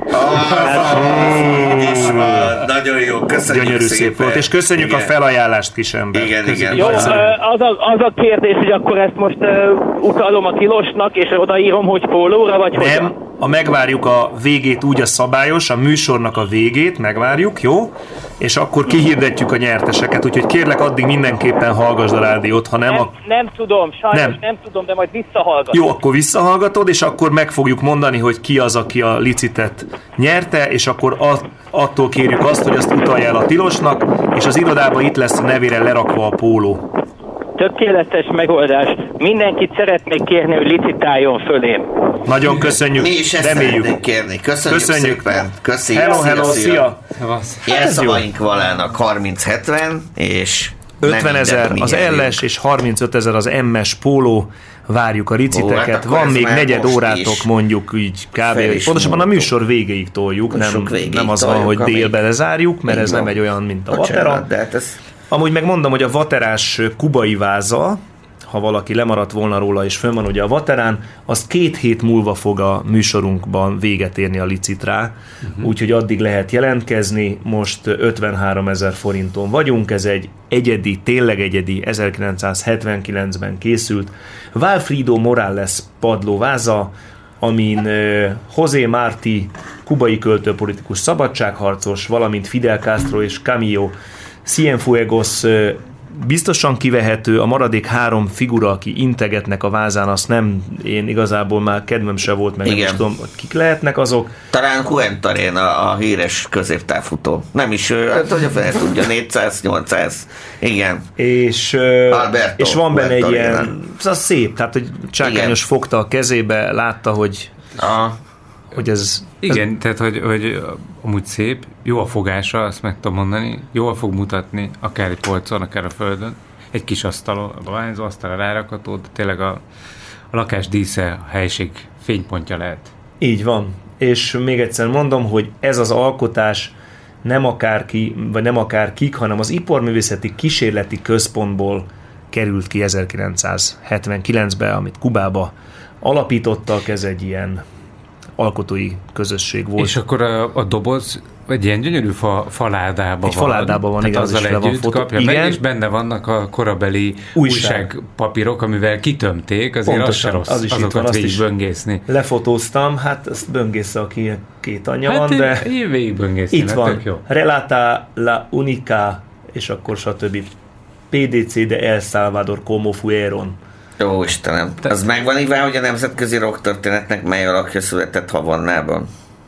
S1: Nagyon jó, köszönjük
S2: gyönyörű
S1: szépen.
S2: Szép volt, és köszönjük igen. a felajánlást, kis ember.
S1: Igen, igen.
S19: Jó, az a, az a kérdés, hogy akkor ezt most uh, utalom a tilosnak, és odaírom, hogy pólóra, vagy
S2: nem,
S19: hogyan?
S2: a megvárjuk a végét úgy a szabályos, a műsornak a végét, megvárjuk, jó? És akkor kihirdetjük a nyerteseket, úgyhogy kérlek addig mindenképpen hallgassd a rádiót, ha nem...
S19: Nem,
S2: a...
S19: nem tudom, sajnos nem. nem tudom, de majd visszahallgatom.
S2: Jó, akkor visszahallgatod, és akkor meg fogjuk mondani, hogy ki az, aki a licitet nyerte, és akkor a, attól kérjük azt, hogy azt utalj el a Tilosnak, és az irodában itt lesz a nevére lerakva a póló.
S19: Tökéletes megoldás. Mindenkit szeretnék kérni, hogy licitáljon fölém.
S2: Nagyon köszönjük.
S1: Mi is ezt
S2: reméljük.
S1: szeretnénk kérni. Köszönjük,
S2: köszönjük
S1: szépen. Köszönjük.
S2: Hello, hello, szia.
S1: Jelszavaink valának harminc hetven, és
S2: ötven ezer az elles, és harmincöt ezer az em-es póló. Várjuk a riciteket.
S1: Ó, hát
S2: van még negyed órátok,
S1: is.
S2: mondjuk így kb. Pontosabban a műsor végéig toljuk. Nem, végéig nem az van, hogy délbe lezárjuk, mert ez van. Nem egy olyan, mint a Vatera.
S1: Hát ez...
S2: Amúgy megmondom, hogy a vaterás kubai váza, ha valaki lemaradt volna róla, és fönn van ugye a Vaterán, azt két hét múlva fog a műsorunkban véget érni a licit rá, uh-huh. úgyhogy addig lehet jelentkezni. Most ötvenhárom ezer forinton vagyunk, ez egy egyedi, tényleg egyedi, ezerkilencszázhetvenkilencben készült Walfrido Morales padlóváza, amin uh, José Martí, kubai költőpolitikus szabadságharcos, valamint Fidel Castro és Camilo Cienfuegos biztosan kivehető, a maradék három figura, aki integetnek a vázán, azt nem, én igazából már kedvem se volt, meg igen. nem is tudom, hogy kik lehetnek azok.
S1: Talán Huentarén a, a híres középtávfutó. Nem is, hát hogy a fel tudja, négyszáz-nyolcszáz, igen.
S2: És,
S1: Alberto,
S2: és van benne egy ilyen,
S1: nem.
S2: az szép, tehát hogy Csákányos fogta a kezébe, látta, hogy
S1: ah.
S2: hogy ez...
S6: Igen,
S2: ez...
S6: tehát, hogy, hogy amúgy szép, jó a fogása, azt meg tudom mondani, jól fog mutatni, akár egy polcon, akár a földön, egy kis asztalon, a dohányzó asztalra rárakható, de tényleg a, a lakás dísze, a helység fénypontja lehet.
S2: Így van, és még egyszer mondom, hogy ez az alkotás nem akárki, vagy nem akárkik, hanem az Iparművészeti Kísérleti Központból került ki ezerkilencszázhetvenkilencben, amit Kubába alapítottak, ez egy ilyen alkotói közösség volt.
S6: És akkor a, a doboz egy ilyen gyönyörű fa, faládában
S2: egy
S6: van.
S2: faládában van,
S6: igen,
S2: azzal
S6: együtt
S2: van fotó.
S6: kapja
S2: igen.
S6: meg, és benne vannak a korabeli
S2: újság.
S6: újságpapírok, amivel kitömték, azért
S2: pontosan,
S6: az se rossz,
S2: az is
S6: azokat végig böngészni.
S2: Lefotóztam, hát ezt böngészze, aki két anyja
S6: hát
S2: van, de
S6: én végig böngészni.
S2: itt van, Relata la Unica, és akkor stb. pé dé cé de El Salvador como fueron.
S1: Jó Istenem, Te... az megvan ívva, hogy a nemzetközi rocktörténetnek mely alakja született Havannában?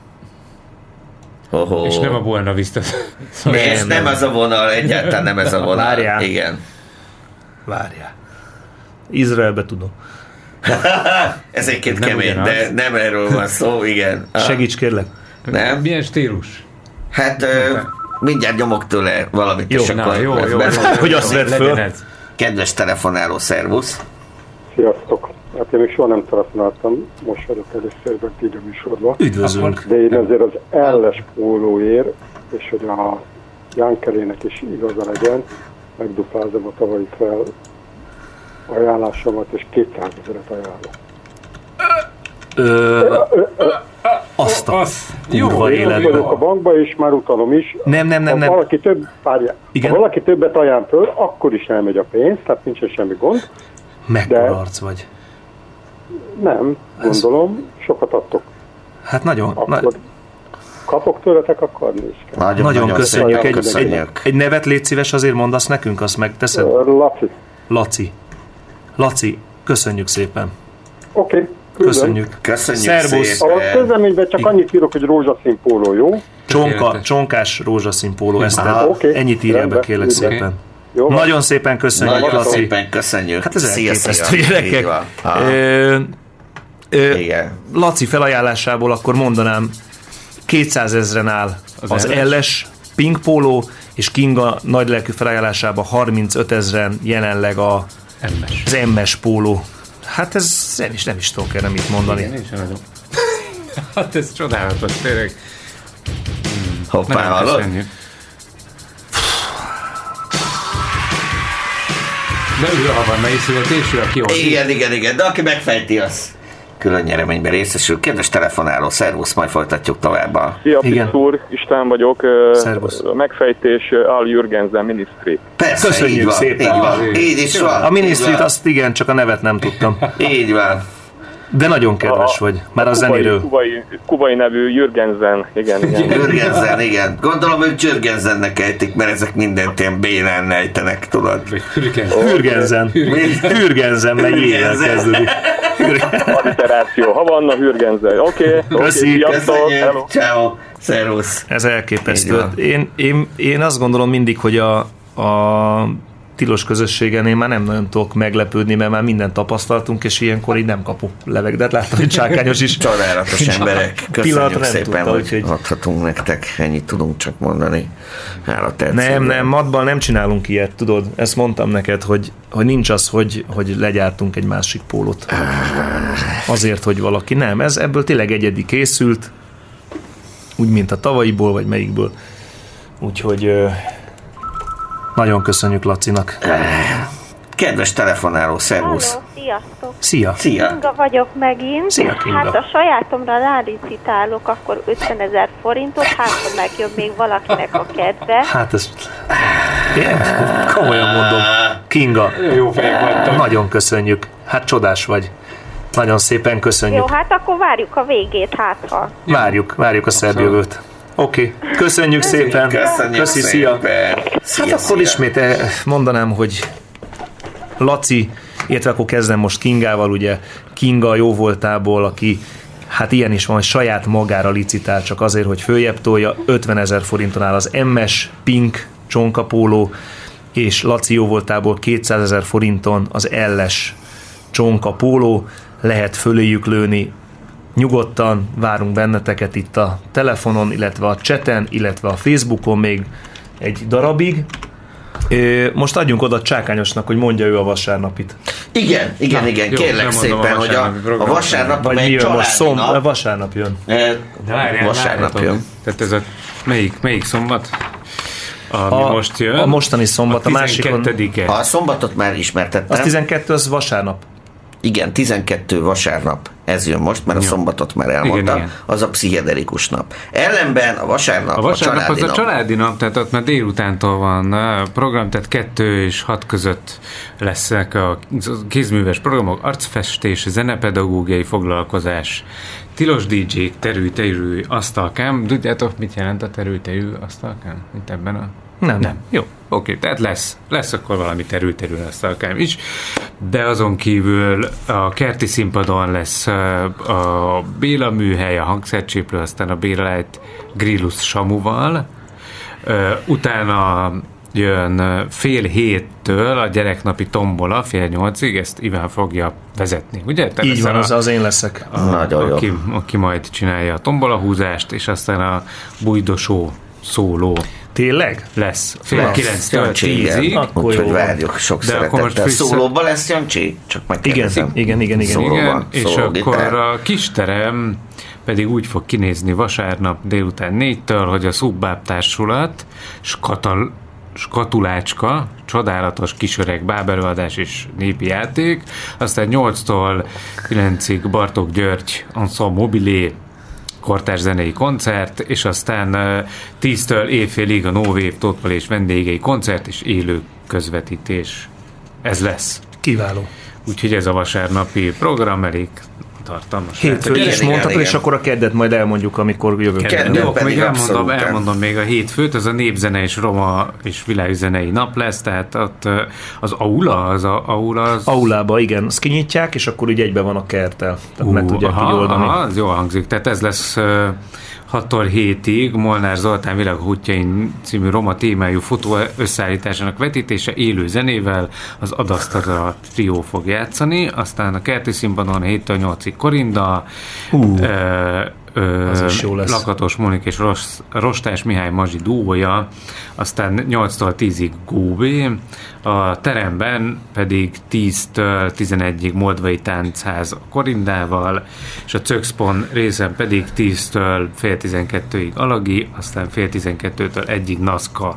S6: Ho-ho. És nem a Buena Vista.
S1: Nem, nem, nem az a vonal, egyáltalán nem ez a vonal.
S2: Várjál.
S1: Igen.
S2: Várjál. Izraelbe tudom.
S1: Ez egyébként kemény, ugyanaz. De nem erről van szó, igen.
S2: Segíts kérlek.
S1: Nem?
S6: Milyen stílus?
S1: Hát ö, mindjárt nyomok tőle valamit.
S2: Jó,
S1: és
S2: na,
S1: akkor
S2: jó, jó, jó, hogy azt vedd föl.
S1: Kedves telefonáló, szervusz.
S20: Sziasztok! Hát én még soha nem telefonáltam, most vagyok először bent így a műsorban.
S2: Üdvözlünk!
S20: De én azért az elles pólóért, és hogy a Jánkerének is igaza legyen, megduplázom a tavalyi fel ajánlásomat, és kétszázezret ajánlom.
S2: Ö... Azt a kurva életben.
S20: Vagyok a bankba, és már utalom is.
S2: Nem, nem, nem.
S20: Ha
S2: nem.
S20: valaki, több, párja, ha valaki többet ajánl föl, akkor is elmegy a pénz, tehát nincsen semmi gond.
S2: Mekkora de... arc vagy.
S20: Nem, gondolom, ez... sokat adtok.
S2: Hát nagyon.
S20: Akkor
S2: Na...
S20: kapok tőletek, akkor adni is kell.
S2: Nagyon, nagyon, nagyon köszönjük. Egy,
S1: köszönjük.
S2: Egy, egy nevet légy szíves, azért mondasz nekünk, azt megteszed?
S20: Laci.
S2: Laci. Laci, köszönjük szépen.
S20: Oké. Okay.
S2: Köszönjük.
S1: Köszönjük
S2: Szervusz.
S1: szépen.
S20: A közleményben csak annyit írok, hogy rózsaszín póló, jó?
S2: Csonka, csonkás rózsaszín póló, ezt
S20: okay.
S2: ennyit írjál be, kérlek
S20: okay.
S2: szépen. Jó, nagyon szépen köszönjük,
S1: nagyon
S2: Laci.
S1: szépen köszönjük.
S2: Hát ez
S1: szia,
S2: elképesztő,
S1: szia.
S2: gyerekek. Ö, ö,
S1: Igen.
S2: Laci felajánlásából akkor mondanám, kétszázezren áll az, az Elles Pink Polo, és Kinga nagylelkű felajánlásában harmincötezren jelenleg a
S6: em-es.
S2: az em-es póló. Hát ez nem is, nem is tudok erre mit mondani.
S6: Igen, hát ez csodálatos, tényleg. Hmm.
S1: Hoppá, hallod?
S6: De ő a havannai születésű, aki ott.
S1: Igen, igen, igen, de aki megfejti, az külön nyereményben részesül. Kedves telefonáló, szervusz, majd folytatjuk tovább.
S21: Szia, Pitz úr, István vagyok.
S2: Szervusz.
S21: A megfejtés Al Jürgensen Ministry.
S1: Persze,
S2: köszönjük
S1: így van,
S2: szépen.
S1: Így van, így is van.
S2: A Ministryt azt igen, csak a nevet nem tudtam.
S1: Így van.
S2: De nagyon kedves a, vagy, már a, a zenéről.
S21: Kubai, kubai nevű Jürgensen, igen, igen.
S1: Jürgensen, igen. Gondolom, hogy Jürgensennek ejtik, mert ezek mindent ilyen bénán ejtenek, tudod.
S2: Hürgensen. Hürgensen, meg éjjel kezdődik.
S21: Alliteráció. Havanna, Hürgensen. Oké,
S2: okay,
S21: oké,
S2: okay,
S1: ciao, szervusz.
S2: Ez elképesztő. Én, én, én azt gondolom mindig, hogy a, a tilos közösségen én már nem nagyon tudok meglepődni, mert már mindent tapasztaltunk, és ilyenkor így nem kapu leveg. De hát láttam, hogy Csákányos is.
S1: Csodálatos emberek. Köszönjük szépen,
S2: tudta,
S1: hogy
S2: úgyhogy...
S1: adhatunk nektek. Ennyit tudunk csak mondani. Hála
S2: nem, nem, matban nem csinálunk ilyet, tudod. Ezt mondtam neked, hogy, hogy nincs az, hogy, hogy legyártunk egy másik pólót. Azért, hogy valaki nem. Ez ebből tényleg egyedi készült, úgy, mint a tavalyiból, vagy melyikből. Úgyhogy... Nagyon köszönjük Lacinak.
S1: Kedves telefonáló, szervusz.
S9: Halló, sziasztok.
S2: Szia.
S1: Szia.
S9: Kinga vagyok megint.
S2: Szia, Kinga.
S9: Hát a sajátomra rálicitálok akkor ötvenezer forintot, hát ha megjön még valakinek a kedve.
S2: Hát ez... Én komolyan mondom. Kinga.
S6: Jó fejek vagytok.
S2: Nagyon köszönjük. Hát csodás vagy. Nagyon szépen köszönjük.
S9: Jó, hát akkor várjuk a végét, hát ha.
S2: Várjuk, várjuk a szebb jövőt. Oké, okay. Köszönjük szépen.
S1: Köszönjük
S2: Köszi,
S1: szépen.
S2: szia.
S1: Szia,
S2: hát akkor
S1: szia.
S2: ismét mondanám, hogy Laci, illetve akkor kezdem most Kingával, ugye Kinga jó voltából, aki hát ilyen is van, hogy saját magára licitál csak azért, hogy följebb tolja, ötvenezer forinton áll az em-es Pink csonkapóló, és Laci jó voltából kétszázezer forinton az Elles csonkapóló, lehet föléjük lőni. Nyugodtan várunk benneteket itt a telefonon, illetve a chaten, illetve a Facebookon még egy darabig. Most adjunk oda Csákányosnak, hogy mondja ő a vasárnapit.
S1: Igen, igen,
S2: Na,
S1: igen,
S2: jó,
S1: kérlek szépen, a hogy a, a vasárnap,
S2: vagy
S1: amely
S2: most szom,
S1: nap,
S2: vasárnap jön.
S1: E,
S6: De várjál,
S1: vasárnap
S6: várjátok.
S1: jön.
S6: Tehát ez a melyik, melyik szombat? Ami
S2: a,
S6: most jön?
S2: A mostani szombat, a, a másikon.
S1: Ha a szombatot már ismertettem.
S2: Az tizenkettő, az vasárnap.
S1: Igen, tizenkettő vasárnap, ez jön most, mert a szombatot már elmondtam, igen, igen. Az a pszichedelikus nap. Ellenben a vasárnap
S6: a, vasárnap
S1: a családi
S6: az
S1: nap.
S6: a családi nap, tehát ott már délutántól van a program, tehát kettő és hat között lesznek a kézműves programok, arcfestés, zenepedagógiai foglalkozás, tilos dé dzsék, terű-terű asztalkám. Tudjátok, mit jelent a terű-terű asztalkám? Mint ebben a...
S2: Nem.
S6: Nem. Jó, oké, tehát lesz. Lesz akkor valami terül-terül asztalkám is. De azon kívül a kerti színpadon lesz a Béla műhely, a hangszercséplő, aztán a Béla Light Grillus Samuval. Utána jön fél héttől a gyereknapi tombola, fél nyolcig, ezt Iván fogja vezetni, ugye? Te
S2: Így van,
S6: a,
S2: az, az én leszek.
S6: A,
S1: Nagyon jó.
S6: Aki, aki majd csinálja a tombolahúzást, és aztán a bújdosó szóló.
S2: Tényleg?
S6: Lesz. Fél kilenctől tízig.
S1: Úgyhogy várjuk sok szeretettel. Szólóban lesz Jancsi? Csak megkérdezem.
S2: Igen, igen, igen. igen.
S6: igen. És akkor a kisterem pedig úgy fog kinézni vasárnap délután négytől, hogy a Szubbáb Társulat skatal, skatulácska, csodálatos kisöreg bábelőadás és népi játék, aztán nyolctól kilencig Bartók György Ensemble Mobilé kortárs zenei koncert, és aztán tíztől éjfélig a Nóvév Tóth és vendégei koncert és élő közvetítés. Ez lesz.
S2: Kiváló.
S6: Úgyhogy ez a vasárnapi program elég tartalmas.
S2: Hétfőt is mondhatod, és akkor a keddet majd elmondjuk, amikor jövök.
S6: Kedden, jó, még elmondom, elmondom még a hétfőt, az a népzene és roma és világzenei nap lesz, tehát ott az aula, az a, aula az...
S2: Aulába, igen, azt kinyitják, és akkor úgy egybe van a kerttel. Tehát
S6: uh,
S2: meg tudják
S6: aha,
S2: így oldani.
S6: Aha, az jól hangzik, tehát ez lesz uh, hattól hétig Molnár Zoltán Világ Hútjain című roma témájú fotó összeállításának vetítése élő zenével az Adasztara trió fog játszani, aztán a Kerti Színpadon héttől nyolcig Korinda, uh, ö, ö, Lakatos Mónik és Ros, Rostás Mihály Mazsi duója, aztán nyolctól tízig Góbé, a teremben pedig tíztől tizenegyig Moldvai Táncház Korindával, és a Cökszpon részen pedig tíztől fél tizenkettőig Alagi, aztán fél tizenkettőtől egyig Naszka.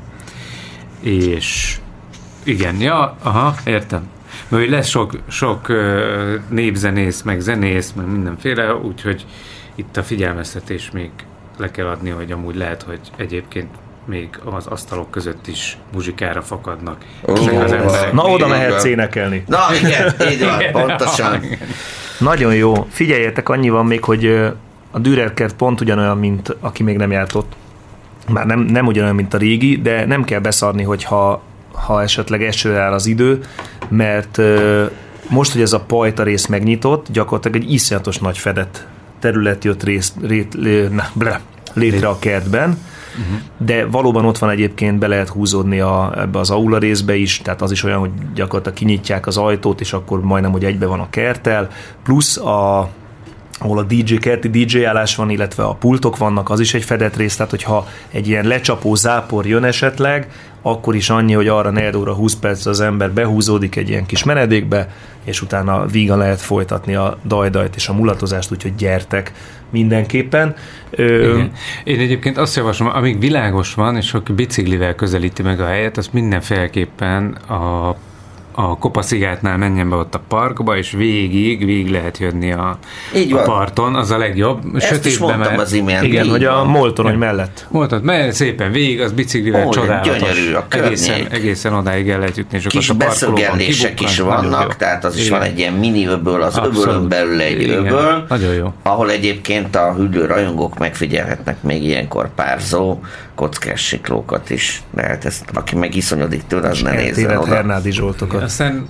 S6: És igen, ja, aha, értem. Mert lesz sok, sok népzenész, meg zenész, meg mindenféle, úgyhogy itt a figyelmeztetés még le kell adni, hogy amúgy lehet, hogy egyébként még az asztalok között is muzsikára fakadnak.
S2: Oh, az emberek. Na, oda mehetsz énekelni.
S1: Na, igen, így van, pontosan.
S2: Nagyon jó. Figyeljetek, annyi van még, hogy a Dürerkert pont ugyanolyan, mint aki még nem járt ott. Már nem, nem ugyanolyan, mint a régi, de nem kell beszarni, hogyha ha esetleg esőre áll az idő, mert most, hogy ez a Pajta rész megnyitott, gyakorlatilag egy iszonyatos nagy fedett terület jött rész, rét, na, ble, létre a kertben, uh-huh. de valóban ott van egyébként, be lehet húzódni a, ebbe az aula részbe is, tehát az is olyan, hogy gyakorlatilag kinyitják az ajtót, és akkor majdnem, hogy egybe van a kerttel, plusz a ahol a dé dzsé, kerti dé dzsé állás van, illetve a pultok vannak, az is egy fedett rész, tehát hogyha egy ilyen lecsapó zápor jön esetleg, akkor is annyi, hogy arra négy óra húsz perc az ember behúzódik egy ilyen kis menedékbe, és utána vígan lehet folytatni a dajdajt és a mulatozást, úgyhogy gyertek mindenképpen. Ö...
S6: Én egyébként azt javaslom, amíg világos van, és aki biciklivel közelíti meg a helyet, azt mindenféleképpen a a Kopaszigátnál menjen be ott a parkba, és végig, végig lehet jönni a, a parton, az a legjobb.
S1: Ezt sötétbe, is mondtam mert, az imént.
S2: Igen, hogy a Moltorony mellett.
S6: Moltorony mellett szépen végig, az biciklivel csodálatos. Egészen, egészen odáig el lehet jutni. És
S1: kis beszögellések is vannak, tehát az is igen. Van egy ilyen mini öböl, az abszolút. Öbölön belül egy igen. Öböl,
S6: nagyon jó.
S1: Ahol egyébként a hüllő rajongók megfigyelhetnek még ilyenkor párzó, kockás siklókat is. Lehet ezt, aki meg iszonyodik tőle, az ne nézzen oda.
S2: Hernádi Zsoltokat.
S6: Aztán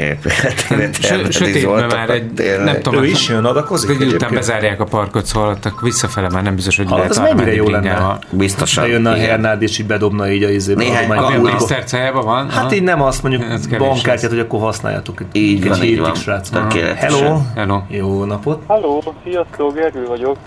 S6: sötétben már egy, nem tudom,
S2: ő is jön, adakozik.
S6: Után bezárják a parkot, szóval visszafele már nem biztos, hogy
S2: lehet arra menni. Jó lenne.
S1: Biztosan.
S2: De jönne a Hernád, és így bedobna így a izébe.
S6: Néhány a minisztercájában van.
S2: Hát így nem azt mondjuk bankkártyát, hogy akkor használjátok.
S1: Így van, így van.
S2: Hello.
S6: Hello.
S2: Jó napot.
S7: Hello, sziasztok, Gergő vagyok.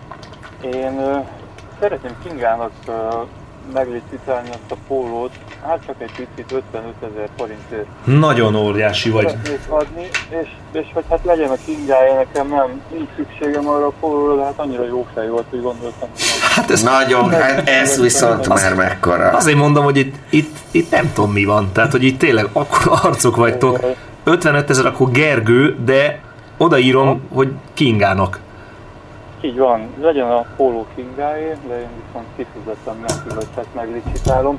S7: Én szeretném Kingának meglicitálni azt a pólót, hát csak egy picit ötvenötezer forintért.
S2: Nagyon óriási vagy.
S7: Szeretnék adni, és, és hogy hát legyen a Kingája, nekem nem, nincs szükségem arra a pólóra, de hát annyira jó fej volt, hogy gondoltam.
S1: Hát ez nagyon, hát ez viszont már mekkora.
S2: Azért mondom, hogy itt, itt, itt nem tudom mi van, tehát hogy itt tényleg akkor arcok vagytok. ötvenötezer akkor Gergő, de odaírom, hogy Kingának.
S7: Így van, legyen a póló Kingáé, de én viszont kifizetem neki, vagy hát meglicitálom.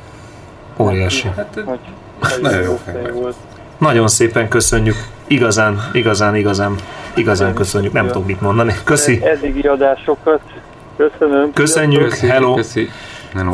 S2: Óriási.
S7: Hát, hogy nagyon jó fej volt.
S2: Nagyon szépen köszönjük. Igazán, igazán, igazán, igazán köszönjük. Nem tudok mit mondani. Köszi.
S7: Eddigi adásokat köszönöm.
S2: Köszönjük.
S6: Köszi,
S2: hello.
S6: Köszi. Hello.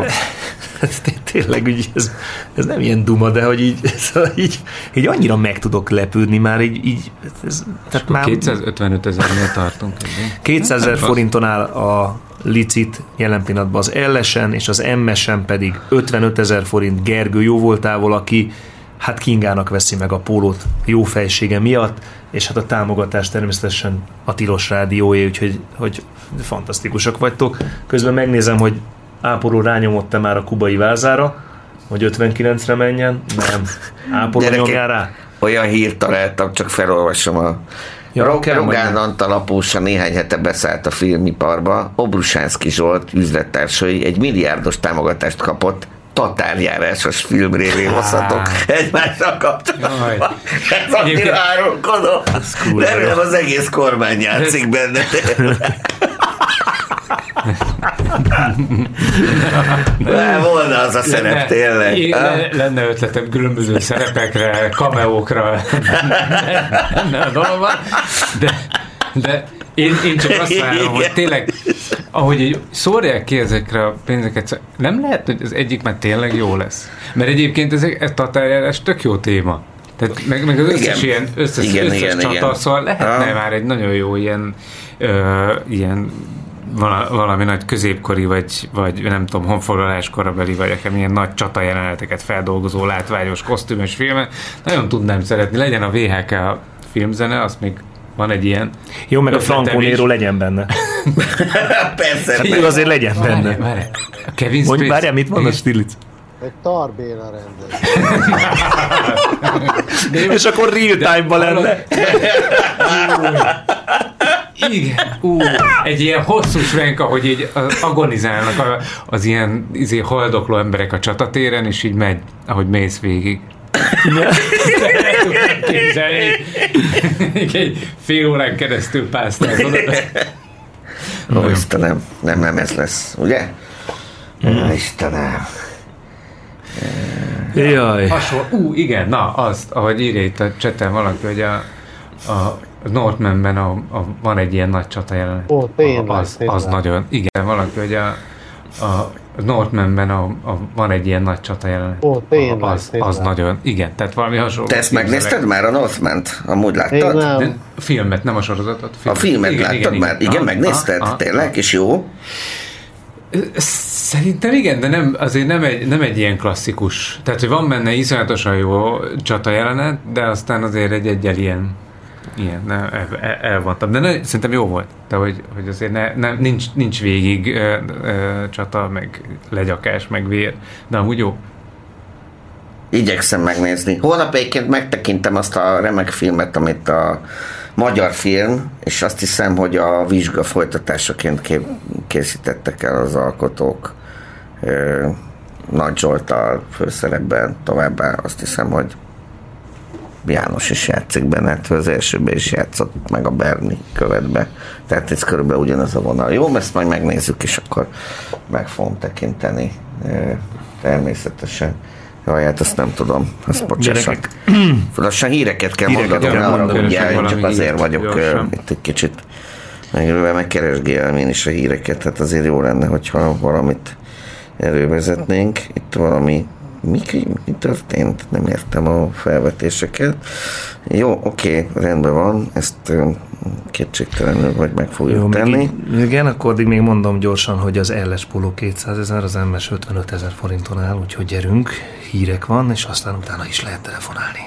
S2: Tényleg, úgy, ez, ez nem ilyen duma, de hogy így, szóval így, így annyira meg tudok lepődni már, így, így ez, tehát már
S6: kétszázötvenöt ezernél tartunk.
S2: kétszázezer forinton áll a licit jelen pillanatban az L-esen, és az M-esen pedig ötvenötezer forint Gergő jóvoltával, aki hát Kingának veszi meg a pólót jó fejsége miatt, és hát a támogatás természetesen a Tilos Rádióé, úgyhogy hogy fantasztikusak vagytok. Közben megnézem, hogy Áporó rányomott-e már a kubai vázára, hogy ötvenkilencre menjen? Nem. Áporó nyomjál rá?
S1: Olyan hírt találtam, csak felolvasom a ja, Rogán Antal apósa néhány hete beszállt a filmiparba. Obrusánszky Zsolt üzlettársai egy milliárdos támogatást kapott tatárjárásos film révén hozhatok egymással kapcsolatban. Ez annyira árulkodó. Remélem az egész kormány játszik benne. Volna az a szerep, lenne, tényleg.
S6: Lenne, lenne ötletem különböző szerepekre, kameókra, lenne a dologban, de, de én, én csak azt várom, hogy tényleg, ahogy így szórják ki ezekre a pénzeket, nem lehet, hogy az egyik már tényleg jó lesz. Mert egyébként ez, ez tatárjárás tök jó téma. Tehát meg, meg az összes igen. ilyen összes, igen, összes igen, csata, igen. Szóval lehetne ah. már egy nagyon jó ilyen, ö, ilyen valami nagy középkori, vagy, vagy nem tudom, honfoglalás korabeli, vagy akár milyen nagy csata jeleneteket feldolgozó látványos kosztümös filmet. Nagyon tudnám szeretni. Legyen a vé há ká filmzene, azt még van egy ilyen.
S2: Jó, meg a Franco Nero legyen benne.
S1: Persze.
S2: Jó, azért legyen benne.
S6: Várjál, várjál. A Kevin
S2: Spacey. Várjál, mit mondasz, Stilic?
S3: Egy Tarbéla rendez.
S2: És akkor real time-ban lenne.
S6: Igen. Ú, egy ilyen hosszú svenk, ahogy így agonizálnak az ilyen izé, haldokló emberek a csatatéren, és így megy, ahogy mész végig. Képzelni. Egy fél órán keresztül pásztálsz.
S1: Ó, Istenem, nem, nem ez lesz, ugye? Mm. Istenem.
S2: Jaj.
S6: Hasonló, ú, igen, na, azt, ahogy írja itt a chaten valaki, hogy a, a Northmanben a, a, van egy ilyen nagy csata jelenet.
S3: Ó, tényleg,
S6: az,
S3: tényleg.
S6: az nagyon, igen, valaki, hogy a, a Northmanben a, a, van egy ilyen nagy csata jelenet.
S3: Ó, tényleg,
S6: az,
S3: tényleg.
S6: az nagyon, igen, tehát valami hasonló.
S1: Te ezt megnézted már a Northman-t? Amúgy láttad?
S6: De filmet, nem a sorozatot.
S1: Filmet. A filmet igen, láttad igen, már? Igen, igen, megnézted? Aha, tényleg? Aha. És jó?
S6: Szerintem igen, de nem, azért nem egy, nem egy ilyen klasszikus. Tehát, hogy van benne iszonyatosan jó csata jelenet, de aztán azért egy egyel ilyen, ilyen ne, el, elvontam. De ne, szerintem jó volt. De hogy, hogy azért ne, ne, nincs, nincs végig ö, ö, csata, meg legyakás, meg vér. De amúgy jó.
S1: Igyekszem megnézni. Holnap egyébként megtekintem azt a remek filmet, amit a magyar film, és azt hiszem, hogy a vizsga folytatásaként kép- készítettek el az alkotók. Ö, Nagy Zsolttal főszerepben, továbbá azt hiszem, hogy János is játszik benne, az elsőben is játszott, meg a Berni követbe. Tehát ez körülbelül ugyanaz a vonal. Jó, ezt majd megnézzük, és akkor meg fogom tekinteni. Ö, természetesen. Jaj, hát azt nem tudom, azt bocsássak. Lassan híreket kell híreket mondanom, nem arra mondjál, csak azért vagyok gyorsan. Itt egy kicsit meg, megkeresgélem én is a híreket, hát azért jó lenne, hogyha valamit elővezetnénk. Itt valami, mi, mi történt? Nem értem a felvetéseket. Jó, oké, rendben van, ezt kétségtelenül vagy meg fogjuk jó, tenni.
S2: Így, igen, akkor addig még mondom gyorsan, hogy az er es Polo kétszázezer, az em es ötvenöt ezer forinton áll, úgyhogy gyerünk, hírek van, és aztán utána is lehet telefonálni.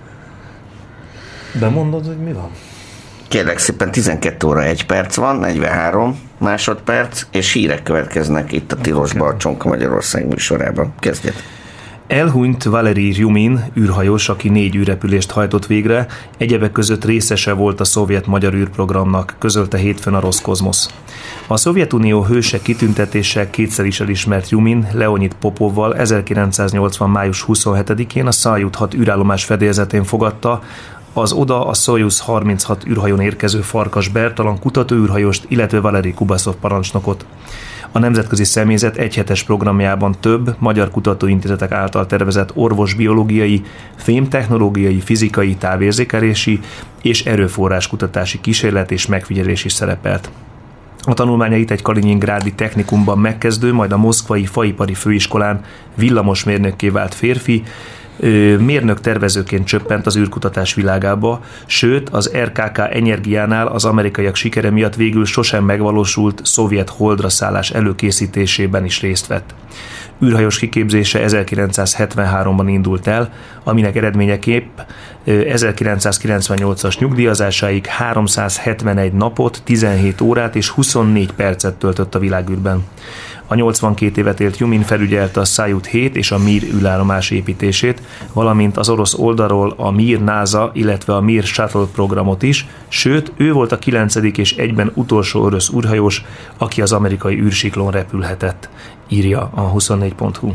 S2: Bemondod, hogy mi van?
S1: Kérlek szépen, tizenkét óra egy perc van, negyvenhárom másodperc, és hírek következnek itt a Tilos Barcsonka Magyarország műsorában. Kezdjed!
S2: Elhunyt Valeri Zsumin, űrhajós, aki négy űrrepülést hajtott végre, egyebek között részese volt a szovjet-magyar űrprogramnak, közölte hétfőn a Roszkozmosz. A Szovjetunió hőse kitüntetéssel kétszer is elismert Zsumin Leonid Popovval ezerkilencszáznyolcvan május huszonhetedikén a Szajut hat űrállomás fedélzetén fogadta az oda a Szojuz harminchat űrhajón érkező Farkas Bertalan kutatóűrhajóst, illetve Valeri Kubaszov parancsnokot. A nemzetközi személyzet egyhetes programjában több magyar kutatóintézetek által tervezett orvosbiológiai, fémtechnológiai, fizikai, távérzékelési és erőforráskutatási kísérlet és megfigyelés is szerepelt. A tanulmányait egy kaliningrádi technikumban megkezdő, majd a moszkvai faipari főiskolán villamosmérnökké vált férfi, mérnök tervezőként csöppent az űrkutatás világába, sőt az er ká ká Energiánál az amerikaiak sikere miatt végül sosem megvalósult szovjet holdra szállás előkészítésében is részt vett. Űrhajós kiképzése ezerkilencszázhetvenháromban indult el, aminek eredményeképp ezerkilencszázkilencvennyolcas nyugdíjazásáig háromszázhetvenegy napot, tizenhét órát és huszonnégy percet töltött a világűrben. A nyolcvankét évet élt Zsumin felügyelte a Szajut hét és a Mir űrállomás építését, valamint az orosz oldalról a Mir NASA, illetve a Mir Shuttle programot is, sőt, ő volt a kilencedik és egyben utolsó orosz űrhajós, aki az amerikai űrsiklón repülhetett, írja a huszonnégy pont hu.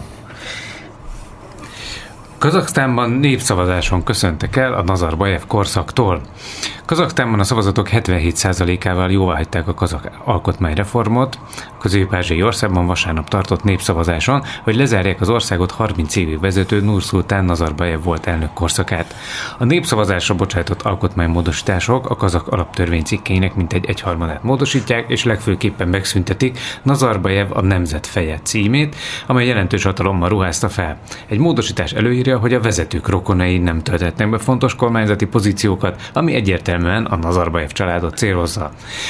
S6: Kazaksztánban népszavazáson köszöntek el a Nazarbajev korszaktól. Kazaksztánban a szavazatok hetvenhét százalékával jóváhagyták a kazak alkotmányreformot. A közép-ázsiai országban vasárnap tartott népszavazáson, hogy lezárják az országot harminc évig vezető Nurszultán Nazarbajev volt elnök korszakát. A népszavazásra bocsájtott alkotmánymódosítások a kazak alaptörvény cikkeinek mintegy egyharmadát módosítják, és legfőképpen megszüntetik Nazarbajev a nemzet feje címét, amely jelentős hatalommal ruházta fel. Egy módosítás előírja, hogy a vezetők rokonai nem tölthetnek be fontos kormányzati pozíciókat, ami egyértelmű egyértelműen a Nazarbajev családot célozza.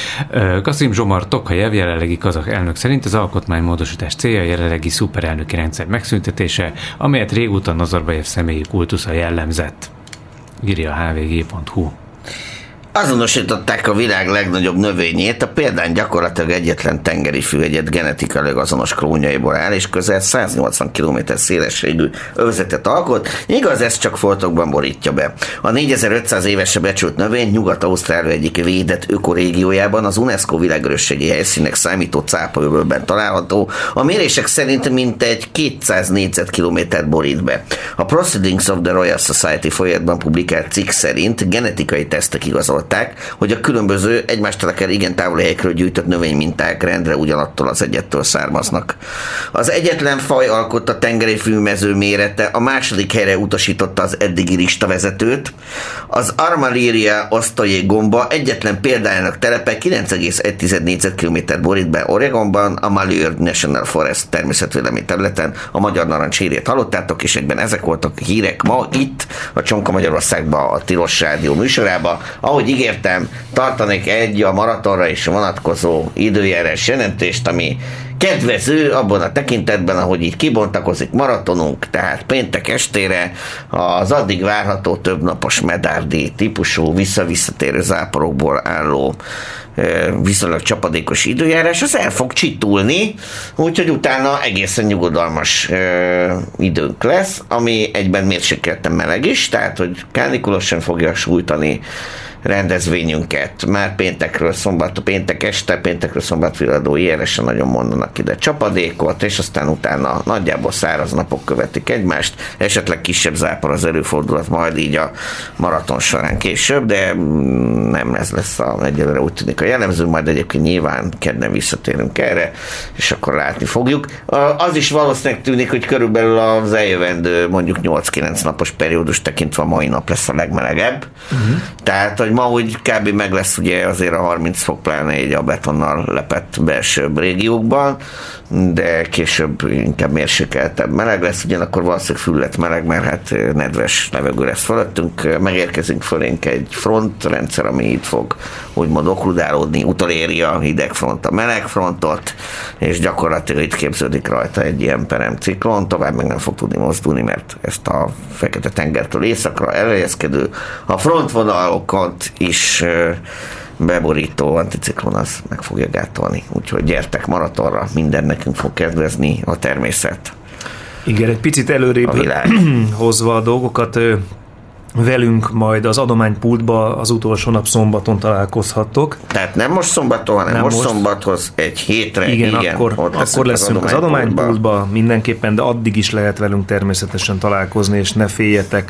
S6: Kasim Zsomar Tokajev, jelenlegi kazah elnök szerint az alkotmánymódosítás célja a jelenlegi szuperelnöki rendszer megszüntetése, amelyet régóta Nazarbajev személyi kultusza jellemzett. Írja a há vé gé pont hú.
S1: Azonosították a világ legnagyobb növényét, a példány gyakorlatilag egyetlen tengeri fűegyet genetikailag azonos klónjaiból áll, és közel száznyolcvan kilométer szélességű övezetet alkot, igaz, ez csak foltokban borítja be. A négyezer-ötszáz évesre becsült növény Nyugat-Ausztrália egyik védett ökorégiójában, az UNESCO világörökségi helyszínek számító cápaöbölben található, a mérések szerint mintegy kétszáz négyzetkilométert borít be. A Proceedings of the Royal Society folyatban publikált cikk szerint genetikai tesztek igazolták, hogy a különböző egymástól akár igen távoli helyekről gyűjtött növényminták rendre ugyanattól az egyettől származnak. Az egyetlen faj alkotta tengeri fűmező mérete a második helyre utasította az eddigi listavezetőt. Az Armaliria osztolyé gomba egyetlen példájának telepe kilenc egész egy négyzetkilométer borít be Oregonban, a Malheur National Forest természetvédelmi területen. A magyar narancs hírét hallottátok, és egyben ezek voltak a hírek ma itt, a Csonka Magyarországban, a Tilos Rádió műsorában. Ahogy ígértem, tartanék egy a maratonra is vonatkozó időjárás jelentést, ami kedvező abban a tekintetben, ahogy így kibontakozik maratonunk, tehát péntek estére az addig várható többnapos medárdi típusú visszavisszatérő záporokból álló viszonylag csapadékos időjárás, az el fog csitulni, úgyhogy utána egészen nyugodalmas ö, időnk lesz, ami egyben mérsékelten meleg is, tehát hogy kánikulosan fogja sújtani rendezvényünket. Már péntekről szombat, péntek este, péntekről szombat viradó éjjelesen nagyon mondanak ide csapadékot, és aztán utána nagyjából száraz napok követik egymást, esetleg kisebb zápor az előfordulat majd így a maraton során később, de nem ez lesz a, egyelőre úgy tűnik a jellemző, majd egyébként nyilván kedden visszatérünk erre, és akkor látni fogjuk. Az is valószínűleg tűnik, hogy körülbelül az eljövendő mondjuk nyolc-kilenc napos periódus tekintve a mai nap lesz a legmelegebb. Uh-huh. Tehát, hogy ma úgy kb. Meg lesz ugye azért a harminc fok, pláne így a betonnal lepett belsőbb régiókban, de később inkább mérsékeltebb meleg lesz, ugyanakkor valószínűleg füllet meleg, mert hát nedves levegő lesz fölöttünk, megérkezünk fölénk egy frontrendszer, ami itt fog úgymond okludálódni, utoléri a hideg front a meleg frontot, és gyakorlatilag itt képződik rajta egy ilyen peremciklon, tovább meg nem fog tudni mozdulni, mert ezt a Fekete-tengertől északra elhelyezkedő, a frontvonalokat is beborító anticiklon az meg fogja gátolni. Úgyhogy gyertek maratonra, minden nekünk fog kedvezni, a természet.
S2: Igen, egy picit előrébb hozva a dolgokat, velünk majd az adománypultba az utolsó nap szombaton találkozhattok.
S1: Tehát nem most szombaton, hanem nem most, most szombathoz egy hétre.
S2: Igen, igen akkor, akkor leszünk az adománypultba mindenképpen, de addig is lehet velünk természetesen találkozni, és ne féljetek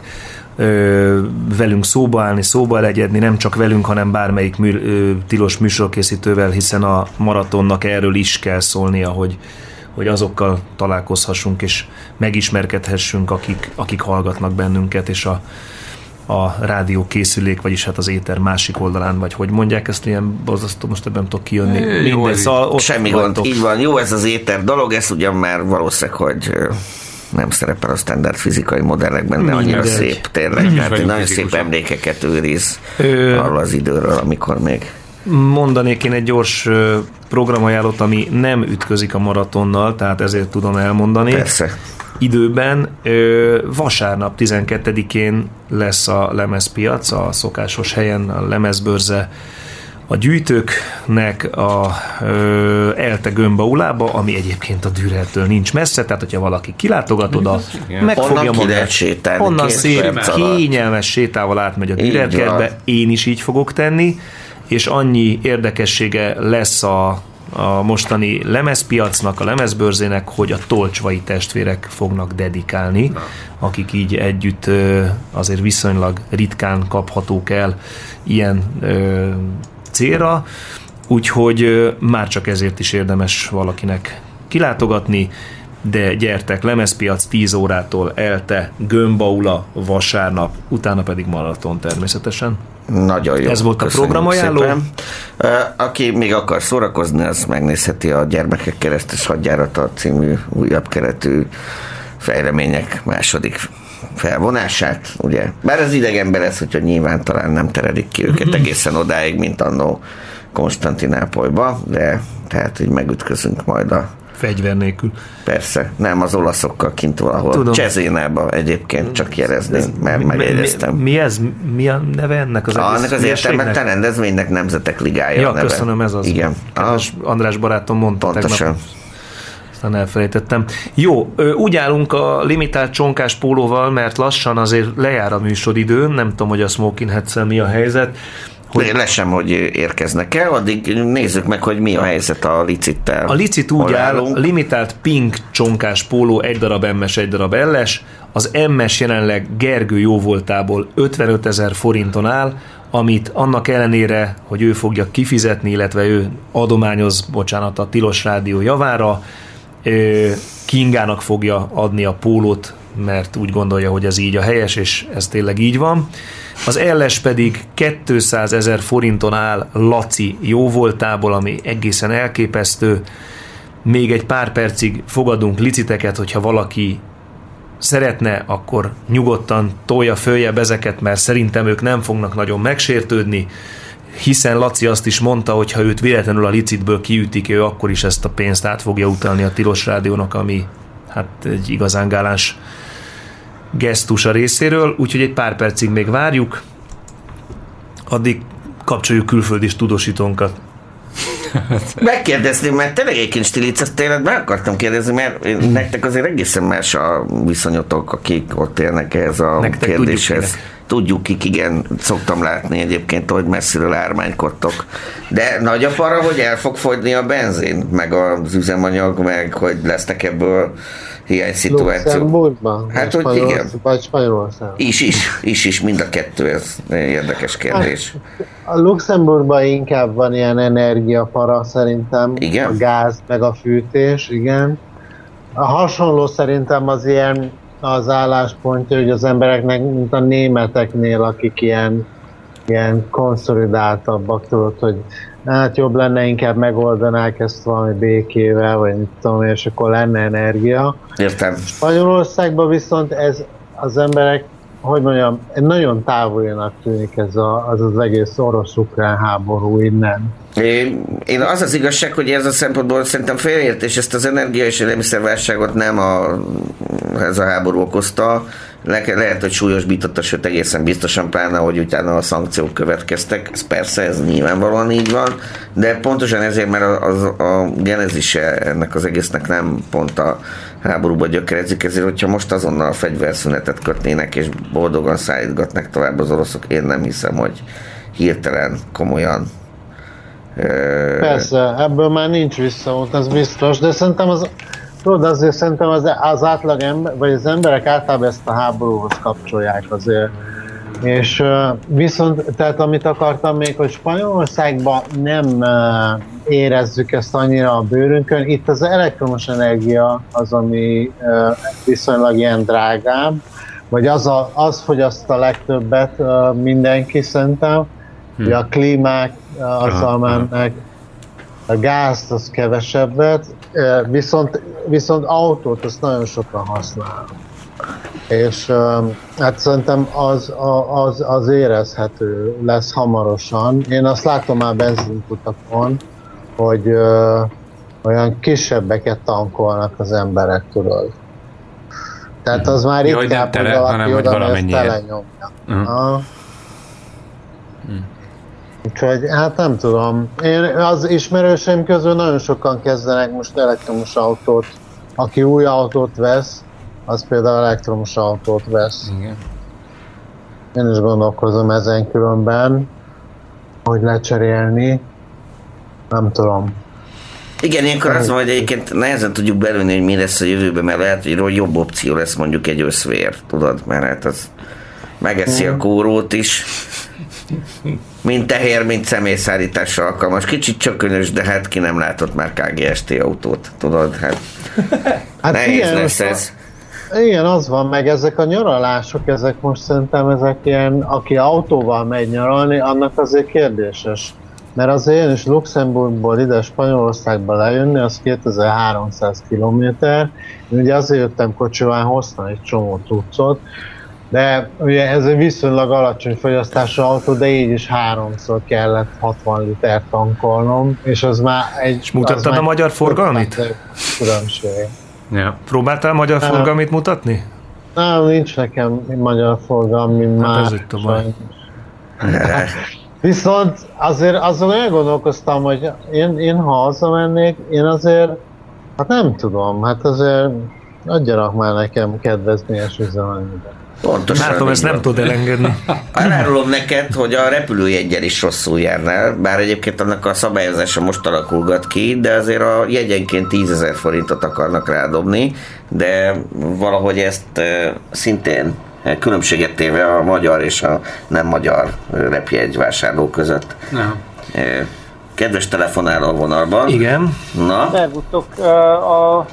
S2: Ö, velünk szóba állni, szóba legyedni, nem csak velünk, hanem bármelyik mű, ö, tilos műsorkészítővel, hiszen a maratonnak erről is kell szólnia, hogy, hogy azokkal találkozhassunk, és megismerkedhessünk, akik, akik hallgatnak bennünket, és a, a rádió készülék, vagyis hát az éter másik oldalán, vagy hogy mondják ezt, ilyen borzasztó, most ebben tudok kijönni.
S1: É, Minden, szóval semmi gond, így van, jó ez az éter dolog, ez ugyan már valószínűleg, hogy nem szerepel a standard fizikai modellekben, de annyira Mindegy. szép tényleg. Tehát nagyon szép emlékeket őriz Ö... arról az időről, amikor még...
S2: Mondanék én egy gyors programajánlót, ami nem ütközik a maratonnal, tehát ezért tudom elmondani.
S1: Persze.
S2: Időben vasárnap tizenkettedikén lesz a lemezpiac, a szokásos helyen, a lemezbörze a gyűjtőknek a ö, Elte Gömbaulába, ami egyébként a Dürertől nincs messze, tehát hogyha valaki kilátogat oda, meg fogja magát.
S1: Sétálni,
S2: onnan szép, kényelmes sétával átmegy a Dürerkertbe, én is így fogok tenni, és annyi érdekessége lesz a, a mostani lemezpiacnak, a lemezbörzének, hogy a tolcsvai testvérek fognak dedikálni, Na. akik így együtt ö, azért viszonylag ritkán kaphatók el ilyen ö, célra, úgyhogy már csak ezért is érdemes valakinek kilátogatni, de gyertek, lemezpiac tíz órától Elte, Gömbaula vasárnap, utána pedig maraton természetesen.
S1: Nagyon jó.
S2: Ez volt a programajánló.
S1: Szépen. Aki még akar szórakozni, az megnézheti a Gyermekek Keresztes Hadjárata című újabb keretű fejlemények második felvonását, ugye? Bár az idegenben lesz, hogyha nyilván talán nem teredik ki őket egészen odáig, mint annó Konstantinápolyba, de tehát így megütközünk majd a
S2: fegyver nélkül.
S1: Persze, nem az olaszokkal kint valahol. Cezénába egyébként csak jelezném, mert megjegyeztem.
S2: Mi, mi ez? Mi a neve ennek az
S1: ah,
S2: egész
S1: ennek az értelmetlen rendezvénynek Nemzetek Ligája
S2: ja,
S1: neve.
S2: Köszönöm, ez az.
S1: Igen.
S2: Kedves András barátom mondta
S1: Pontosan.
S2: tegnap. Aztán elfelejtettem. Jó, úgy állunk a limitált csonkás pólóval, mert lassan azért lejár a műsoridő, nem tudom, hogy a Smoking Hats-szel mi a helyzet.
S1: Hogy... Le sem, hogy érkeznek el, addig nézzük meg, hogy mi a helyzet a licittel.
S2: A licit úgy áll, limitált pink csonkás póló, egy darab em-es, egy darab el-es. Az em-es jelenleg Gergő jóvoltából ötvenötezer forinton áll, amit annak ellenére, hogy ő fogja kifizetni, illetve ő adományoz, bocsánat, a Tilos Rádió javára, Kingának fogja adni a pólót, mert úgy gondolja, hogy ez így a helyes, és ez tényleg így van. Az el-es pedig kétszázezer forinton áll Laci jóvoltából, ami egészen elképesztő. Még egy pár percig fogadunk liciteket, hogyha valaki szeretne, akkor nyugodtan tolja följebb ezeket, mert szerintem ők nem fognak nagyon megsértődni, hiszen Laci azt is mondta, hogy ha őt véletlenül a licitből kiütik, ő akkor is ezt a pénzt át fogja utalni a Tilos Rádiónak, ami hát egy igazán gáláns gesztus a részéről, úgyhogy egy pár percig még várjuk, addig kapcsoljuk külföldi tudósítónkat.
S1: Megkérdezném, mert tényleg egyébként Stilic, tényleg meg akartam kérdezni, mert nektek azért egészen más a viszonyotok, akik ott élnek ehhez a nektek kérdéshez. Tudjuk, tudjuk kik, igen, szoktam látni egyébként, hogy messziről ármánykodtok. De nagy a para, hogy el fog fogyni a benzin, meg az üzemanyag, meg hogy lesznek ebből hiány szituáció.
S3: Luxemburgban?
S1: Hát, hogy igen.
S3: Vagy Spanyolországban?
S1: Is, is, is, is, mind a kettő, ez érdekes kérdés.
S3: Hát, a Luxemburgban inkább van ilyen energiapara szerintem.
S1: Igen?
S3: A gáz, meg a fűtés, igen. A hasonló szerintem az ilyen az álláspontja, hogy az embereknek, mint a németeknél, akik ilyen, ilyen konszolidáltabbak, tudod, hogy hát jobb lenne, inkább megoldanák ezt valami békével, vagy mit tudom, és akkor lenne energia.
S1: Értem.
S3: Spanyolországban viszont ez az emberek, hogy mondjam, nagyon távolinak tűnik ez a, az, az egész orosz-ukrán háború innen.
S1: Én, én az az igazság, hogy ez a szempontból szerintem félreértés, ezt az energia és élelmiszerválságot nem a, ez a háború okozta. Le, lehet, hogy súlyosbította, sőt egészen biztosan, pláne, hogy utána a szankciók következtek. Ez persze, ez nyilvánvalóan így van, de pontosan ezért, mert az, a genezise ennek az egésznek nem pont a háborúba gyökerezik, ezért, hogyha most azonnal fegyverszünetet kötnének és boldogan szállítgatnak tovább az oroszok, én nem hiszem, hogy hirtelen, komolyan.
S3: Persze, ebből már nincs visszaút, ez biztos, de szerintem az, tudod, azért szerintem az, az átlag ember, vagy az emberek általában ezt a háborúhoz kapcsolják azért. És viszont, tehát amit akartam még, hogy Spanyolországban nem érezzük ezt annyira a bőrünkön, itt az elektromos energia az, ami viszonylag ilyen drágább, vagy az, a, az fogyaszt a legtöbbet mindenki szerintem, hmm. a klímák azzal mennek, a gázt az kevesebbet, viszont, viszont autót azt nagyon sokan használnak. És hát szerintem az, az, az érezhető lesz hamarosan. Én azt látom már benzinkutakon, hogy ö, olyan kisebbeket tankolnak az emberek, tudod. Tehát az már
S6: jó,
S3: inkább, hogy valaki oda, mert telenyomja. Uh-huh. Úgyhogy hát nem tudom. Én az ismerőseim közül nagyon sokan kezdenek most elektromos autót. Aki új autót vesz, az például elektromos autót vesz.
S6: Igen.
S3: Én is gondolkozom ezen különben, hogy lecserélni. Nem tudom.
S1: Igen, ilyenkor az van, hogy egyébként nehezen tudjuk belülni, hogy mi lesz a jövőben, mert lehet, hogy jobb opció lesz mondjuk egy összvér, tudod, mert hát az megeszi a kórót is. Mint tehér, mint személyszállításra alkalmas. Kicsit csökönös, de hát ki nem látott már ká gé es té autót, tudod, hát, hát nehéz igen, lesz ez.
S3: A, igen, az van, meg ezek a nyaralások, ezek most szerintem ezek ilyen, aki autóval megy nyaralni, annak azért kérdéses. mert azért én is Luxemburgból ide Spanyolországba lejönni, az kétezer-háromszáz kilométer. Én ugye azért jöttem kocsival, hoztam egy csomó cuccot, de ugye ez egy viszonylag alacsony fogyasztású autó, de így is háromszor kellett hatvan liter tankolnom, és az már egy...
S2: És mutattad a magyar forgalmit?
S3: Különbség.
S2: Ja. Próbáltál magyar nem. forgalmit mutatni?
S3: Nem, nincs nekem magyar forgalmi hát már.
S2: Ez itt a baj.
S3: Viszont azért azon elgondolkoztam, hogy én, én ha hazamennék, én azért, hát nem tudom, hát azért adjanak már nekem kedvezményes üzemelműben.
S1: Pontosan.
S2: Látom, ezt nem tud elengedni.
S1: Elárulom neked, hogy a repülőjeggyel is rosszul járnál, bár egyébként annak a szabályozása most alakulgat ki, de azért a jegyenként tízezer forintot akarnak rádobni, de valahogy ezt e, szintén különbséget téve a magyar és a nem magyar repjegyvásárló között.
S6: No.
S1: E, kedves telefonáló a vonalban.
S2: Igen.
S8: Na? Szervusztok, a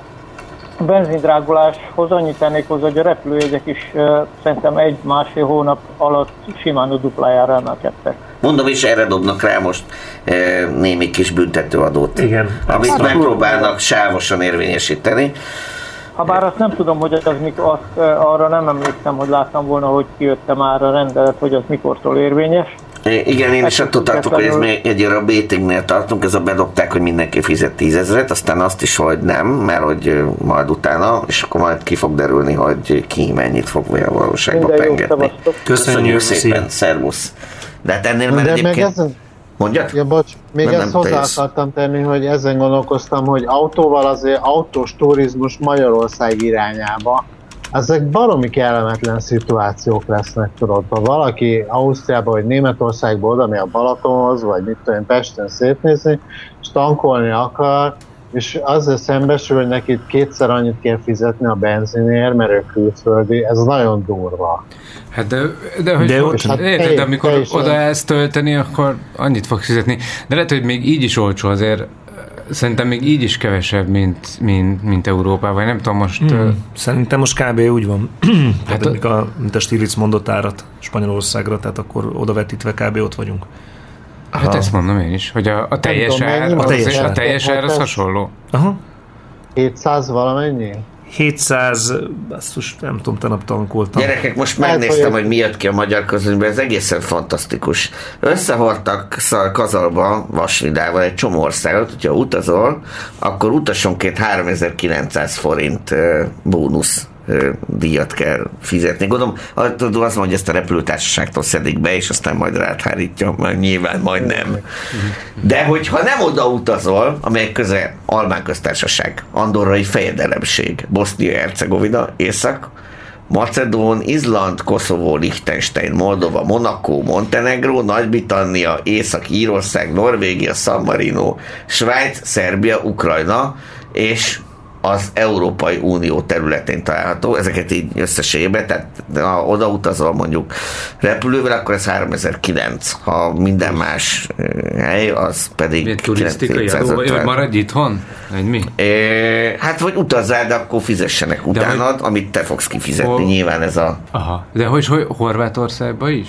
S8: A benzindráguláshoz annyit tennék hozzá, hogy a repülőjegyek is uh, szerintem egy-másfél hónap alatt simán a duplájára emelkedtek.
S1: Mondom, és erre dobnak rá most e, némi kis büntetőadót,
S2: igen,
S1: amit hát, megpróbálnak sávosan érvényesíteni.
S8: Habár azt nem tudom, hogy az mikor, azt, uh, arra nem emlékszem, hogy láttam volna, hogy kijötte már a rendelet, hogy az mikortól érvényes.
S1: Igen, én is attól tartok, hogy ez még egyre a Bétingnél tartunk, ez a bedobták, hogy mindenki fizet tízezret, aztán azt is, hogy nem, mert hogy majd utána, és akkor majd ki fog derülni, hogy ki mennyit fog olyan valóságban pengetni. Köszönjük szépen, szervusz. De hát ennél már egyébként... Mondjad?
S3: Ja, bocs, még nem, ezt nem hozzá akartam tenni, hogy ezen gondolkoztam, hogy autóval azért autós turizmus Magyarország irányába, ezek baromi kellemetlen szituációk lesznek, tudod, ha valaki Ausztriába vagy Németországba oda megy a Balatonhoz, vagy mit tudom, Pesten szétnézni, és tankolni akar, és azzal szembesül, hogy neki kétszer annyit kell fizetni a benzinért, mert ő külföldi, ez nagyon durva.
S6: Hát de, de, hogy de, ott, hát érted, amikor oda ezt tölteni, akkor annyit fog fizetni. De lehet, hogy még így is olcsó azért. Szerintem még így is kevesebb, mint, mint, mint Európában, vagy nem tudom most...
S2: Hmm. Szerintem most kb. Úgy van. Hát a, a, mint a Stiglitz mondott árat Spanyolországra, tehát akkor odavetítve kb. Ott vagyunk.
S6: Hát ha. Ezt mondom én is, hogy a, a teljes ár, a teljes ár, a teljes ár az hasonló.
S2: Aha.
S3: hétszáz valamennyi?
S2: hétszáz, basszus, nem tudom, tegnap tankoltam.
S1: Gyerekek, most megnéztem, hogy mi jött ki a magyar közönyben, ez egészen fantasztikus. Összehordtak Kazalba vasvidával egy csomó országot, hogyha utazol, akkor utasonként háromezer-kilencszáz forint bónusz díjat kell fizetni. Gondolom, azt mondom, hogy ezt a repülőtársaságtól szedik be, és aztán majd ráthárítja, majd nyilván majd nem. De hogyha nem oda utazol, amely közel Albán köztársaság, Andorrai fejedelemség, Bosznia-Hercegovina, Észak, Macedón, Izland, Koszovó, Liechtenstein, Moldova, Monaco, Montenegró, Nagy-Britannia, Észak-Írország, Norvégia, San Marino, Svájc, Szerbia, Ukrajna, és az Európai Unió területén található, ezeket így összességében, tehát ha odautazol mondjuk repülővel, akkor ez háromezer-kilenc, ha minden más hely, az pedig
S6: kilencszáz-hétszázötven. Maradj itthon? Vagy mi?
S1: É, hát vagy utazzál, de akkor fizessenek utánad, hogy... amit te fogsz kifizetni, Hol... nyilván ez a...
S6: Aha. De hogy, hogy Horvátországban is?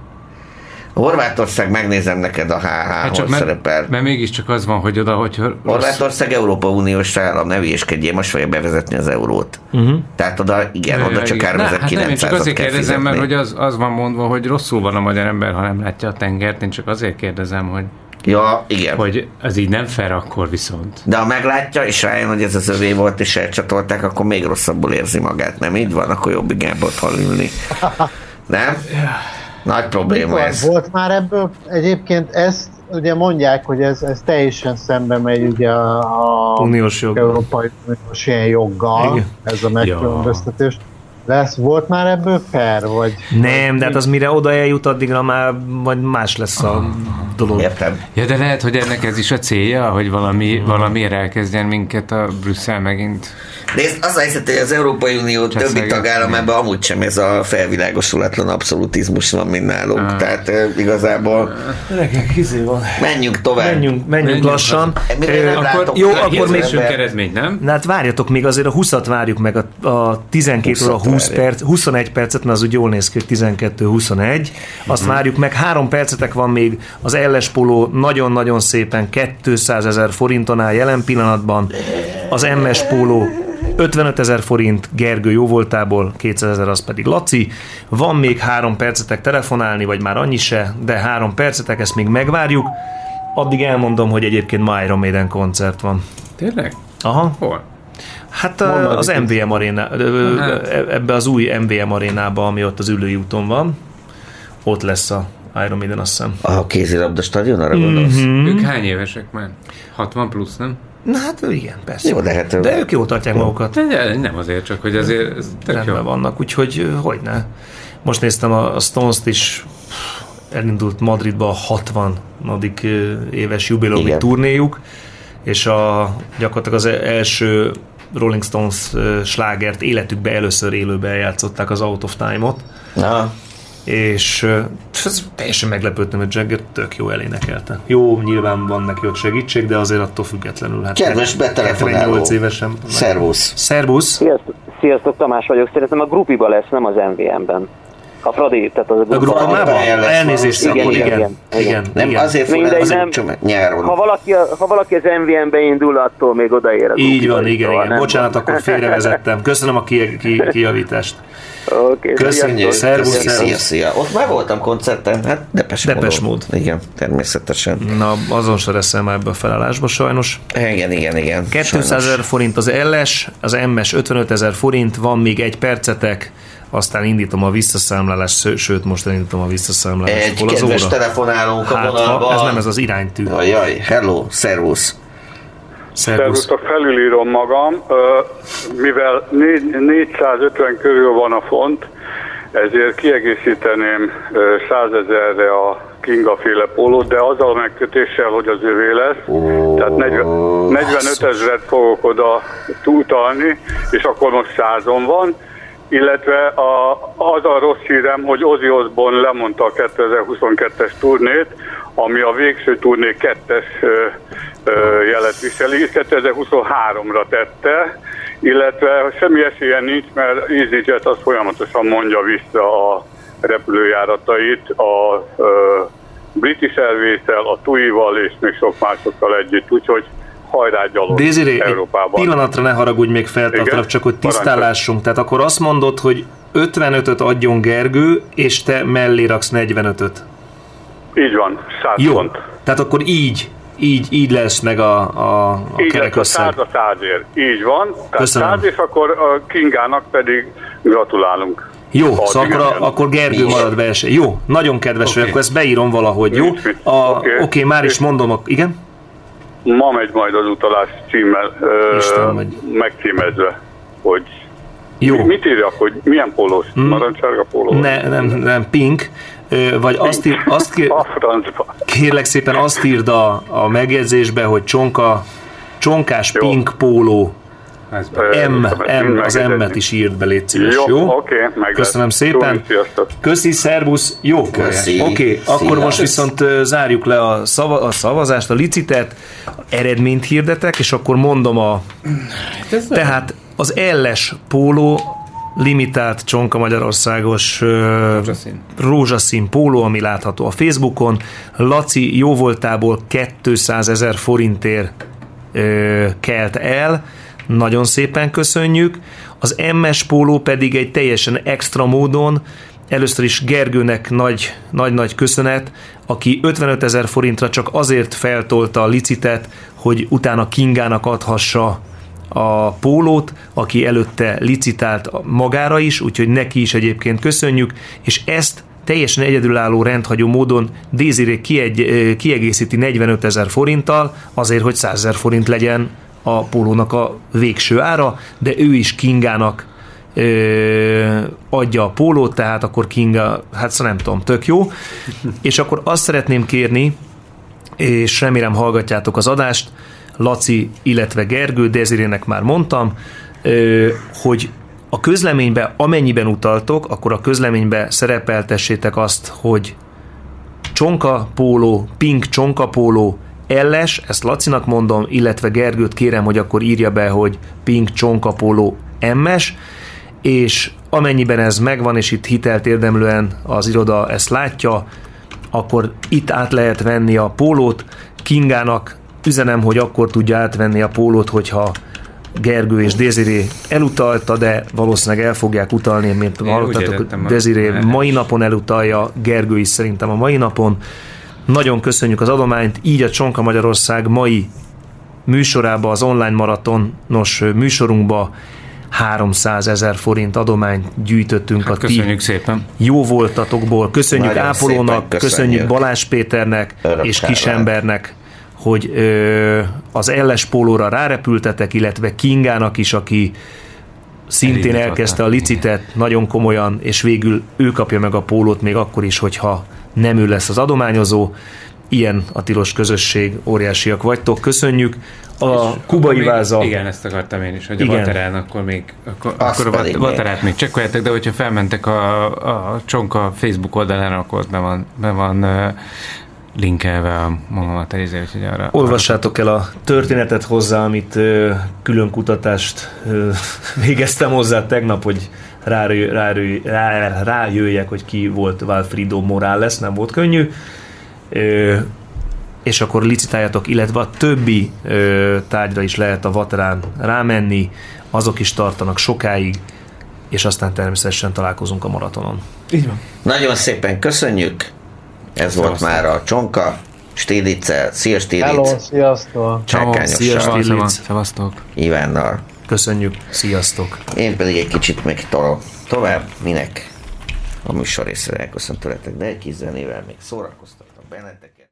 S1: Horvátország, megnézem neked a há há, hát hol mert, szerepel.
S6: Mert mégiscsak az van, hogy oda, hogy... Rossz...
S1: Horvátország Európa Uniós állam, ne hülyéskedjél, most fogja bevezetni az eurót. Uh-huh. Tehát oda, igen, ne, oda csak háromezer-kilencszázat
S6: hát csak azért
S1: kell
S6: kérdezem,
S1: fizetni.
S6: mert hogy az, az van mondva, hogy rosszul van a magyar ember, ha nem látja a tengert, én csak azért kérdezem, hogy...
S1: Ja, igen.
S6: Hogy az így nem fair akkor viszont.
S1: De ha meglátja, és rájön, hogy ez az övé volt, és elcsatolták, akkor még rosszabbul érzi magát, nem így van? Akkor jobb inkább otthon ülni. Nem? Nagy probléma Mikor ez.
S3: Volt már ebből egyébként ezt, ugye mondják, hogy ez, ez teljesen szembe megy ugye a, a
S2: uniós jog.
S3: Európai Uniós ilyen joggal, igen. Ez a megkülönböztetés. De ez volt már ebből per, vagy...
S2: Nem, de hát az mire oda eljut, addigra már majd más lesz a dolog.
S1: Értem.
S6: Ja, de lehet, hogy ennek ez is a célja, hogy valami, hmm. valamiért elkezdjen minket a Brüsszel megint.
S1: De ez az a helyzet, hogy az Európai Unió Csak többi tagállamában amúgy sem ez a felvilágosulatlan abszolutizmus van, mint nálunk. Ah. Tehát uh, igazából
S2: Gyerekek, izé van.
S1: Menjünk tovább.
S2: Menjünk, menjünk, menjünk lassan.
S1: Ö, akkor,
S2: jó, akkor még
S6: eredmény, nem?
S2: Na hát várjatok, még azért a huszat várjuk meg, a, a tizenkét óra húsz perc, huszonegy percet, mert az úgy jól néz ki, tizenkettő huszonegy. Azt uh-huh. várjuk meg, három percetek van még az el es póló nagyon-nagyon szépen kétszázezer forinton áll jelen pillanatban, az em es póló ötvenötezer forint Gergő jóvoltából, kétszázezer az pedig Laci. Van még három percetek telefonálni, vagy már annyi se, de három percetek, ezt még megvárjuk. Addig elmondom, hogy egyébként ma Iron Maiden koncert van.
S6: Tényleg?
S2: Aha.
S6: Hol?
S2: Hát a, az em vé em aréna, ebbe az új em vé em arénába, ami ott az Üllői úton van, ott lesz a Iron Maiden, azt hiszem.
S1: A kézilabda stadion, arra gondolsz?
S2: Mm-hmm.
S6: Ők hány évesek már? hatvan plusz, nem?
S2: Na hát igen, persze.
S1: Jó, de, hát,
S2: de ők jól tartják magukat.
S6: De nem azért, csak hogy azért
S2: rendben jó. Vannak, úgyhogy hogyne. Most néztem a Stones-t is, elindult Madridba a hatvanadik éves jubileumi turnéjuk, és a, gyakorlatilag az első Rolling Stones slágert életükbe először élőben eljátszották, az Out of Time-ot. Na. És ez teljesen meglepődtem, hogy Jagger tök jó elénekelte. Jó, nyilván van neki ott segítség, de azért attól függetlenül. Hát
S1: kedves betelefonáló.
S2: Évesen.
S1: Szervusz.
S2: Szervusz.
S5: Sziasztok, sziasztok, Tamás vagyok. Szerintem a Grupiba lesz, nem az em vé em-ben. A Fradi, tehát az
S2: a Grupamában? Elnézést,
S5: igen, igen, igen,
S2: igen, igen.
S1: Nem,
S2: igen.
S1: azért mindegy, nem, nyáron.
S5: Ha valaki, ha valaki az em vé em-be indul, attól még odaér az
S2: így van, igen, igen. Nem Bocsánat, van. Akkor félrevezettem. Köszönöm a ki, ki, kijavítást.
S5: Okay,
S2: köszönjük, szervusz,
S1: szia, szia. Ott már voltam koncerten, hát Depes,
S2: Depes mód.
S1: Igen, természetesen.
S2: Na, azon se leszem ebbe a felállásba sajnos.
S1: Igen, igen, igen.
S2: kétszázezer forint az el es, az em es ötvenötezer forint, van még egy percetek, aztán indítom a visszaszámlálást, sőt, most elindítom a visszaszámlálást.
S1: Egy kedves telefonálónk a vonalban.
S2: Hát, ez nem ez az iránytű.
S1: Jaj, hello, szervusz.
S4: Szervusztok, felülírom magam, mivel négyszázötven körül van a font, ezért kiegészíteném százezerre a Kinga féle pólót, de azzal a megkötéssel, hogy az övé lesz. Oh, tehát negyvenöt ezret fogok oda utalni, és akkor most százon van, illetve a, az a rossz hírem, hogy Ozzy Osbourne lemondta a kétezer-huszonkettes turnét, ami a végső turné kettes jelet viseli, kétezer-huszonháromra tette, illetve semmi esélye nincs, mert EasyJet az folyamatosan mondja vissza a repülőjáratait a uh, British Airways-el, a té u i-val és még sok másokkal együtt, úgyhogy hajrá gyalog Európában.
S2: Pillanatra ne haragudj, még feltartalak, csak hogy tisztállásunk. Tehát akkor azt mondod, hogy ötvenötöt adjon Gergő, és te mellé raksz negyvenötöt.
S4: Így van, száz
S2: jó,
S4: pont.
S2: Tehát akkor így, így, így lesz meg a, a, a kerekösszeg.
S4: Így lesz a száz a százért. Így van.
S2: Köszönöm.
S4: száz, és akkor a Kingának pedig gratulálunk.
S2: Jó, ha, szóval akkor, a, akkor Gergő marad verseny. Jó, nagyon kedves okay. vagy, akkor ezt beírom valahogy, jó? Oké, okay. okay, már is mondom, a, igen?
S4: Ma megy majd az utalás címmel ö, megcímezve, hogy
S2: jó.
S4: Mit írjak, hogy milyen pólós? Mm. Narancsárga póló?
S2: Ne, nem, nem, pink. Vagy azt, ír, azt kér, kérlek szépen azt írd a, a megjegyzésbe, hogy csonka, csonkás jó. Pink póló. M, M, az M-et is írd be, légy szíves, jó?
S4: Jó, oké, okay,
S2: köszönöm szépen. Köszi, szervusz, jó. Oké, okay, akkor most viszont zárjuk le a, szava, a szavazást, a licitet, eredményt hirdetek, és akkor mondom a... Tehát az el es póló limitált csonka magyarországos rózsaszín. rózsaszín póló, ami látható a Facebookon. Laci jóvoltából kétszázezer forintért ö, kelt el. Nagyon szépen köszönjük. Az em es póló pedig egy teljesen extra módon, először is Gergőnek nagy, nagy-nagy köszönet, aki ötvenötezer forintra csak azért feltolta a licitet, hogy utána Kingának adhassa a pólót, aki előtte licitált magára is, úgyhogy neki is egyébként köszönjük, és ezt teljesen egyedülálló rendhagyó módon Desiree kiegy, kiegészíti negyvenötezer forinttal, azért, hogy százezer forint legyen a pólónak a végső ára, de ő is Kingának ö, adja a pólót, tehát akkor Kinga, hát szóval nem tudom, tök jó. És akkor azt szeretném kérni, és remélem hallgatjátok az adást, Laci, illetve Gergő, Desirének már mondtam, ö, hogy a közleménybe, amennyiben utaltok, akkor a közleménybe szerepeltessétek azt, hogy csonka póló, pink csonka póló, el es, ezt Lacinak mondom, illetve Gergőt kérem, hogy akkor írja be, hogy pink csonka póló em es, és amennyiben ez megvan, és itt hitelt érdemlően az iroda ezt látja, akkor itt át lehet venni a pólót. Kingának üzenem, hogy akkor tudja átvenni a pólót, hogyha Gergő és Desiré elutalta, de valószínűleg el fogják utalni, mint hallottatok, Desiré mai napon elutalja, Gergő is szerintem a mai napon. Nagyon köszönjük az adományt, így a Csonka Magyarország mai műsorába, az online maratonos műsorunkba háromszázezer forint adományt gyűjtöttünk hát a ti
S6: szépen.
S2: jó voltatokból. Köszönjük
S1: Nagyon
S2: Ápolónak, köszönjük. köszönjük Balázs Péternek
S1: Örök
S2: és
S1: Kármán.
S2: Kisembernek, hogy ö, az elles pólóra rárepültetek, illetve Kingának is, aki szintén
S6: Elindították.
S2: elkezdte a licitet nagyon komolyan, és végül ő kapja meg a pólót, még akkor is, hogyha nem ő lesz az adományozó. Ilyen a tilos közösség, óriásiak vagytok, köszönjük. A
S6: és
S2: kubai
S6: még,
S2: váza...
S6: Igen, ezt akartam én is, hogy
S2: igen.
S6: a Vaterán akkor még akkor, akkor a Vaterát még csekkoljátok, de hogyha felmentek a, a Csonka Facebook oldalára, akkor ott be van, be van uh, linkelve a Mama Terézé, úgyhogy arra...
S2: Olvassátok el a történetet hozzá, amit uh, külön kutatást uh, végeztem hozzá tegnap, hogy rárő, rárő, rá, rájöjjek, hogy ki volt Walfrido Morales, nem volt könnyű. Ö, és akkor licitáljatok, illetve a többi ö, tárgyra is lehet a Vaterán rámenni, azok is tartanak sokáig, és aztán természetesen találkozunk a maratonon.
S6: Így van.
S1: Nagyon szépen köszönjük, ez
S6: Szevasztok.
S1: volt már a Csonka, Stiliccel, szia Stilic,
S3: Hello, sziasztok!
S1: Csákányossal,
S6: Szevasztok!
S1: Ivánnal.
S2: Köszönjük, sziasztok!
S1: Én pedig egy kicsit még tolom tovább, minek a műsor részre elköszöntőletek, de egy kis zenével még szórakoztatom benneteket.